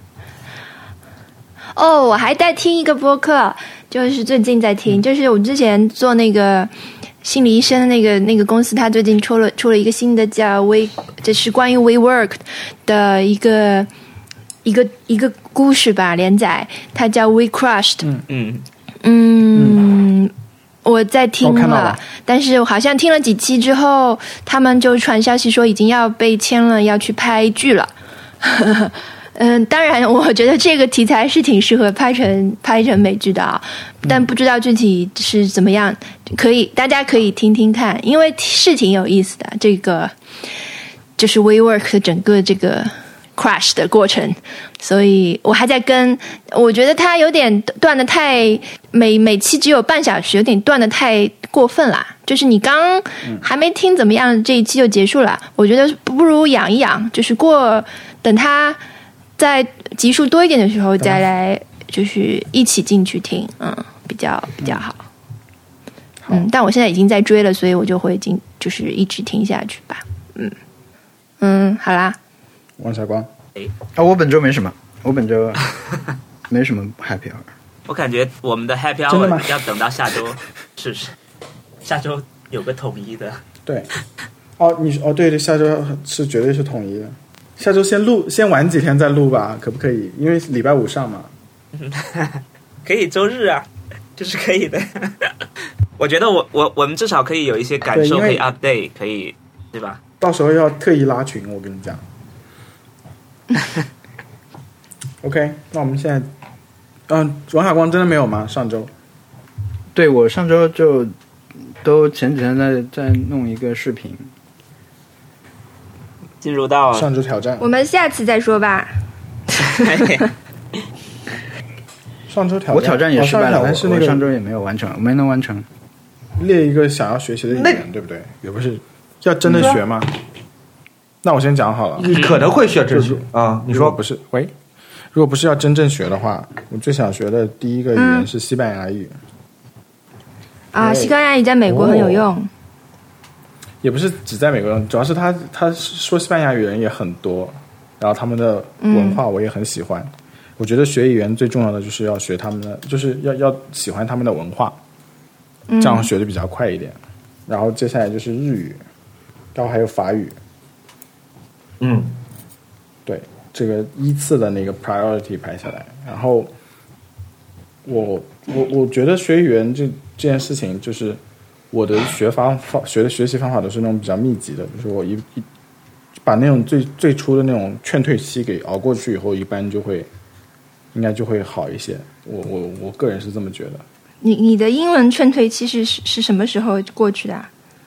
哦，我还在听一个播客，就是最近在听，就是我之前做那个心理医生的那个公司，他最近出了一个新的叫这是关于 WeWork 的一个故事吧，连载，它叫 We Crushed。我在听了，但是我好像听了几期之后，他们就传消息说已经要被签了，要去拍剧了。当然，我觉得这个题材是挺适合拍成美剧的啊，但不知道具体是怎么样，大家可以听听看，因为是挺有意思的。这个就是 WeWork 的整个这个 crash 的过程，所以我还在我觉得它有点断的太每期只有半小时，有点断的太过分啦。就是你刚还没听怎么样，这一期就结束了，我觉得不如养一养，就是等它在集数多一点的时候再来，就是一起进去听，比较好。但我现在已经在追了，所以我就会就是一直听下去吧。好啦。 王小光， 我本周没什么，我本周没什么 happy hour。 我感觉我们的 happy hour 要等到下周试试，下周有个统一的。 对，对，下周是绝对是统一的。下周先玩几天再录吧，可不可以？因为礼拜五上嘛。 可以周日啊，这是可以的。我觉得我们至少可以有一些感受，可以 update， 可以，对吧？ 到时候要特意拉群，我跟你讲。OK， 那我们现在，王小光真的没有吗？上周？ 对，我上周就都前几天在弄一个视频。 进入到上周挑战， 我们下次再说吧。 上周挑战， 我挑战也失败了， 我上周也没有完成，我没能完成。 列一个想要学习的语言，对不对？也不是要真的学吗？那我先讲好了。 你可能会学真学啊？你说不是？喂，如果不是要真正学的话，我最想学的第一个语言是西班牙语。 西班牙语在美国很有用。 也不是只在美国用，主要是他说西班牙语人也很多，然后他们的文化我也很喜欢。我觉得学语言最重要的就是要学他们的，就是要喜欢他们的文化，这样学的比较快一点。然后接下来就是日语，然后还有法语。对，这个依次的那个 priority 排下来。然后我觉得学语言这件事情，就是我的学习方法都是那种比较密集的，就是我把那种最初的那种劝退期给熬过去以后，一般应该就会好一些。我个人是这么觉得。 你的英文劝退期是什么时候过去的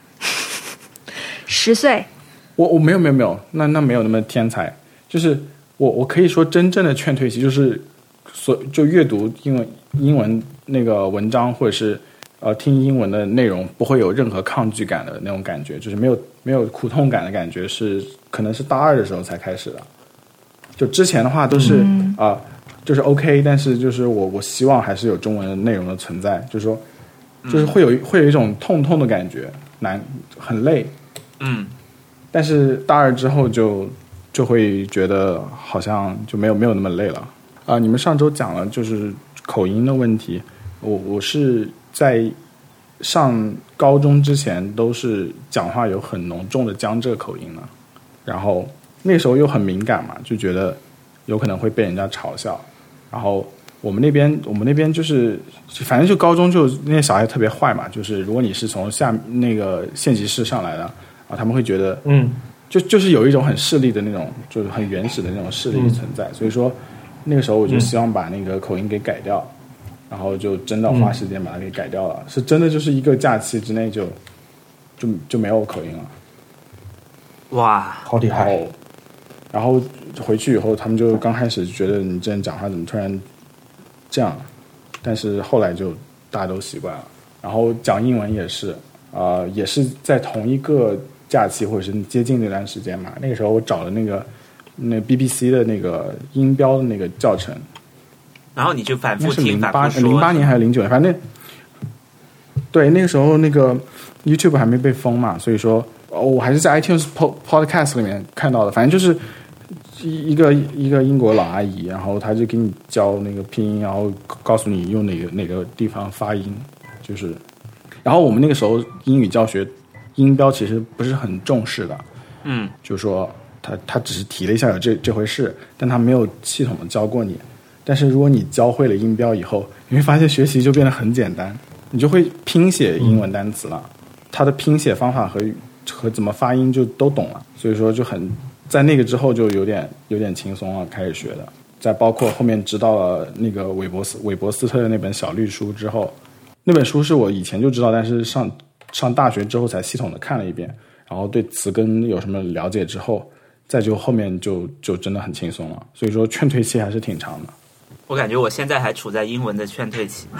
？10岁。 我没有，那没有那么天才。就是我可以说真正的劝退期，就是就阅读英文那个文章，或者是听英文的内容，不会有任何抗拒感的那种感觉，就是没有苦痛感的感觉，可能是大2的时候才开始的。就之前的话都是就是 OK， 但是就是我希望还是有中文的内容的存在，就是说，就是会有一种痛的感觉，很累。但是大2之后就就会觉得好像就没有那么累了啊。你们上周讲了就是口音的问题，我是在上高中之前都是讲话有很浓重的江浙口音了，然后那时候又很敏感嘛，就觉得有可能会被人家嘲笑。然后我们那边就是反正就高中就那些小孩特别坏嘛，就是如果你是从那个县级市上来的啊，他们会觉得就是有一种很势利的那种，就是很原始的那种势力存在。所以说那个时候我就希望把那个口音给改掉。然后就真的花时间把它给改掉了，是真的就是一个假期之内就没有口音了。 哇， 好厉害！ 然后回去以后，他们就刚开始觉得你这人讲话怎么突然这样，但是后来就大家都习惯了。然后讲英文也是，也是在同一个假期或者是接近那段时间嘛。那个时候我找了那 BBC 的那个音标的那个教程。 然后你就反复听，反复说。08年还是09年，反正对那个时候那个 YouTube 还没被封嘛，所以说我还是在 iTunes Podcast 里面看到的。反正就是一个英国老阿姨，然后她就给你教那个拼音，然后告诉你用哪个地方发音，就是。然后我们那个时候英语教学音标其实不是很重视的，就是说他只是提了一下有这回事，但他没有系统的教过你。但是如果你教会了音标以后，你会发现学习就变得很简单，你就会拼写英文单词了，它的拼写方法和怎么发音就都懂了，所以说就很在那个之后就有点轻松了，开始学的。再包括后面知道了那个韦伯斯特的那本小绿书之后，那本书是我以前就知道，但是上大学之后才系统的看了一遍，然后对词根有什么了解之后，再就后面就真的很轻松了。所以说劝退期还是挺长的。 我感觉我现在还处在英文的劝退期。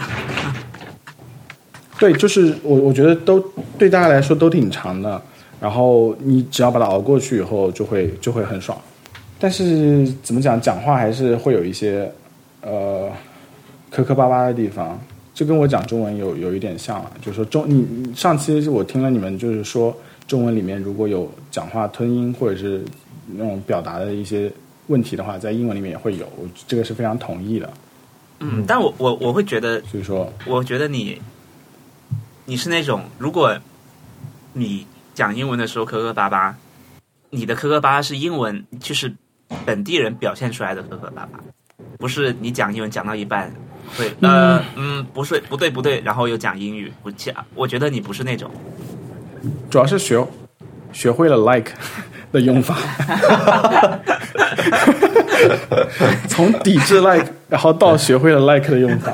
对，就是我觉得都对大家来说都挺长的，然后你只要把它熬过去以后，就会很爽。但是怎么讲话还是会有一些磕磕巴巴的地方，这跟我讲中文有一点像了。就是说你上期我听了你们就是说中文里面如果有讲话吞音或者是那种表达的一些问题的话，在英文里面也会有，这个是非常同意的。 但我会觉得， 所以说，我觉得你是那种，如果你讲英文的时候磕磕巴巴，你的磕磕巴巴是英文，就是本地人表现出来的磕磕巴巴，不是你讲英文讲到一半会不对，然后又讲英语。我觉得你不是那种， 主要是学会了 like 的用法。从抵制 like 然后到学会了 like 的用法。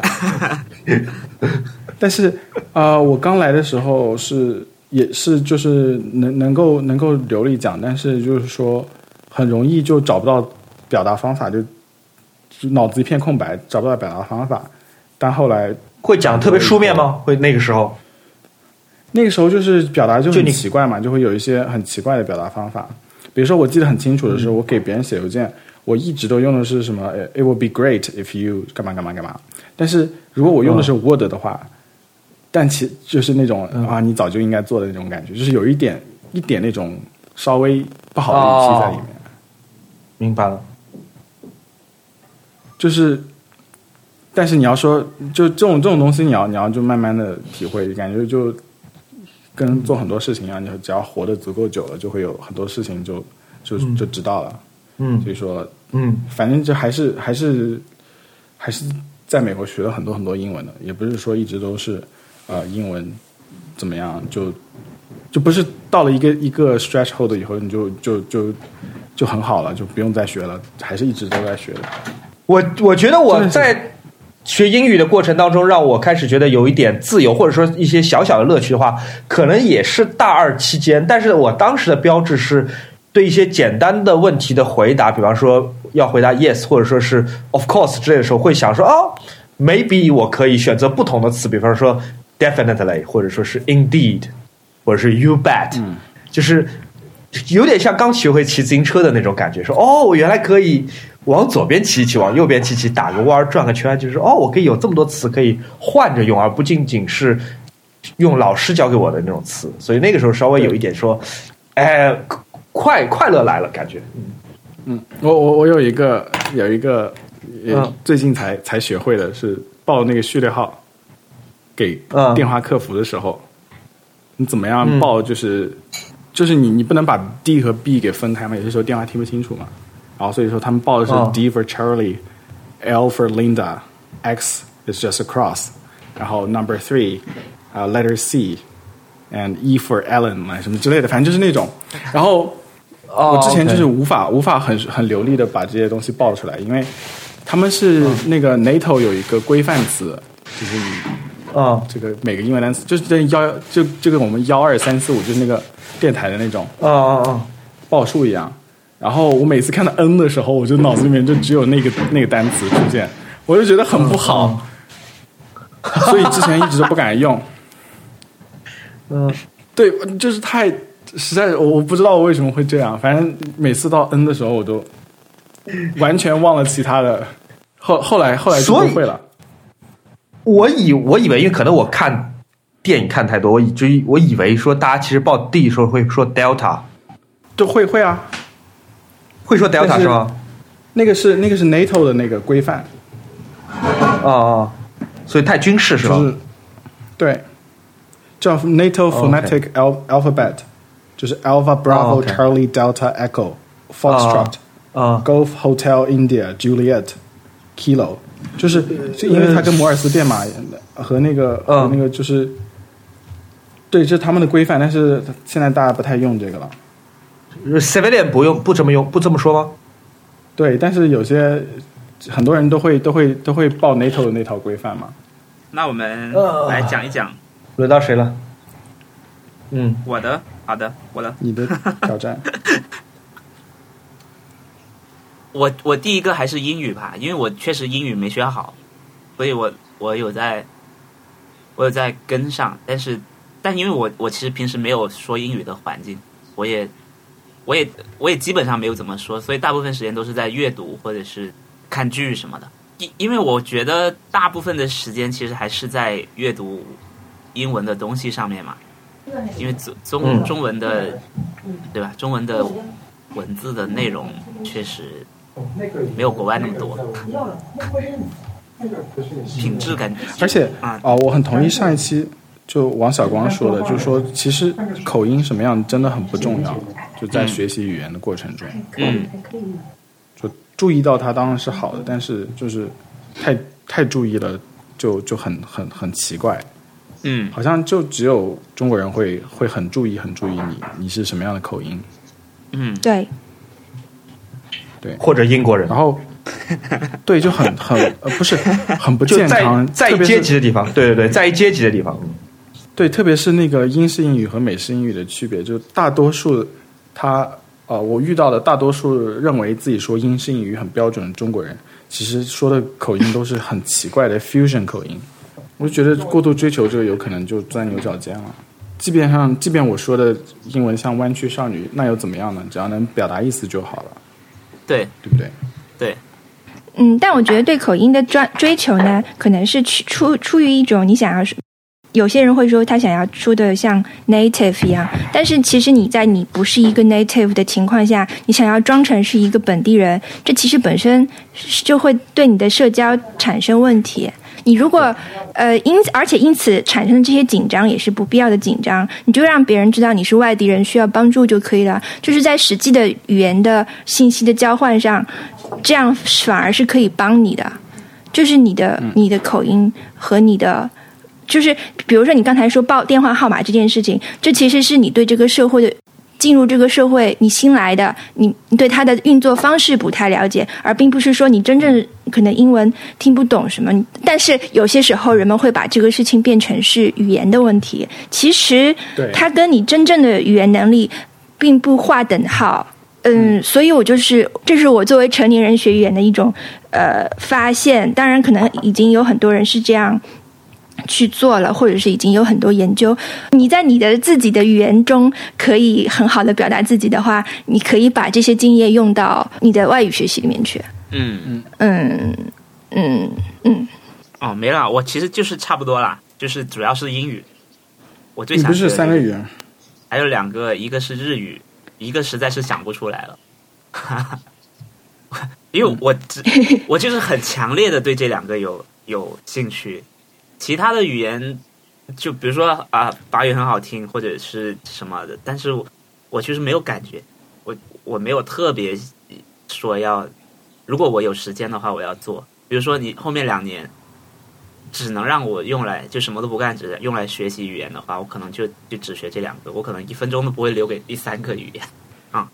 但是我刚来的时候也是就是能够流利讲，但是就是说很容易就找不到表达方法，就脑子一片空白，找不到表达方法。但后来会讲特别书面吗？会那个时候就是表达就很奇怪嘛，就会有一些很奇怪的表达方法。比如说我记得很清楚的是，我给别人写邮件，我一直都用的是什么 It would be great if you 干嘛干嘛干嘛。但是如果我用的是 Word 的话，但就是那种你早就应该做的那种感觉，就是有一点那种稍微不好的语气在里面。 明白了。 就是，但是你要说就这种东西，你要就慢慢的体会，感觉就跟做很多事情一样，你只要活得足够久了，就会有很多事情就知道了。所以说，反正就还是在美国学了很多很多英文的，也不是说一直都是英文怎么样，就不是到了一个 stretch hold 以后你就很好了，就不用再学了，还是一直都在学的。 我觉得我在学英语的过程当中，让我开始觉得有一点自由，或者说一些小小的乐趣的话，可能也是大二期间。但是我当时的标志是对一些简单的问题的回答，比方说要回答 yes 或者说是 of course 之类的时候，会想说maybe 我可以选择不同的词，比方说 definitely 或者说是 indeed 或者是 you bet，就是有点像刚学会骑自行车的那种感觉，说我原来可以往左边骑骑，往右边骑骑，打个弯转个圈，就是我可以有这么多词可以换着用，而不仅仅是用老师教给我的那种词。所以那个时候稍微有一点说快乐来了感觉。 我有一个最近才学会的是报那个序列号给电话客服的时候，你怎么样报？就是你不能把 D 和 B 给分开嘛，有些时候电话听不清楚嘛，然后所以说他们报的是 D for Charlie、L for Linda、X is just a cross， 然后 number 3letter C。and E for Ellen 什么之类的，反正就是那种。然后我之前就是无法很流利的把这些东西报出来，因为他们是那个 NATO 有一个规范词，就是你这个每个英文单词就是就跟我们12345就是那个电台的那种报数一样。然后我每次看到 N 的时候，我就脑子里面就只有那个单词出现，我就觉得很不好，所以之前一直都不敢用。对，就是太实在，我不知道我为什么会这样。反正每次到 N 的时候，我都完全忘了其他的。后来就不会了。 我以为，因为可能我看电影看太多，我以为说大家其实报 D 时候会说 Delta， 就会啊， 会说 Delta 是吗？ 那个是 NATO 的那个规范。 所以太军事是吧？ 就是对。叫 NATO Phonetic Alphabet， 就是 Alpha Bravo Charlie Delta Echo Foxtrot、Golf Hotel India Juliet Kilo， 就是因为它跟摩尔斯电码和那个就是对，这是他们的规范，但是现在大家不太用这个了。 Civilian 不这么用，不这么说吗？ 对，但是有些很多人都会报 NATO 的那套规范嘛。 那我们来讲一讲。 轮到谁了？ 我的，好的，我的， 你的挑战。 我第一个还是英语吧，因为我确实英语没学好，所以我有在跟上，但因为我其实平时没有说英语的环境，我也基本上没有怎么说，所以大部分时间都是在阅读或者是看剧什么的。因为我觉得大部分的时间其实还是在阅读英文的东西上面嘛，因为中文的，对吧？中文的文字的内容确实没有国外那么多，品质感觉。 而且我很同意上一期就王小光说的，就是说其实口音什么样真的很不重要，就在学习语言的过程中，就注意到它当然是好的，但是就是太注意了就很奇怪。好像就只有中国人会很注意你是什么样的口音。 对， 或者英国人， 然后对就很不是很不健康， 在意阶级的地方，对，在意阶级的地方， 对，特别是那个英式英语和美式英语的区别，就大多数我遇到的大多数认为自己说英式英语很标准的中国人，其实说的口音都是很奇怪的 fusion 口音。我就觉得过度追求这个有可能就钻牛角尖了。即便我说的英文像湾区少女，那又怎么样呢？只要能表达意思就好了。对不对？ 对。 但我觉得对口音的追求呢，可能是出于一种你想要，有些人会说他想要说的像 native 一样，但是其实你不是一个 native 的情况下，你想要装成是一个本地人，这其实本身就会对你的社交产生问题。你如果而且因此产生的这些紧张也是不必要的紧张，你就让别人知道你是外地人，需要帮助就可以了。就是在实际的语言的信息的交换上，这样反而是可以帮你的。就是你的口音和你的，就是比如说你刚才说报电话号码这件事情，这其实是你对这个社会的。进入这个社会，你新来的，你对它的运作方式不太了解，而并不是说你真正可能英文听不懂什么。但是有些时候人们会把这个事情变成是语言的问题，其实它跟你真正的语言能力并不划等号。所以这是我作为成年人学语言的一种发现。当然，可能已经有很多人是这样去做了，或者是已经有很多研究。你在你的自己的语言中可以很好的表达自己的话，你可以把这些经验用到你的外语学习里面去。 没了，我其实就是差不多啦，就是主要是英语。我最想你不是3个语， 还有2个，一个是日语，一个实在是想不出来了。 因为我就是很强烈的对这两个有兴趣，其他的语言就比如说法语很好听或者是什么的，但是我就是没有感觉，我没有特别说如果我有时间的话我要做，比如说你后面2年只能让我用来就什么都不干，只用来学习语言的话，我可能就只学这2个，我可能1分钟都不会留给第3个语言啊。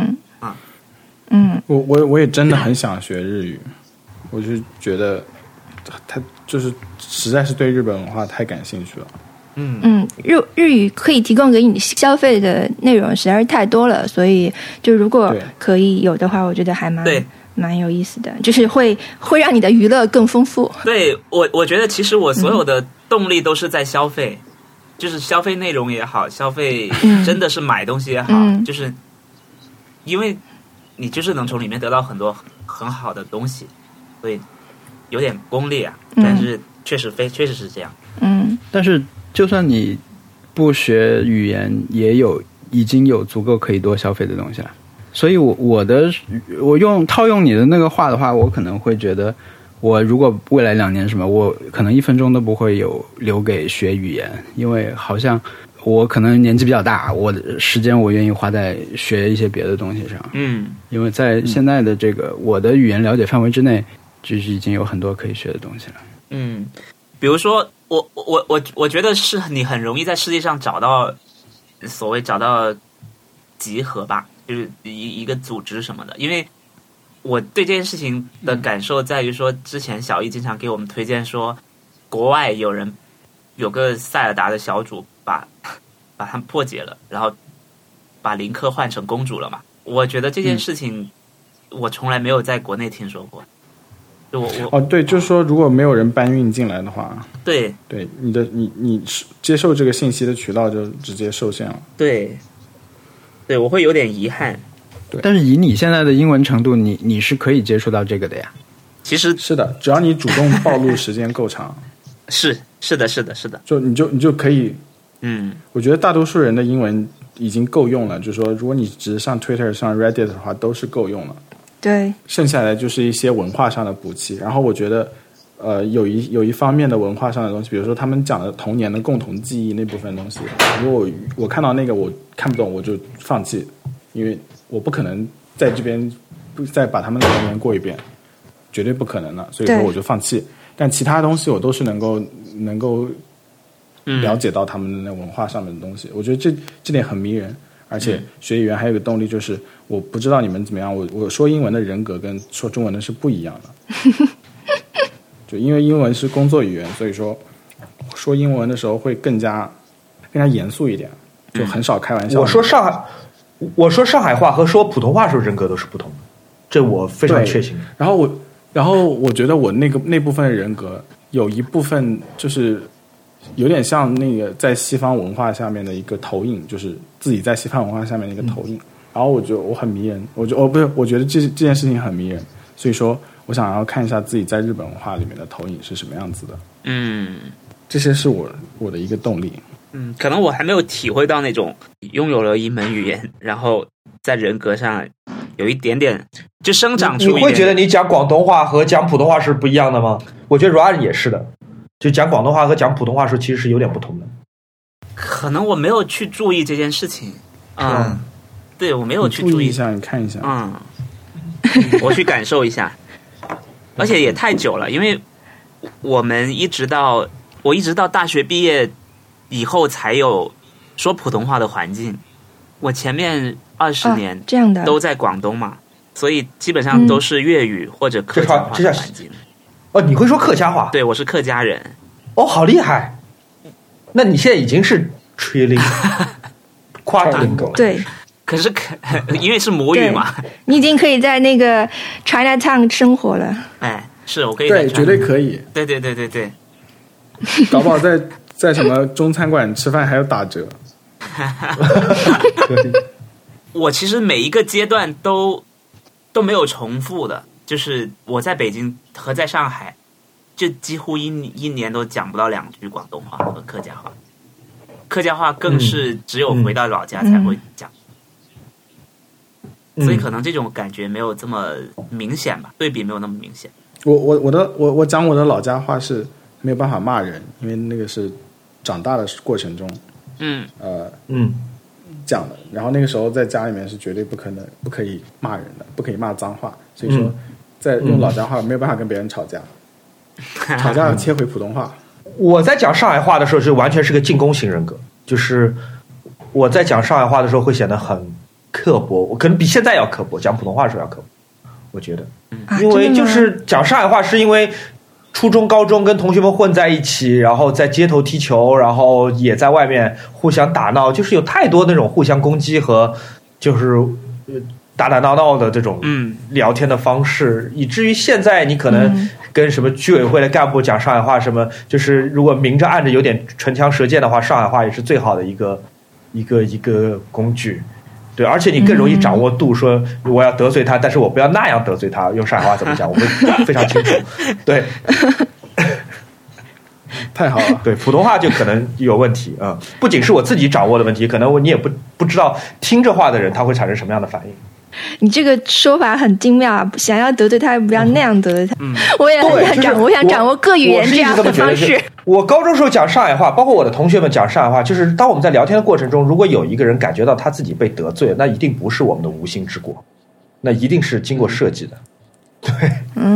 我也真的很想学日语，我就觉得他就是实在是对日本文化太感兴趣了。 日语可以提供给你消费的内容实在是太多了，所以就如果可以有的话，我觉得还蛮有意思的，就是会让你的娱乐更丰富。 对，我觉得其实我所有的动力都是在消费，就是消费内容也好，消费真的是买东西也好，就是因为你就是能从里面得到很多很好的东西，所以有点功利啊，但是确实是这样。 但是就算你不学语言，已经有足够可以多消费的东西了。所以我套用你的那个话的话，我可能会觉得，我如果未来2年什么，我可能1分钟都不会有留给学语言，因为好像我可能年纪比较大，我的时间我愿意花在学一些别的东西上。因为在现在的这个我的语言了解范围之内，就是已经有很多可以学的东西了。 比如说我觉得是你很容易在世界上找到集合吧，就是一个组织什么的。因为我对这件事情的感受在于说，之前小易经常给我们推荐说，国外有个塞尔达的小主把他们破解了，然后把林克换成公主了嘛。我觉得这件事情我从来没有在国内听说过。 对，就是说如果没有人搬运进来的话， 对你接受这个信息的渠道就直接受限了。 对，我会有点遗憾。 对，但是以你现在的英文程度，你是可以接触到这个的呀。 其实是的，只要你主动暴露时间够长， 是的， 就你就可以。我觉得大多数人的英文已经够用了，就是说，如果你只是上 Twitter、上 Reddit 的话，都是够用了。 对， 剩下来就是一些文化上的补齐。然后我觉得，有一方面的文化上的东西，比如说他们讲的童年的共同记忆那部分东西，如果我看到那个我看不懂，我就放弃，因为我不可能在这边再把他们的童年过一遍，绝对不可能的，所以说我就放弃。但其他东西我都是能够了解到他们的那文化上面的东西。我觉得这点很迷人。而且学语言还有一个动力，就是我不知道你们怎么样，我说英文的人格跟说中文的是不一样的。就因为英文是工作语言，所以说英文的时候会更加严肃一点，就很少开玩笑。 我说上海话和说普通话时候人格都是不同的，这我非常确信。 然后我觉得我那部分的人格有一部分就是有点像那个在西方文化下面的一个投影，就是自己在西方文化下面的一个投影。然后我很迷人，我觉得这件事情很迷人，所以说我想要看一下自己在日本文化里面的投影是什么样子的。这些是我的一个动力。 可能我还没有体会到那种拥有了一门语言，然后在人格上有一点点就生长出一点。 你会觉得你讲广东话和讲普通话是不一样的吗？我觉得 Ryan 也是的，就讲广东话和讲普通话时候其实是有点不同的。 可能我没有去注意这件事情。对，我没有去注意一下，你看一下。 我去感受一下。而且也太久了，因为我一直到大学毕业以后才有说普通话的环境。我前面20年这样的都在广东嘛，所以基本上都是粤语或者客家话的环境。 你会说客家话？ 对，我是客家人。 好厉害！那你现在已经是 trilingual 了。 对。 可是因为是母语嘛， 你已经可以在那个 Chinatown 生活了。 是我可以对，绝对可以。 对， 搞不好在什么中餐馆吃饭还有打折。 我其实每一个阶段都没有重复的，就是我在北京和在上海，就几乎一年都讲不到2句广东话和客家话，客家话更是只有回到老家才会讲。 所以可能这种感觉没有这么明显吧，对比没有那么明显。 我讲我的老家话是没有办法骂人，因为那个是长大的过程中，讲的。然后那个时候在家里面是绝对不可以骂人的，不可以骂脏话，所以说在用老家话没有办法跟别人吵架，吵架切回普通话。 我在讲上海话的时候就完全是个进攻型人格，就是我在讲上海话的时候会显得很刻薄，我可能比现在要刻薄，讲普通话的时候要刻薄，我觉得，因为就是讲上海话是因为初中高中跟同学们混在一起，然后在街头踢球，然后也在外面互相打闹，就是有太多那种互相攻击和就是打打闹闹的这种聊天的方式，以至于现在你可能跟什么居委会的干部讲上海话，什么就是如果明着暗着有点唇枪舌剑的话，上海话也是最好的一个工具。对，而且你更容易掌握度，说我要得罪他，但是我不要那样得罪他，用上海话怎么讲，我会非常清楚。对， 太好了。 对，普通话就可能有问题啊、不仅是我自己掌握的问题，可能你也不知道听着话的人他会产生什么样的反应。 你这个说法很精妙啊！想要得罪他，不要那样得罪他。我也很想掌握，我想掌握各语言这样的方式。 我高中时候讲上海话，包括我的同学们讲上海话，就是当我们在聊天的过程中，如果有一个人感觉到他自己被得罪了，那一定不是我们的无心之过，那一定是经过设计的。对，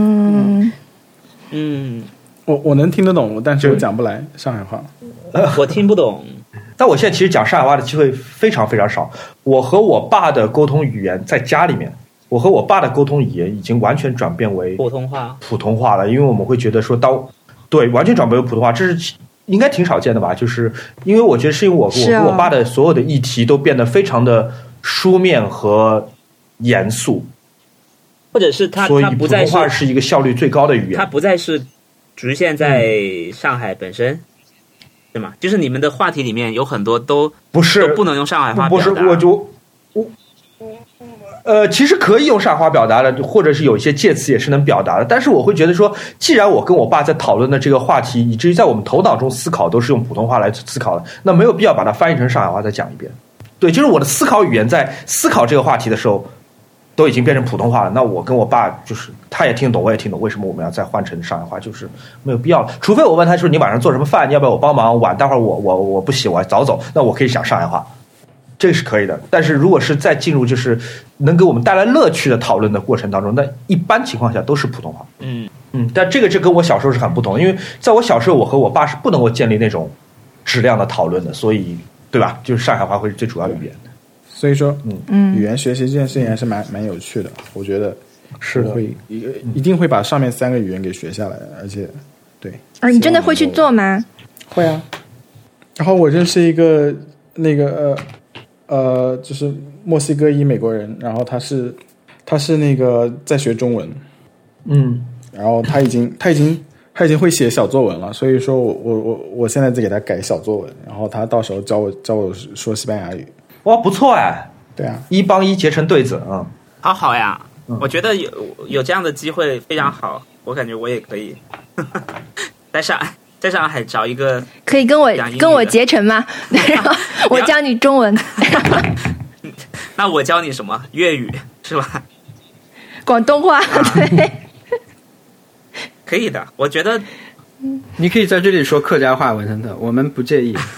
我能听得懂，但是我讲不来上海话。 我听不懂。 但我现在其实讲上海话的机会非常非常少。我和我爸的沟通语言在家里面，我和我爸的沟通语言已经完全转变为普通话了，因为我们会觉得说对，完全转变为普通话，这是应该挺少见的吧？就是因为我觉得是因为我和我爸的所有的议题都变得非常的书面和严肃， 或者是所以普通话是一个效率最高的语言， 它不再是局限在上海本身。对吗？就是你们的话题里面有很多都不能用上海话表达。 不是，其实可以用上海话表达的，或者是有一些介词也是能表达的。但是我会觉得说，既然我跟我爸在讨论的这个话题，以至于在我们头脑中思考都是用普通话来思考的，那没有必要把它翻译成上海话再讲一遍。对，就是我的思考语言在思考这个话题的时候，都已经变成普通话了。那我跟我爸就是他也听懂，我也听懂，为什么我们要再换成上海话？就是没有必要了。除非我问他说你晚上做什么饭，你要不要我帮忙？待会儿我不洗，我早走，那我可以讲上海话，这个是可以的。但是如果是再进入就是能给我们带来乐趣的讨论的过程当中，那一般情况下都是普通话。但这跟我小时候是很不同的，因为在我小时候，我和我爸是不能够建立那种质量的讨论的，所以对吧？就是上海话会是最主要语言的。 所以说，语言学习这件事情还是蛮有趣的。我觉得是会一定会把上面3个语言给学下来的，而且对。 你真的会去做吗？ 会啊。然后我认识一个那个就是墨西哥裔美国人，然后他是那个在学中文，然后他已经会写小作文了，所以说我现在在给他改小作文，然后他到时候教我说西班牙语。 哇，不错哎！对啊，1帮1结成对子啊， 好呀！我觉得有这样的机会非常好，我感觉我也可以在上海找一个可以跟我结成吗？然后我教你中文， 那我教你什么粤语是吧？ 广东话对， 可以的，我觉得你可以在这里说客家话，文森特，我们不介意。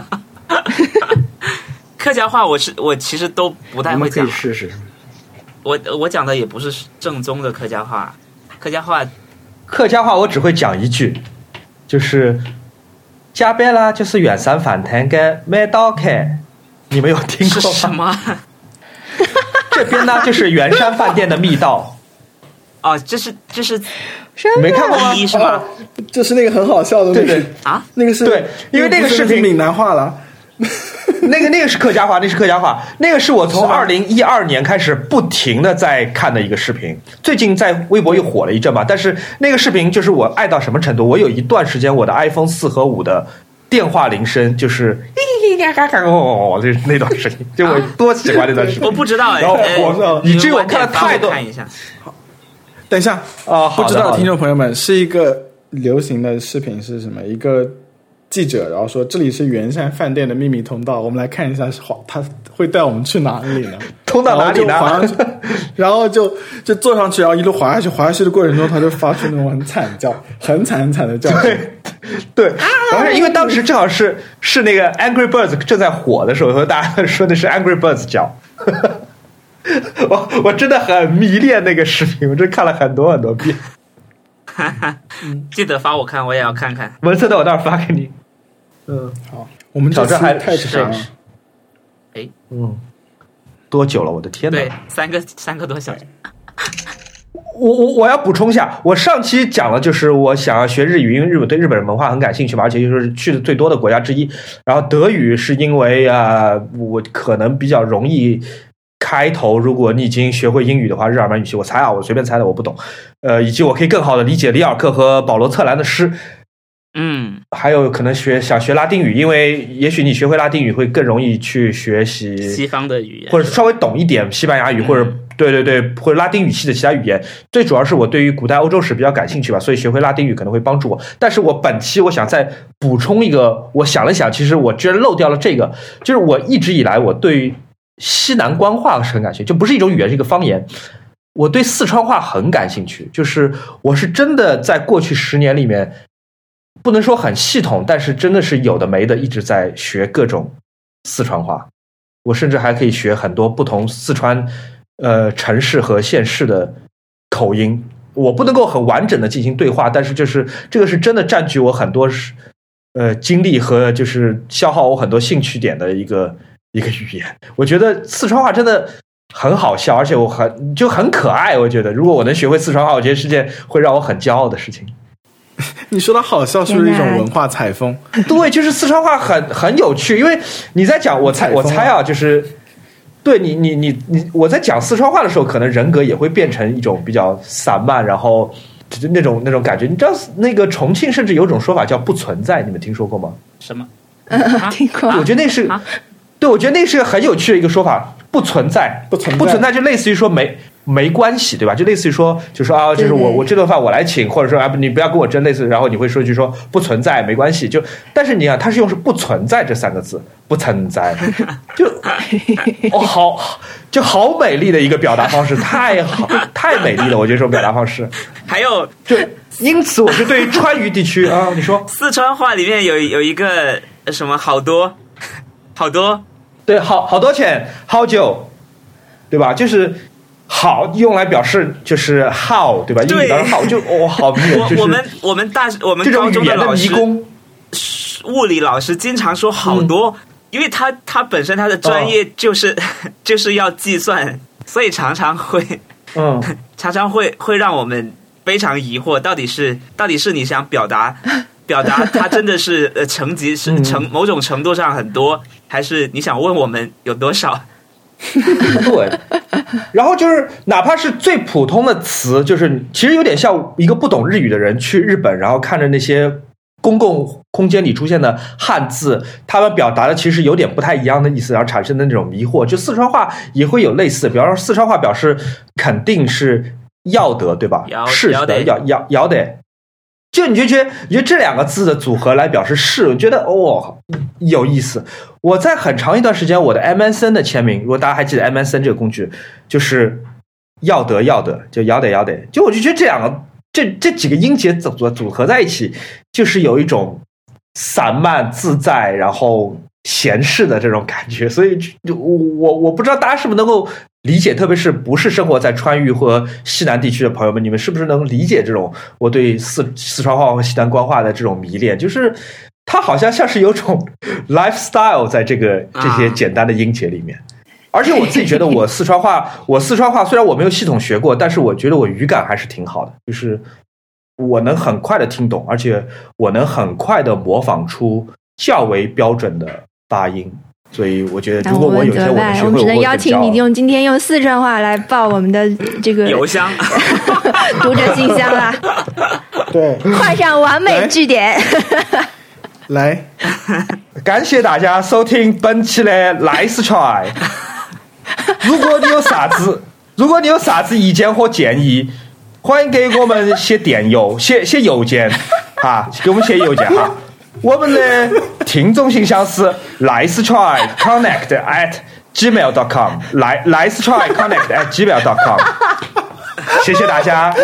客家话我其实都不太会讲， 可以试试。 我讲的也不是正宗的客家话，客家话我只会讲一句，就是加班啦，就是远山饭摊的麦刀开，你们有听过吗？ 是什么？ 这边呢就是圆山饭店的密道。 哦，这是没看过吗？ 是吗？ 这是那个很好笑的对啊， 那个是对，因为那个视频闽南话了。 那个是客家话，那是客家话。那个是我从2012年开始不停的在看的一个视频，最近在微博又火了一阵吧。但是那个视频就是我爱到什么程度，我有一段时间我的 iPhone 4和5的电话铃声就是就是那段声音，就我多喜欢那段视频。 我不知道哎， 然后以至于我看了太多。 看一下， 等一下不知道的听众朋友们，是一个流行的视频是什么？一个记者，然后说这里是圆山饭店的秘密通道，我们来看一下他会带我们去哪里呢？ 通到哪里呢？ 然后就坐上去，然后一路滑下去的过程中，他就发出那种很惨的叫声。 对，而且因为当时正好是那个 Angry Birds 正在火的时候，和大家说的是 Angry Birds 叫。我真的很迷恋那个视频，我真看了很多遍。 记得发我看，我也要看看。 文森特，我待会儿发给你。 好，我们这次太长了。 多久了？我的天哪！ 对，3个多小时。 我要补充一下，我上期讲了，就是我想要学日语，因为对日本文化很感兴趣嘛，而且就是去的最多的国家之一。然后德语是因为我可能比较容易开头，如果你已经学会英语的话，日耳曼语系，我随便猜的，我不懂。以及我可以更好的理解里尔克和保罗策兰的诗。还有可能想学拉丁语，因为也许你学会拉丁语会更容易去学习西方的语言， 或者稍微懂一点西班牙语，或者对，或者拉丁语系的其他语言。最主要是我对于古代欧洲史比较感兴趣吧，所以学会拉丁语可能会帮助我。但是我本期我想再补充一个，我想了想，其实我居然漏掉了这个，就是我一直以来我对西南官话是很感兴趣，就不是一种语言，是一个方言。我对四川话很感兴趣，就是我是真的在过去10年里面。不能说很系统，但是真的是有的没的一直在学各种四川话。我甚至还可以学很多不同四川城市和县市的口音。我不能够很完整的进行对话，但是就是这个是真的占据我很多精力和就是消耗我很多兴趣点的一个语言。我觉得四川话真的很好笑，而且我很可爱。我觉得如果我能学会四川话，我觉得是件会让我很骄傲的事情。 你说的好笑是不是一种文化采风？ 对，就是四川话很有趣，因为你在讲我猜啊，就是对你我在讲四川话的时候，可能人格也会变成一种比较散漫，然后那种感觉。你知道那个重庆甚至有种说法叫不存在，你们听说过吗？ 什么？ 听过。 我觉得那是对，我觉得那是个很有趣的一个说法，不存在就类似于说没关系，对吧？就类似于说，就是我这顿饭我来请，或者说你不要跟我争，类似，然后你会说一句说不存在，没关系。但是你看，它是用是不存在这3个字，不存在，好美丽的一个表达方式，太美丽了，我觉得这种表达方式。 还有， 因此我是对于川渝地区啊，你说四川话里面有一个什么好多， 对，好多钱，好久，对吧？就是好用来表示就是好，对吧？英语当中好就好迷人。就是我们高中的老师，物理老师经常说好多，因为他本身他的专业就是要计算，所以常常会让我们非常疑惑，到底是你想表达它真的是层级是某种程度上很多，还是你想问我们有多少？ 对，然后就是哪怕是最普通的词，就是其实有点像一个不懂日语的人去日本，然后看着那些公共空间里出现的汉字，他们表达的其实有点不太一样的意思，然后产生的那种迷惑。就四川话也会有类似，比方说四川话表示肯定是要得，对吧？是的，要得。就你就觉得这2个字的组合来表示是，我觉得有意思。我在很长一段时间，我的 MSN 的签名，如果大家还记得 MSN 这个工具，就是要得，就要得，就我就觉得这几个音节组合在一起，就是有一种散漫自在，然后闲适的这种感觉。所以我不知道大家是不是能够理解，特别是不是生活在川渝和西南地区的朋友们，你们是不是能理解这种我对四川话和西南官话的这种迷恋？就是它好像是有种 lifestyle 在这些简单的音节里面。而且我自己觉得我四川话虽然我没有系统学过，但是我觉得我语感还是挺好的，就是我能很快的听懂，而且我能很快的模仿出较为标准的发音。所以我觉得，如果我有一天我能学会， 我们只能邀请你今天用四川话来报我们的这个邮箱、 读者信箱啦。 对， 画上完美句点。 来， 感谢大家收听本期的 Nice Try。如果你有啥子意见或建议，欢迎给我们写电邮、写邮件啊，给我们写邮件哈。 我们的听众信箱是 nicetryconnect@gmail.com，nicetryconnect@gmail.com。谢谢大家。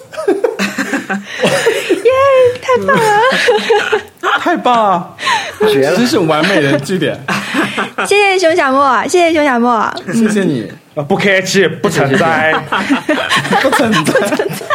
耶，太棒了！ 太棒了， 绝了， 真是完美的句点。 谢谢熊小莫，谢谢熊小莫， 谢谢你， 不客气，不存在， 不存在。